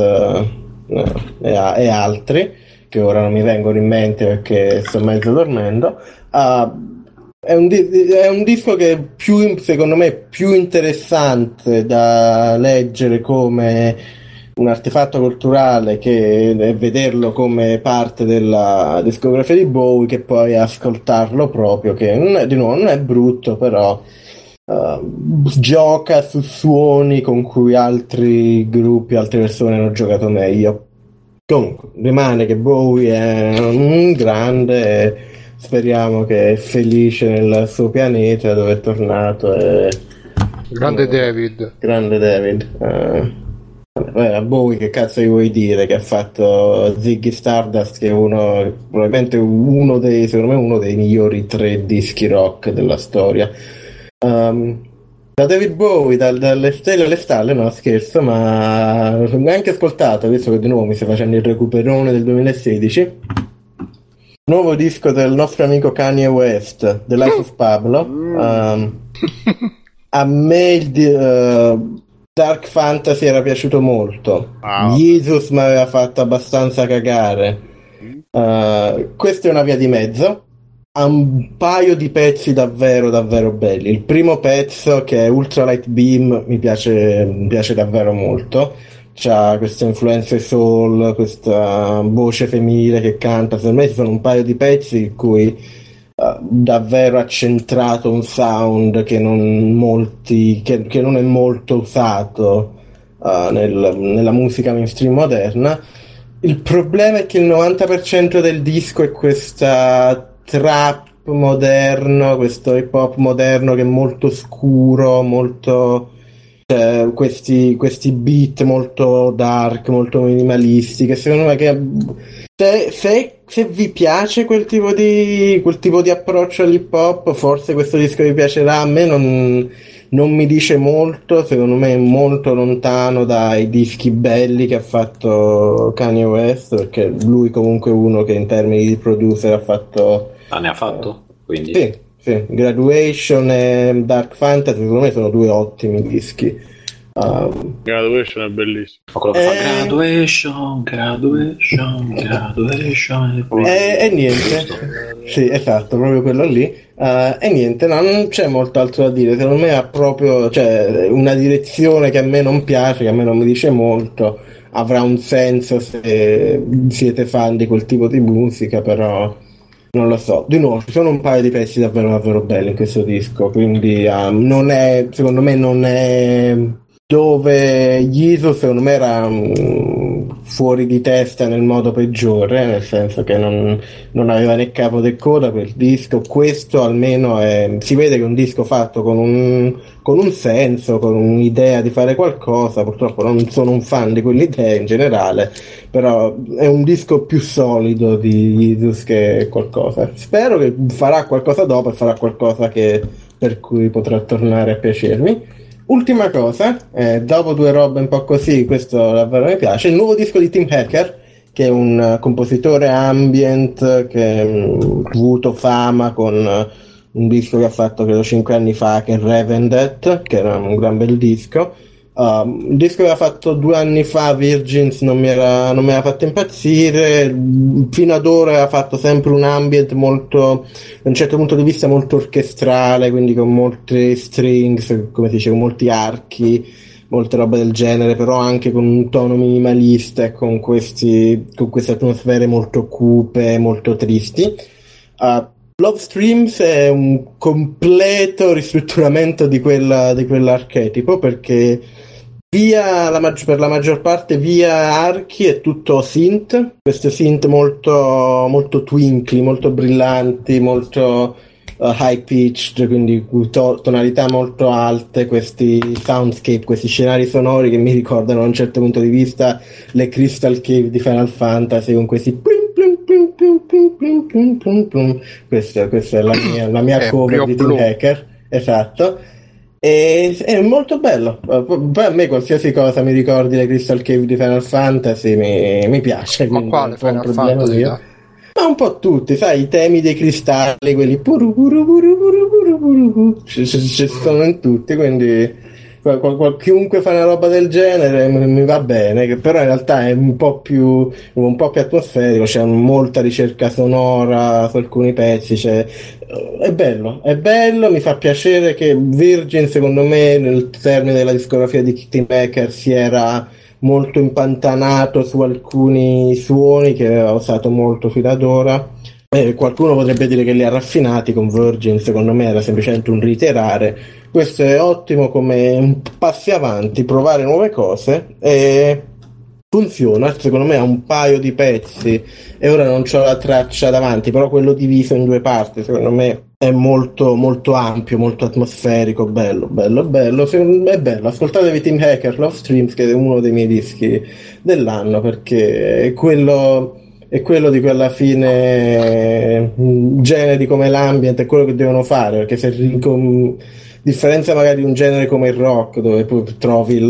e altri che ora non mi vengono in mente perché sto mezzo dormendo. È un disco che è secondo me più interessante da leggere come un artefatto culturale che è vederlo come parte della discografia di Bowie, che poi ascoltarlo proprio, che di nuovo non è brutto, però gioca su suoni con cui altri gruppi, altre persone hanno giocato meglio. Comunque rimane che Bowie è un grande e speriamo che è felice nel suo pianeta dove è tornato. Grande David. Grande David. A Bowie che cazzo gli vuoi dire, che ha fatto Ziggy Stardust, che è probabilmente secondo me uno dei migliori 3 dischi rock della storia. Da David Bowie, dalle stelle alle stalle, no scherzo, ma ho anche ascoltato, visto che di nuovo mi stai facendo il recuperone del 2016, nuovo disco del nostro amico Kanye West, The Life of Pablo. A me il Dark Fantasy era piaciuto molto. Jesus mi aveva fatto abbastanza cagare. Questa è una via di mezzo. Ha un paio di pezzi davvero davvero belli. Il primo pezzo, che è Ultralight Beam, mi piace davvero molto. C'ha queste influenze soul, questa voce femminile che canta. Per me ci sono un paio di pezzi in cui davvero ha centrato un sound che non è molto usato nella musica mainstream moderna. Il problema è che il 90% del disco è questa trap moderno, questo hip hop moderno che è molto scuro, molto questi beat molto dark, molto minimalisti, che secondo me se vi piace quel tipo di approccio all'hip hop, forse questo disco vi piacerà. A me non mi dice molto, secondo me è molto lontano dai dischi belli che ha fatto Kanye West, perché lui comunque è uno che in termini di producer ha fatto... ne ha fatto? Quindi... Sì, Graduation e Dark Fantasy secondo me sono 2 ottimi dischi. Graduation è bellissimo. Quello che fa Graduation e niente. Sì, esatto, proprio quello lì. E niente, no, non c'è molto altro da dire. Secondo me ha proprio una direzione che a me non piace, che a me non mi dice molto. Avrà un senso se siete fan di quel tipo di musica, però non lo so. Di nuovo, ci sono un paio di pezzi davvero davvero belli in questo disco, quindi secondo me non è dove Jesus secondo me era fuori di testa nel modo peggiore, nel senso che non aveva né capo né coda quel disco. Questo almeno si vede che è un disco fatto con un senso, con un'idea di fare qualcosa. Purtroppo non sono un fan di quell'idea in generale, però è un disco più solido di Jesus che qualcosa. Spero che farà qualcosa dopo e farà qualcosa per cui potrà tornare a piacermi. Ultima cosa, dopo 2 robe un po' così, questo davvero mi piace, il nuovo disco di Tim Hacker, che è un compositore ambient che ha avuto fama con un disco che ha fatto credo 5 anni fa, che è Revenant, che era un gran bel disco. Il disco che aveva fatto 2 anni fa, Virgins, non mi aveva fatto impazzire. Fino ad ora aveva fatto sempre un ambient molto, da un certo punto di vista, molto orchestrale, quindi con molte strings, come si dice, con molti archi, molte robe del genere, però anche con un tono minimalista e con queste atmosfere molto cupe, molto tristi. Love Streams è un completo ristrutturamento di quell'archetipo, perché per la maggior parte via archi è tutto synth, queste synth molto, molto twinkly, molto brillanti, molto high pitched, quindi tonalità molto alte, questi soundscape, questi scenari sonori che mi ricordano da un certo punto di vista le Crystal Cave di Final Fantasy, con questi plim plim plim plim plim plim plim plim plim. Questa è la mia cover di Tim Hacker, esatto. E è molto bello. Poi a me qualsiasi cosa mi ricordi le Crystal Cave di Final Fantasy mi piace. Ma quale Final Fantasy? Ma un po' tutti, sai, i temi dei cristalli, quelli puru puru puru puru puru puru, ci sono in tutti, quindi chiunque fa una roba del genere mi va bene, che però in realtà è un po' più atmosferico, c'è molta ricerca sonora su alcuni pezzi, è bello, mi fa piacere che Virgin, secondo me, nel termine della discografia di Tim Hacker si era molto impantanato su alcuni suoni che aveva usato molto fino ad ora. Qualcuno potrebbe dire che li ha raffinati con Virgin, secondo me era semplicemente un reiterare. Questo è ottimo come un passi avanti, provare nuove cose, e funziona. Secondo me ha un paio di pezzi e ora non c'ho la traccia davanti, però quello diviso in due parti secondo me è molto molto ampio, molto atmosferico, bello. È bello. Ascoltatevi Tim Hacker Love Streams, che è uno dei miei dischi dell'anno, perché è quello di cui alla fine generi come l'ambient è quello che devono fare, perché se differenza magari di un genere come il rock, dove poi trovi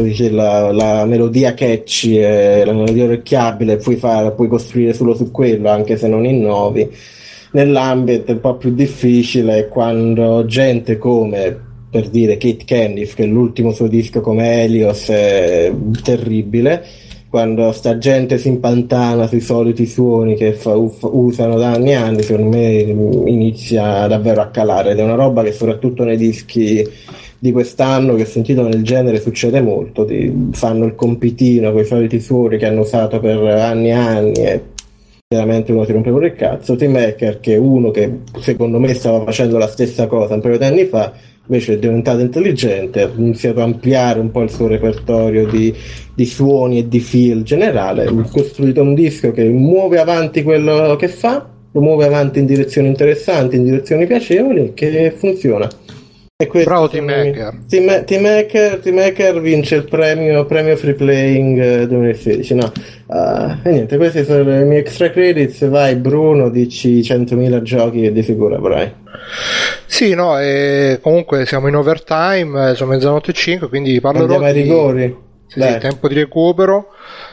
la melodia catchy e la melodia orecchiabile, puoi costruire solo su quello, anche se non innovi. Nell'ambient è un po' più difficile, quando gente come, per dire, Kate Caniff, che è l'ultimo suo disco come Helios è terribile, quando sta gente si impantana sui soliti suoni che usano da anni e anni, secondo me inizia davvero a calare, ed è una roba che soprattutto nei dischi di quest'anno che ho sentito nel genere succede molto, fanno il compitino con i soliti suoni che hanno usato per anni e anni, e veramente uno si rompe pure il cazzo. Tim Hacker, che è uno che secondo me stava facendo la stessa cosa un paio di anni fa, invece è diventato intelligente, ha iniziato a ampliare un po' il suo repertorio di suoni e di feel generale, ha costruito un disco che muove avanti quello che fa, lo muove avanti in direzioni interessanti, in direzioni piacevoli, che funziona. Bravo Tim Hacker. Tim Hacker vince il premio Free Playing 2016. No, e niente, questi sono i miei extra credits. Vai Bruno, dici 100.000 giochi che di sicuro avrai. Sì, no, e comunque siamo in overtime, sono 00:05, quindi parlerò Andiamo ai rigori. Sì, tempo di recupero.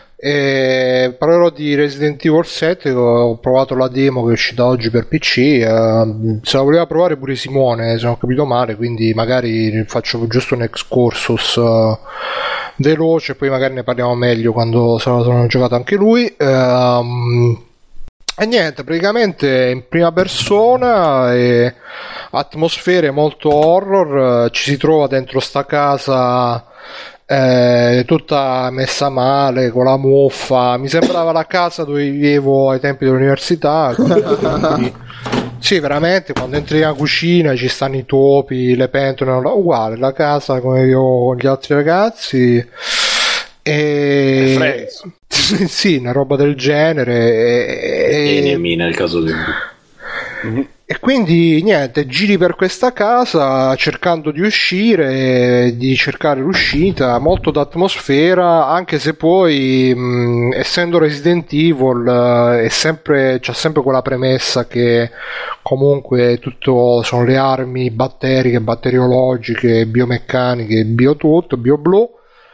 E parlerò di Resident Evil 7, che ho provato la demo che è uscita oggi per PC. Se la voleva provare pure Simone, se non ho capito male, quindi magari faccio giusto un excursus veloce, poi magari ne parliamo meglio quando sarà giocato anche lui. E niente, praticamente in prima persona, atmosfere molto horror. Ci si trova dentro sta casa tutta messa male, con la muffa. Mi sembrava la casa dove vivevo ai tempi dell'università. Quindi, sì, veramente, quando entri nella cucina ci stanno i topi, le pentole, uguale la casa come vivo con gli altri ragazzi. E sì, una roba del genere. Enemy nel caso di... E quindi niente, giri per questa casa cercando di uscire, di cercare l'uscita, molto d'atmosfera, anche se poi essendo Resident Evil c'è sempre quella premessa che comunque tutto sono le armi batteriche, batteriologiche, biomeccaniche, biotutto, bioblu.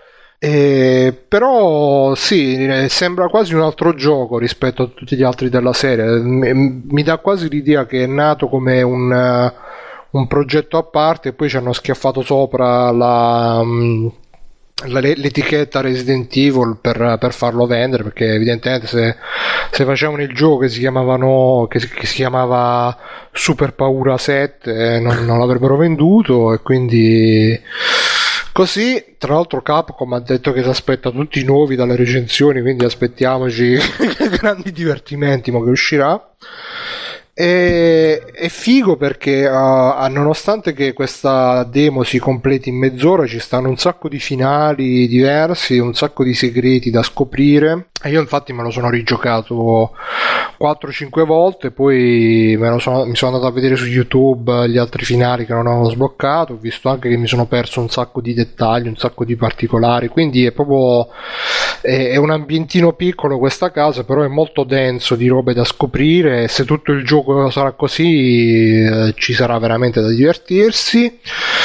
Però sì, sembra quasi un altro gioco rispetto a tutti gli altri della serie. Mi dà quasi l'idea che è nato come un progetto a parte e poi ci hanno schiaffato sopra l'etichetta Resident Evil per farlo vendere, perché evidentemente se facevano il gioco che si chiamava Super Paura 7 non l'avrebbero venduto, e quindi così. Tra l'altro Capcom ha detto che si aspetta tutti i nuovi dalle recensioni, quindi aspettiamoci grandi divertimenti ma che uscirà. È figo perché nonostante che questa demo si completi in mezz'ora, ci stanno un sacco di finali diversi, un sacco di segreti da scoprire, e io infatti me lo sono rigiocato 4-5 volte, poi mi sono andato a vedere su YouTube gli altri finali che non avevo sbloccato, ho visto anche che mi sono perso un sacco di dettagli, un sacco di particolari, quindi è proprio è un ambientino piccolo questa casa, però è molto denso di robe da scoprire, e se tutto il gioco sarà così ci sarà veramente da divertirsi.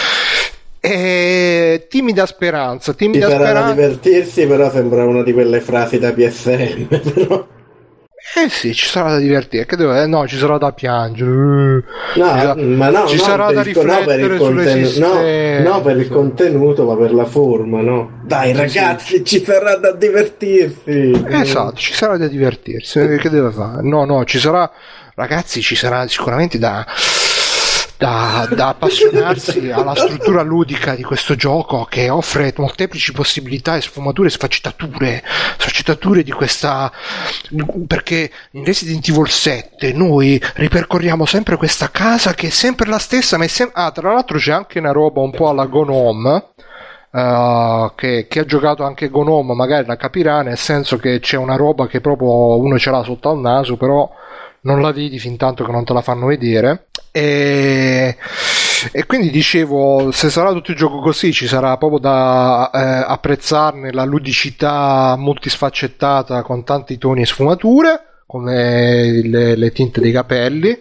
E timida speranza. Sarà da divertirsi, però sembra una di quelle frasi da PSN. Però. Sì, ci sarà da divertire. No, ci sarà da piangere. No, ci sarà da riflettere sull'esistenza. No, per il contenuto, ma per la forma, no? Dai, ragazzi, sì. Ci sarà da divertirsi. Esatto, ci sarà da divertirsi. Che deve fare? No, ci sarà. Ragazzi, ci sarà sicuramente da da appassionarsi alla struttura ludica di questo gioco, che offre molteplici possibilità e sfumature e sfaccettature di questa, perché in Resident Evil 7 noi ripercorriamo sempre questa casa che è sempre la stessa, ma è tra l'altro c'è anche una roba un po' alla Gnome. Che ha giocato anche Gnome magari la capirà, nel senso che c'è una roba che proprio uno ce l'ha sotto al naso, però non la vedi fin tanto che non te la fanno vedere, e quindi dicevo, se sarà tutto il gioco così, ci sarà proprio da apprezzarne la ludicità multisfaccettata con tanti toni e sfumature come le tinte dei capelli.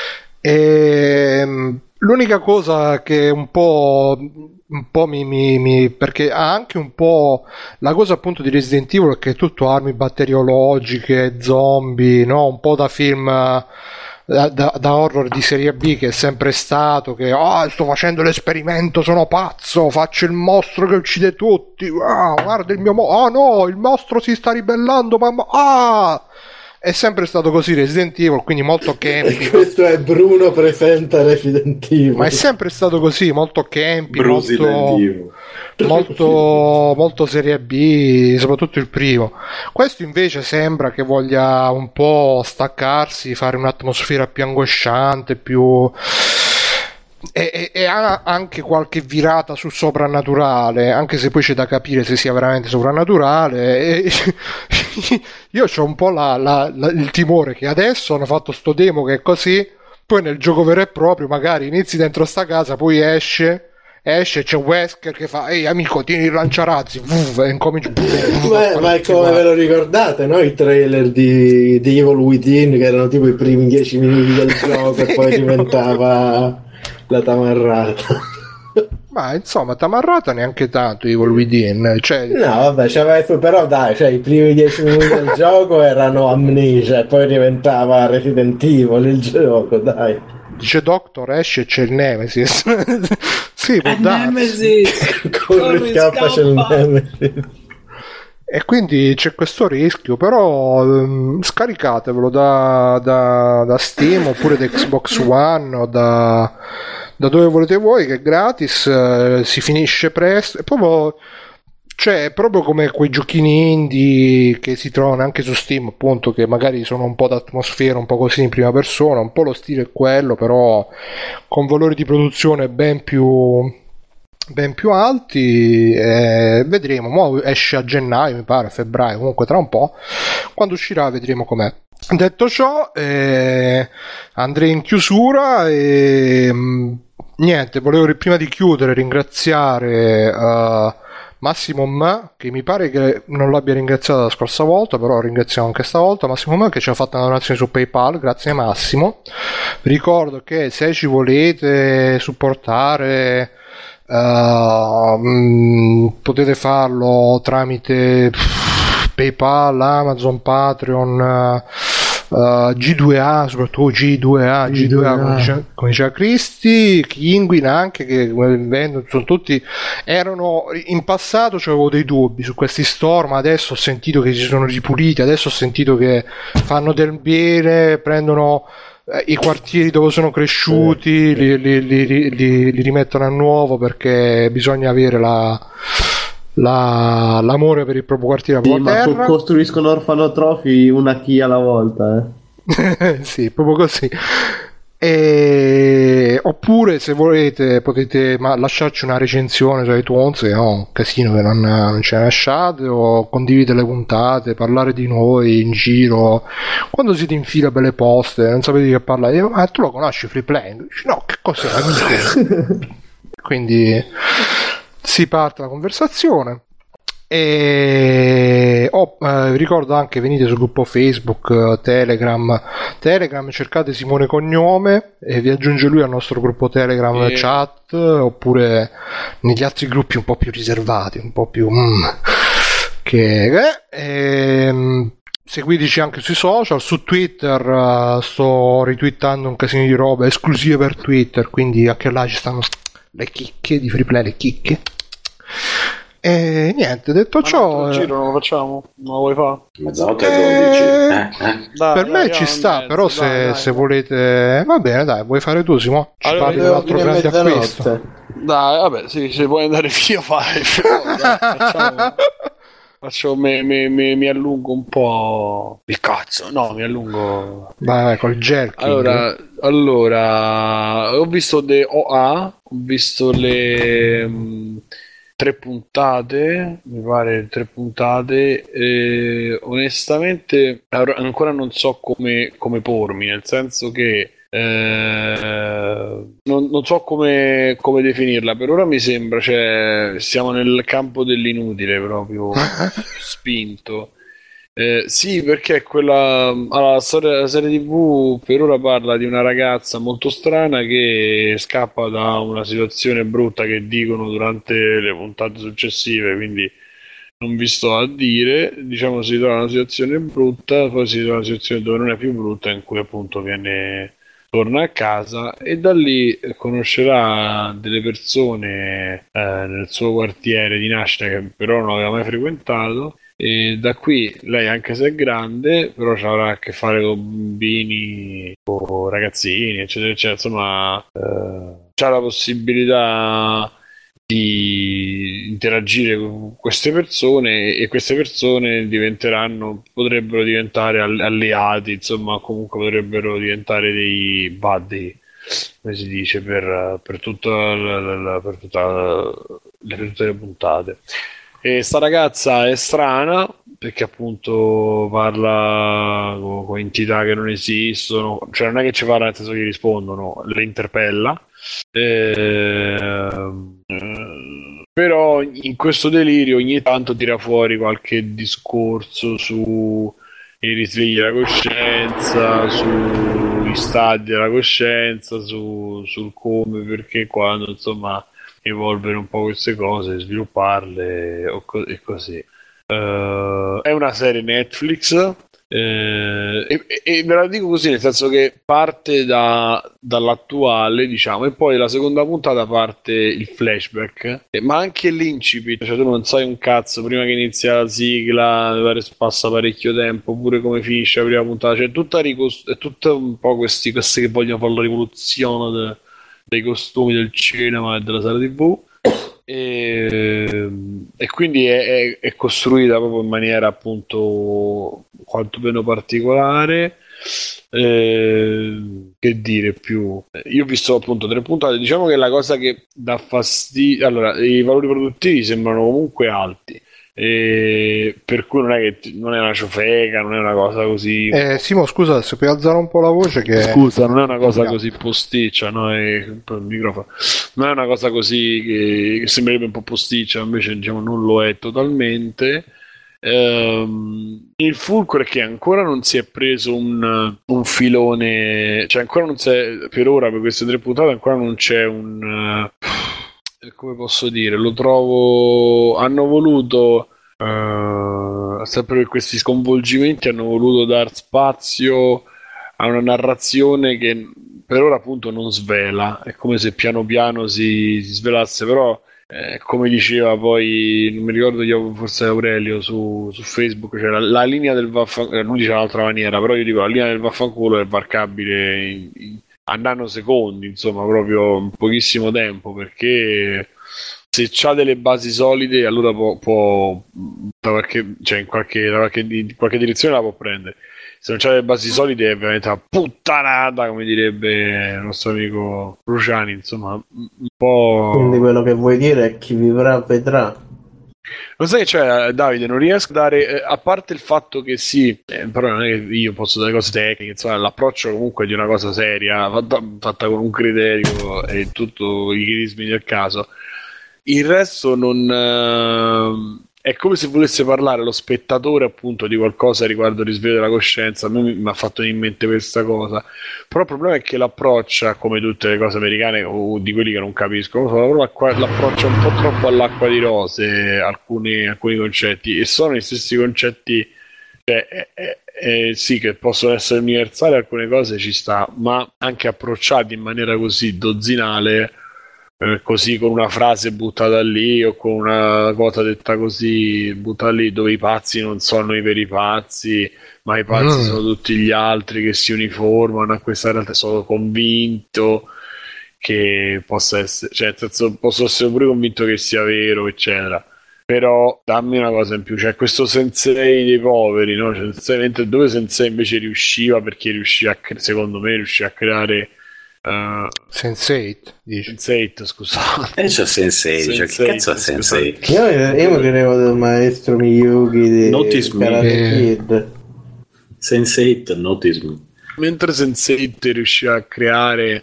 L'unica cosa che un po' perché ha anche un po' la cosa appunto di Resident Evil, che è tutto armi batteriologiche, zombie, no? Un po' da film da horror di serie B, che è sempre stato che sto facendo l'esperimento, sono pazzo, faccio il mostro che uccide tutti, guarda il mio no, il mostro si sta ribellando, è sempre stato così Resident Evil, quindi molto campy. E questo è Bruno presenta Resident Evil. Ma è sempre stato così, molto campy, molto serie B, soprattutto il primo. Questo invece sembra che voglia un po' staccarsi, fare un'atmosfera più angosciante, più... E ha anche qualche virata sul soprannaturale, anche se poi c'è da capire se sia veramente soprannaturale. Io c'ho un po' il timore che adesso hanno fatto sto demo che è così, poi nel gioco vero e proprio magari inizi dentro sta casa, poi esce, c'è Wesker che fa ehi amico tieni il lanciarazzi e incomincia ma è come ve lo ricordate, no? I trailer di Evil Within, che erano tipo i primi 10 minuti del gioco e poi diventava la tamarrata. Ma insomma tamarrata neanche tanto Evil Within, cioè... no vabbè, però dai, i primi 10 minuti del gioco erano Amnesia e poi diventava Resident Evil il gioco, dai. Dice Doctor, esce e c'è il Nemesis. Sì, può darsi. Corri, scappa, c'è il Nemesis. E quindi c'è questo rischio, però scaricatevelo da Steam oppure da Xbox One o da dove volete voi, che è gratis, si finisce presto, e proprio, cioè, proprio come quei giochini indie che si trovano anche su Steam, appunto, che magari sono un po' d'atmosfera, un po' così in prima persona, un po' lo stile è quello, però con valori di produzione ben più alti. Vedremo, mo esce a gennaio, mi pare, febbraio, comunque tra un po', quando uscirà vedremo com'è. Detto ciò, andrei in chiusura e niente, volevo prima di chiudere ringraziare Massimo M, che mi pare che non l'abbia ringraziato la scorsa volta, però ringraziamo anche stavolta Massimo M, che ci ha fatto una donazione su PayPal. Grazie Massimo. Vi ricordo che se ci volete supportare potete farlo tramite PayPal, Amazon, Patreon, G2A, soprattutto G2A. Come diceva Cristi, Kinguin anche, che sono tutti, erano in passato, avevo dei dubbi su questi store, ma adesso ho sentito che si sono ripuliti, adesso ho sentito che fanno del bene, prendono i quartieri dove sono cresciuti, li rimettono a nuovo, perché bisogna avere l'amore per il proprio quartiere, sì, ma costruiscono orfanotrofi una chi alla volta, sì, proprio così. Oppure se volete potete lasciarci una recensione su iTunes, un casino che non ce ne lasciate, o condividere le puntate, parlare di noi in giro quando siete in fila per le poste, non sapete che parlare, ma tu lo conosci Free Playing? No, che cos'è? Quindi si parte la conversazione. E ricordo anche, venite sul gruppo Facebook, Telegram, cercate Simone Cognome e vi aggiunge lui al nostro gruppo Telegram, chat, oppure negli altri gruppi un po' più riservati, un po' più seguiteci anche sui social. Su Twitter sto retweetando un casino di robe esclusive per Twitter, quindi anche là ci stanno le chicche di Freeplay, le chicche. E niente, detto ciò, il giro non lo facciamo? Non lo vuoi fare? Mezzanotte e 12. Per me ci sta, però se volete, va bene, dai, vuoi fare tu, Simo? Ci Allora, parli dell'altro grande acquisto. Dai, vabbè, sì, se vuoi andare via fai. Mi allungo un po' il cazzo. No, mi allungo. Vai, col jerking. Allora, ho visto le OA, ho visto le 3 puntate, mi pare 3 puntate. Onestamente, ancora non so come pormi, nel senso che non so come definirla. Per ora mi sembra, cioè, siamo nel campo dell'inutile proprio spinto. Sì, perché la serie TV per ora parla di una ragazza molto strana che scappa da una situazione brutta che dicono durante le puntate successive, quindi non vi sto a dire. Diciamo, si trova in una situazione brutta, poi si trova in una situazione dove non è più brutta, in cui appunto torna a casa e da lì conoscerà delle persone nel suo quartiere di nascita che però non aveva mai frequentato. E da qui lei, anche se è grande, però avrà a che fare con bambini, con ragazzini, eccetera, eccetera. Insomma, c'ha la possibilità di interagire con queste persone e queste persone potrebbero diventare alleati, insomma, comunque potrebbero diventare dei buddy, come si dice, per tutte le puntate. E sta ragazza è strana perché appunto parla con entità che non esistono, cioè non è che ci parla nel senso che rispondono, le interpella. Però in questo delirio ogni tanto tira fuori qualche discorso su i risvegli della coscienza, sugli stadi della coscienza, sul come, perché, quando, insomma, evolvere un po' queste cose, svilupparle e così. È una serie Netflix e ve la dico così, nel senso che parte dall'attuale, diciamo, e poi la seconda puntata parte il flashback, ma anche l'incipit, cioè tu non sai un cazzo prima che inizia la sigla, passa parecchio tempo, pure come finisce la prima puntata, cioè è tutta un po' questi che vogliono fare la rivoluzione dei costumi del cinema e della serie TV. E quindi è costruita proprio in maniera appunto quanto meno particolare. Che dire più? Io ho visto appunto 3 puntate. Diciamo che la cosa che dà fastidio, allora, i valori produttivi sembrano comunque alti, per cui non è una ciofeca, non è una cosa così. Simo, scusa, se puoi alzare un po' la voce che... Scusa, non è una cosa così posticcia, no? Il microfono. Non è una cosa così che sembrerebbe un po' posticcia, invece diciamo non lo è totalmente. Il fulcro è che ancora non si è preso un filone, cioè ancora non si è, per ora, per queste 3 puntate ancora non c'è un... come posso dire, lo trovo, hanno voluto sempre per questi sconvolgimenti hanno voluto dar spazio a una narrazione che per ora appunto non svela, è come se piano piano si svelasse, però come diceva poi, non mi ricordo io, forse Aurelio su Facebook, cioè la linea del vaffanculo, lui diceva un'altra maniera, però io dico la linea del vaffanculo è varcabile a nanosecondi, insomma, proprio in pochissimo tempo, perché se c'ha delle basi solide allora può cioè in qualche direzione la può prendere. Se non c'ha delle basi solide è veramente una puttanata, come direbbe il nostro amico Cruciani, insomma, un po'. Quindi quello che vuoi dire è chi vivrà vedrà. Lo sai che c'è, Davide, non riesco a dare, a parte il fatto che sì, però non è che io posso dare cose tecniche, insomma, l'approccio comunque di una cosa seria, fatta con un criterio e tutto i crismi del caso. Il resto non... è come se volesse parlare lo spettatore appunto di qualcosa riguardo il risveglio della coscienza. A me mi ha fatto in mente questa cosa, però il problema è che l'approccia, come tutte le cose americane o di quelli che non capisco, l'approccia un po' troppo all'acqua di rose alcuni concetti, e sono gli stessi concetti, cioè, sì, che possono essere universali, alcune cose ci sta, ma anche approcciati in maniera così dozzinale così con una frase buttata lì o con una cosa detta così buttata lì, dove i pazzi non sono i veri pazzi, ma i pazzi sono tutti gli altri che si uniformano a questa realtà. Sono convinto che possa essere, cioè nel senso, posso essere pure convinto che sia vero, eccetera. Però dammi una cosa in più, c'è questo Sensei dei poveri, no? Mentre dove Sensei invece riusciva, perché riusciva secondo me riusciva a creare Sense8, dici? Sense8, scusate. C'è Sensei, cioè, che cazzo è Sensei? Io mi credevo del maestro Miyuki di Notice Karate me. Kid. Sense8, notice me. Mentre Sense8 riusciva a creare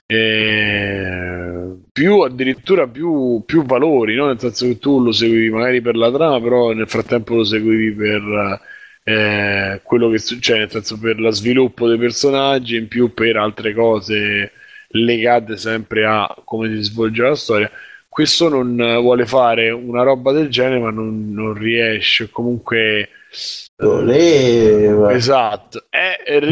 più addirittura più valori, no? Nel senso che tu lo seguivi magari per la trama, però nel frattempo lo seguivi per quello che succede, nel senso per lo sviluppo dei personaggi, in più per altre cose legate sempre a come si svolge la storia. Questo non vuole fare una roba del genere, ma non riesce, comunque Voleva. esatto, era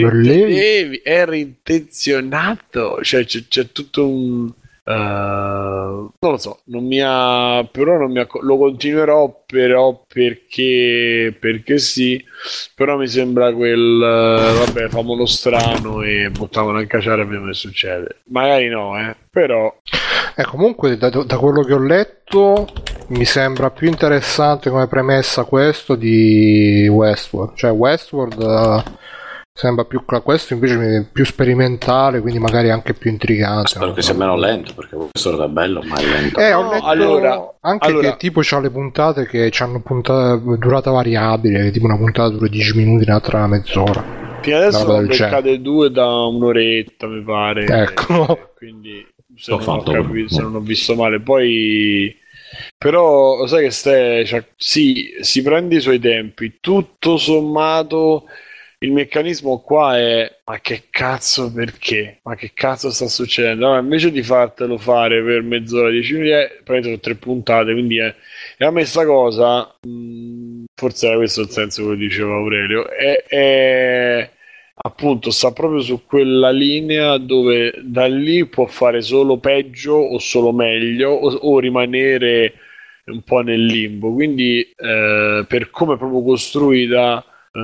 intenzionato, cioè c'è tutto un non lo so, non mi ha, però non mi ha, lo continuerò però perché sì, però mi sembra quel vabbè, famolo strano e buttavano a cacciare, vediamo che succede, magari no, però comunque da quello che ho letto mi sembra più interessante come premessa questo di Westworld, cioè Westworld sembra più questo invece è più sperimentale, quindi magari anche più intrigante. Spero che sia meno lento, perché questo è bello, ma è lento. Ho letto che tipo c'ha le puntate che hanno durata variabile, tipo una puntata dura 10 minuti, un'altra mezz'ora. Fino adesso sono beccate 2 da un'oretta, mi pare. Ecco. Quindi se non ho visto male. Poi però sai che cioè, sì, si prende i suoi tempi, tutto sommato. Il meccanismo qua è ma che cazzo, perché? Ma che cazzo sta succedendo? Allora, invece di fartelo fare per mezz'ora, 10 minuti, prendete 3 puntate, quindi e a me sta cosa forse era questo il senso che dicevo Aurelio, è appunto sta proprio su quella linea dove da lì può fare solo peggio o solo meglio o rimanere un po' nel limbo, quindi per come è proprio costruita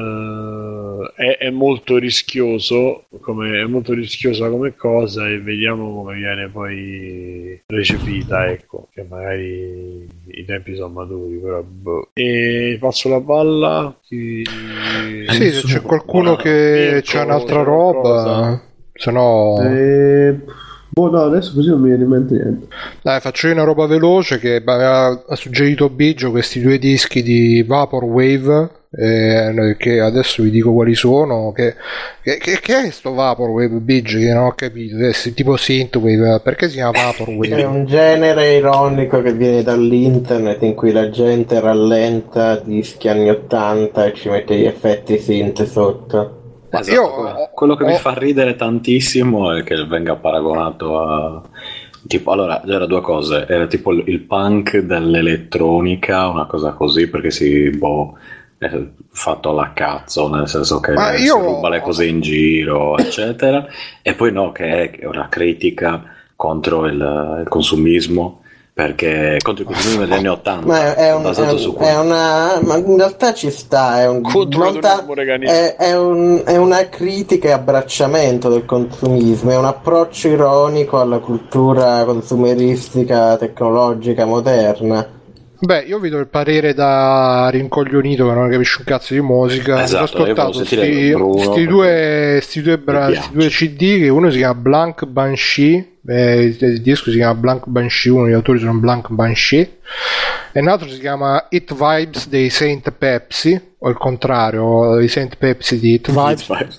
è molto rischiosa come cosa, e vediamo come viene poi recepita, ecco, che magari i tempi sono maturi, però e passo la palla sì, se c'è qualcuno che c'ha un'altra roba, se no no, adesso così non mi viene in mente niente. Dai, faccio io una roba veloce che ha suggerito Biggio, questi 2 dischi di Vaporwave, che adesso vi dico quali sono. Che è sto Vaporwave, Biggio, che non ho capito, è tipo Synthwave, perché si chiama Vaporwave? È un genere ironico che viene dall'internet in cui la gente rallenta dischi anni 80 e ci mette gli effetti synth sotto. Esatto, quello che mi fa ridere tantissimo è che venga paragonato a tipo, allora c'era 2 cose, era tipo il punk dell'elettronica, una cosa così, perché è fatto alla cazzo, nel senso che si ruba le cose in giro, eccetera, e poi no, che è una critica contro il consumismo, perché contro il consumismo degli anni 80 ma ma in realtà ci sta, è una critica e abbracciamento del consumismo, è un approccio ironico alla cultura consumeristica tecnologica moderna. Beh, io vi do il parere da rincoglionito che non capisce un cazzo di musica. Esatto, ho ascoltato questi due CD, che uno si chiama Blank Banshee, il disco si chiama Blank Banshee, uno degli autori sono Blank Banshee, e un altro si chiama It Vibes dei Saint Pepsi, o il contrario, i Saint Pepsi di It Vibes.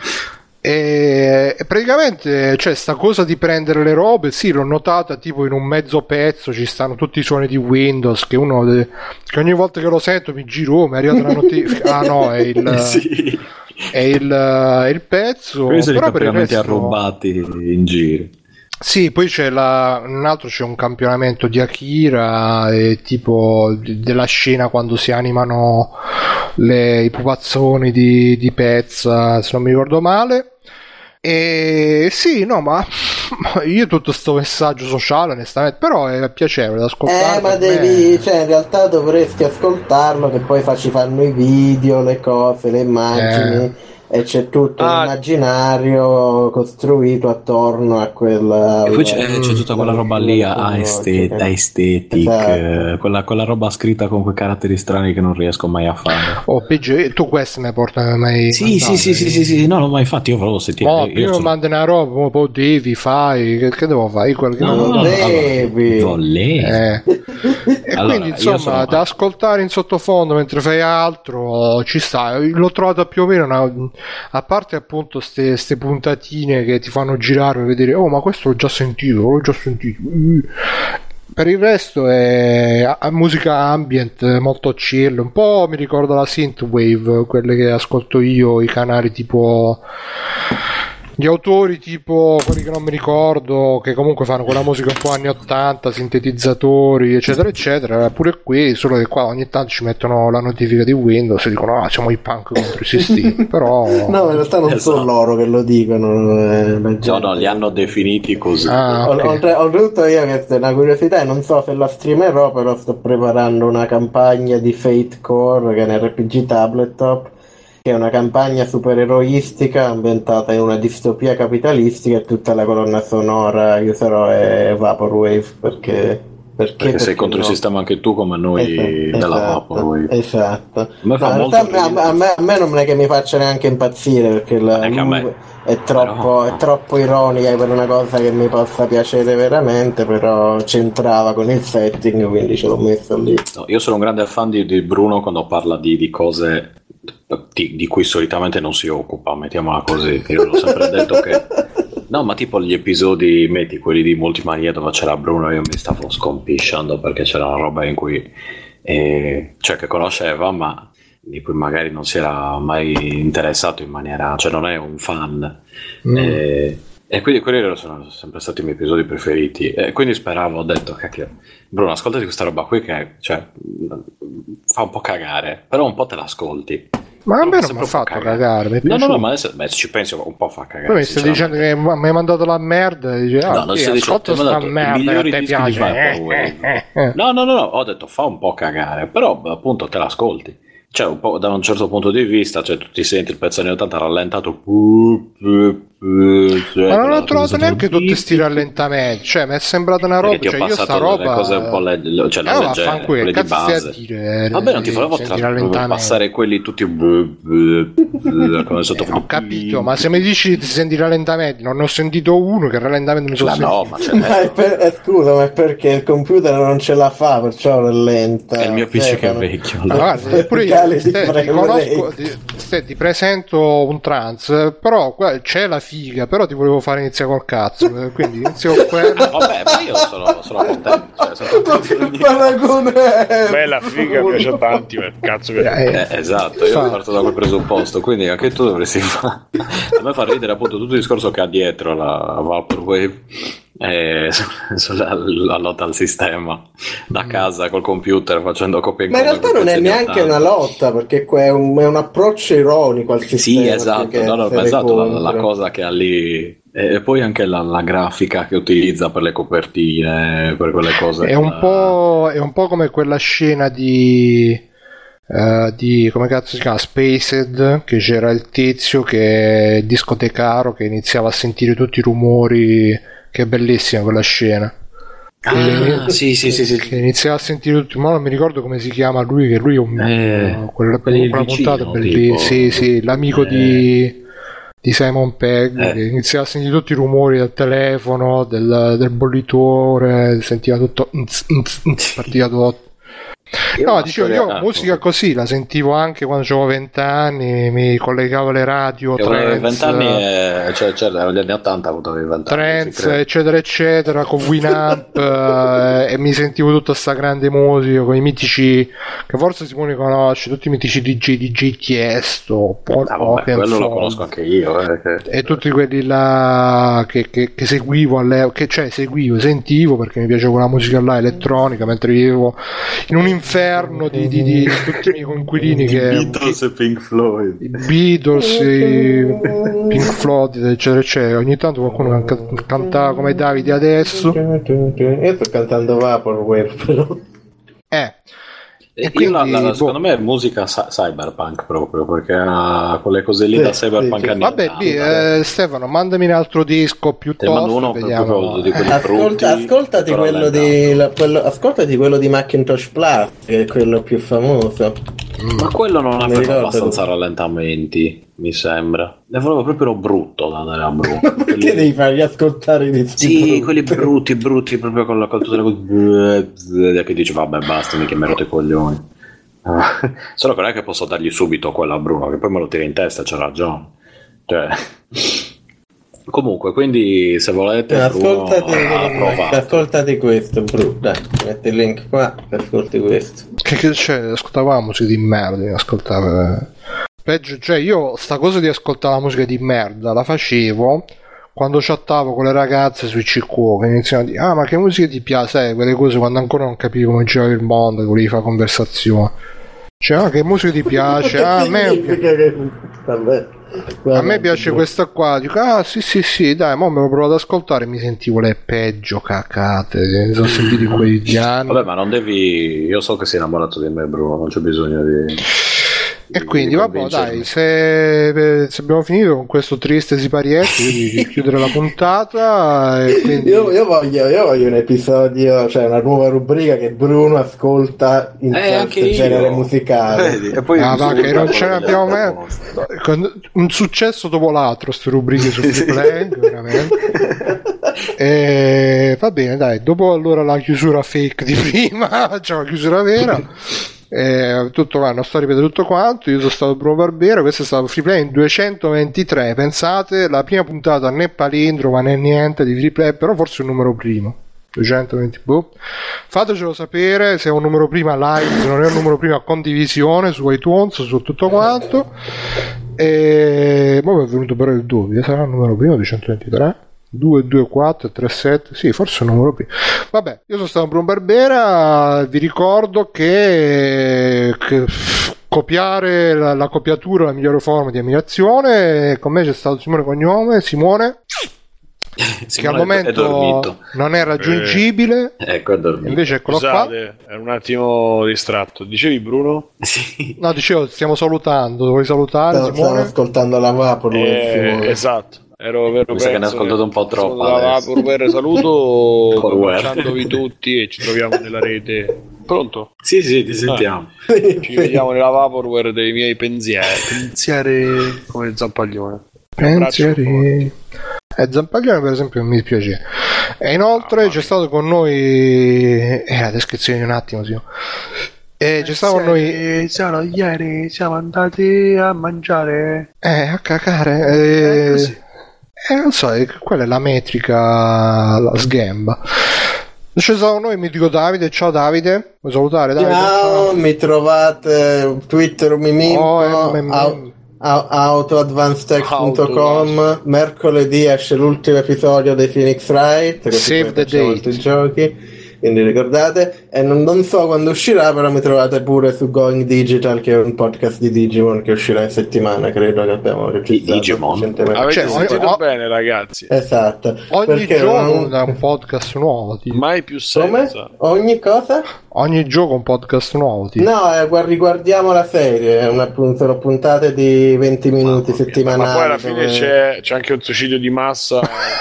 E praticamente, cioè, sta cosa di prendere le robe, sì, l'ho notata tipo in un mezzo pezzo, ci stanno tutti i suoni di Windows, che che ogni volta che lo sento mi giro, mi è arrivata la notifica, è il sì. è il pezzo, però per il resto arrubati in giro. Sì, poi c'è un altro, c'è un campionamento di Akira, tipo della scena quando si animano i pupazzoni di Pezza, se non mi ricordo male. E sì, no, ma io tutto sto messaggio sociale, onestamente, però è piacevole da ascoltare. Ma devi, cioè, in realtà dovresti ascoltarlo, che poi ci fanno i video, le cose, le immagini. E c'è tutto l'immaginario costruito attorno a quella. E poi c'è tutta quella roba lì aesthetic, esatto. quella roba scritta con quei caratteri strani che non riesco mai a fare. PG, tu questo mi porta mai? Sì, no, ma infatti io volevo sentire. Io mando una roba, poi devi, fai, che devo fare? Non devi. Volevi. E allora, quindi insomma da ascoltare in sottofondo mentre fai altro ci sta. L'ho trovata più o meno a parte appunto ste puntatine che ti fanno girare per vedere, ma questo l'ho già sentito. Per il resto è musica ambient molto chill, un po' mi ricorda la synthwave, quelle che ascolto io, i canali tipo gli autori tipo quelli che non mi ricordo, che comunque fanno quella musica un po' anni 80, sintetizzatori eccetera eccetera. Pure qui, solo che qua ogni tanto ci mettono la notifica di Windows e dicono siamo i punk contro i sistemi. Però no, in realtà non sono loro che lo dicono, no, li hanno definiti così. Oltretutto io, che è una curiosità, non so se la streamerò, però sto preparando una campagna di Fate Core, che è un RPG tabletop, che è una campagna supereroistica ambientata in una distopia capitalistica, e tutta la colonna sonora io sarò Vaporwave perché sei contro il sistema anche tu, come noi della Vaporwave. Esatto. A me non è che mi faccia neanche impazzire, perché è troppo ironica per una cosa che mi possa piacere veramente, però c'entrava con il setting, quindi ce l'ho messo lì. No, io sono un grande fan di Bruno quando parla di cose di cui solitamente non si occupa, mettiamola così. Io l'ho sempre detto che no, ma tipo gli episodi, metti quelli di Multimania dove c'era Bruno, io mi stavo scompisciando perché c'era una roba in cui cioè che conosceva, ma di cui magari non si era mai interessato in maniera, cioè non è un fan. E quindi quelli sono sempre stati i miei episodi preferiti, e quindi speravo, ho detto, cacchio, Bruno, ascoltati questa roba qui che, cioè, fa un po' cagare, però un po' te l'ascolti. Ma a me non mi ha fatto cagare. No, ma adesso ci penso, un po' fa cagare. Poi mi stai dicendo che mi hai mandato la merda e dici, no, non stai dicendo, sta merda che ti piace. No, ho detto fa un po' cagare, però appunto te l'ascolti. Cioè, un po' da un certo punto di vista, cioè tu ti senti il pezzo anni 80 rallentato, ma non ho trovato neanche tutti sti rallentamenti, cioè mi è sembrata una roba, cioè io sta roba cose un po' cioè leggere, quelle di base. Vabbè, non ti volevo passare quelli tutti come sottofondo. Ho capito, ma se mi dici ti senti rallentamenti, non ne ho sentito uno che rallentamento mi sono sentito. No, ma scusa, ma è perché il computer non ce la fa, perciò rallenta. È il mio PC che è vecchio. Guarda, pure io ti presento un trans, però c'è la figa, però ti volevo fare iniziare col cazzo, quindi inizio con quello. Vabbè, ma io sono contento, bella figa, piace a tanti, cazzo che esatto, io parto da quel presupposto, quindi anche tu dovresti fare. A me fa ridere appunto tutto il discorso che ha dietro la Vaporwave, la lotta al sistema da casa col computer facendo copia e incolla. Ma in realtà non è neanche una lotta, perché è un approccio ironico al sistema. Sì, esatto, esatto, la cosa che ha lì, e poi anche la grafica che utilizza per le copertine, per quelle cose. È un po' come quella scena di come cazzo si chiama, Spaced, che c'era il tizio che è discotecaro che iniziava a sentire tutti i rumori. Che è bellissima quella scena. Sì. Che iniziava a sentire tutti, ma non mi ricordo come si chiama lui, che lui è quella puntata bellissima. Sì, l'amico di Simon Pegg, che iniziava a sentire tutti i rumori del telefono, del bollitore, sentiva tutto partiva tutto. No, dicevo, io musica così la sentivo anche quando avevo 20 anni, mi collegavo alle radio, 20 anni, cioè negli anni 80 avevo 20 trance, eccetera eccetera, con Winamp e mi sentivo tutta sta grande musica con i mitici, che forse Simone conosce, tutti i mitici DJ Tiesto, quello lo conosco anche io, e tutti quelli là che seguivo sentivo perché mi piaceva quella musica là elettronica mentre vivevo in un l'inferno di tutti i miei coinquilini che Beatles e Pink Floyd, i Beatles, i Pink Floyd, eccetera eccetera. Ogni tanto qualcuno canta come Davide adesso. Io sto cantando Vaporwave però. E quindi, secondo me è musica cyberpunk proprio, perché ha quelle cose lì da cyberpunk anni vabbè, 80. Stefano, mandami un altro disco piuttosto. Te mando uno proprio di quelli Ascoltati quello di Macintosh Plus, che è quello più famoso. Ma quello non aveva abbastanza rallentamenti, mi sembra. Ne volevo proprio brutto da andare a brutto. Perché devi fargli ascoltare i dischi? Sì, quelli brutti, proprio con tutte le cose che dici vabbè basta, mi chiamerò i coglioni. Solo che non è che posso dargli subito quello a Bruno, che poi me lo tira in testa, c'ha ragione. Cioè... Comunque, quindi se volete ascoltati questo, Bruno. Dai, metti il link qua e ascolti questo. Che c'è? Ascoltavamo musica di merda, ascoltava. Peggio, cioè io sta cosa di ascoltare la musica di merda la facevo quando chattavo con le ragazze sui CQ, che iniziano a dire ma che musica ti piace, sai, quelle cose quando ancora non capivo come girava il mondo, che volevi fare conversazione. Cioè, che musica ti piace? A me piace questa qua. Dico, sì, dai, mo me l'ho provato ad ascoltare e mi sentivo le peggio cacate. Mi sono sentiti quei anni. Vabbè, ma non devi. Io so che sei innamorato di me, Bruno, non c'è bisogno di. E quindi vabbè, dai, se abbiamo finito con questo triste siparietto, io di chiudere la puntata. E quindi... io voglio un episodio, cioè una nuova rubrica che Bruno ascolta in certo genere musicale. Vedi? E poi che non ce ne abbiamo mai. Un successo dopo l'altro, queste rubriche su Freeplank, veramente. E va bene, dai, dopo allora la chiusura fake di prima, facciamo la chiusura vera. Tutto qua, non sto a ripetere tutto quanto. Io sono stato Bruno Barbero, questo è stato Freeplay 223. Pensate, la prima puntata né palindroma né niente di Freeplay, però forse un numero primo 220, fatecelo sapere se è un numero prima live, se non è un numero prima condivisione su iTunes, su tutto quanto. E poi è venuto però il dubbio, sarà il numero prima 223 224 37, sì, forse un numero prima. Vabbè, io sono stato Bruno Barbera, vi ricordo che copiare la copiatura è la migliore forma di ammirazione. Con me c'è stato Simone Cognome, Simone che al momento non è raggiungibile, ecco, è dormito. Invece eccolo qua. È un attimo distratto. Dicevi, Bruno? Sì. No, dicevo, stiamo salutando. Vuoi salutare, Simone? Stavo ascoltando la Vaporwave, esatto. Mi sa che ne ho ascoltato un po' troppo. La Vaporware saluto, baciandovi tutti e ci troviamo nella rete. Pronto? Sì, ti sentiamo. Ci vediamo nella Vaporware dei miei pensieri come Zampaglione. Pensieri. Zampaglione per esempio mi dispiace. E inoltre c'è stato con noi la descrizione di un attimo, sì. C'è stato con noi ieri siamo andati a mangiare a cacare così. Non so, quella è la metrica, la sghemba. C'è stato con noi, mi dico Davide. Ciao Davide, vuoi salutare Davide? Ciao, mi trovate Twitter autoadvancedtech.com. Mercoledì esce l'ultimo episodio dei Phoenix Wright, Save the date, i giochi, quindi ricordate. E non so quando uscirà, però mi trovate pure su Going Digital, che è un podcast di Digimon che uscirà in settimana, credo, che abbiamo registrato recentemente. Avete sentito bene, ragazzi? Esatto, ogni giorno un podcast nuovo, tipo. Mai più senza. Ogni cosa? Ogni gioco un podcast nuovo, tipo. No, riguardiamo la serie, sono puntate di 20 minuti settimanali. Ma poi alla fine c'è anche un suicidio di massa.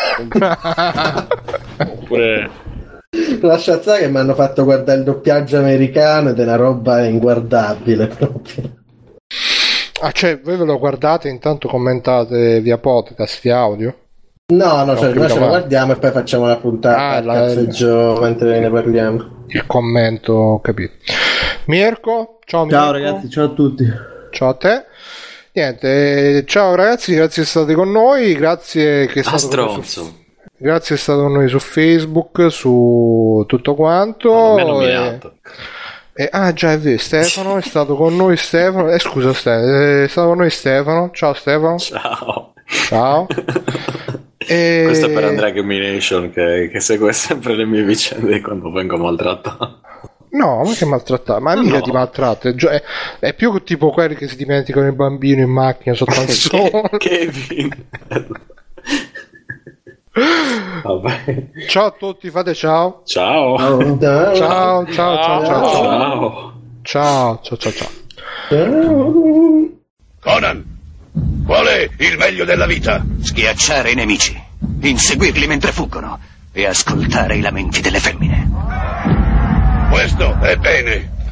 Oppure lascia stare che mi hanno fatto guardare il doppiaggio americano ed è una roba inguardabile proprio. Cioè voi ve lo guardate, intanto commentate via podcast, via audio? No, cioè noi ce lo guardiamo e poi facciamo la puntata al cazzeggio mentre ne parliamo. Il commento, ho capito. Mirko, ciao Mirko. Ciao ragazzi, ciao a tutti. Ciao a te. Niente, ciao ragazzi, grazie di essere stati con noi, grazie che è stato grazie è stato con noi su Facebook, su tutto quanto. Non mi ha nominato. Già è vero, Stefano è stato con noi. Stefano, scusa Stefano, è stato con noi Stefano. Ciao Stefano. Ciao. Questo è per Andrea Gamination che segue sempre le mie vicende quando vengo maltrattato. No, ma che maltrattare? Ma mica ti maltratta. È più tipo quelli che si dimenticano il bambino in macchina sotto al sole. Kevin. Vabbè. Ciao a tutti, fate ciao. Ciao. Ciao. Conan, qual è il meglio della vita? Schiacciare i nemici, inseguirli mentre fuggono e ascoltare i lamenti delle femmine. Questo è bene.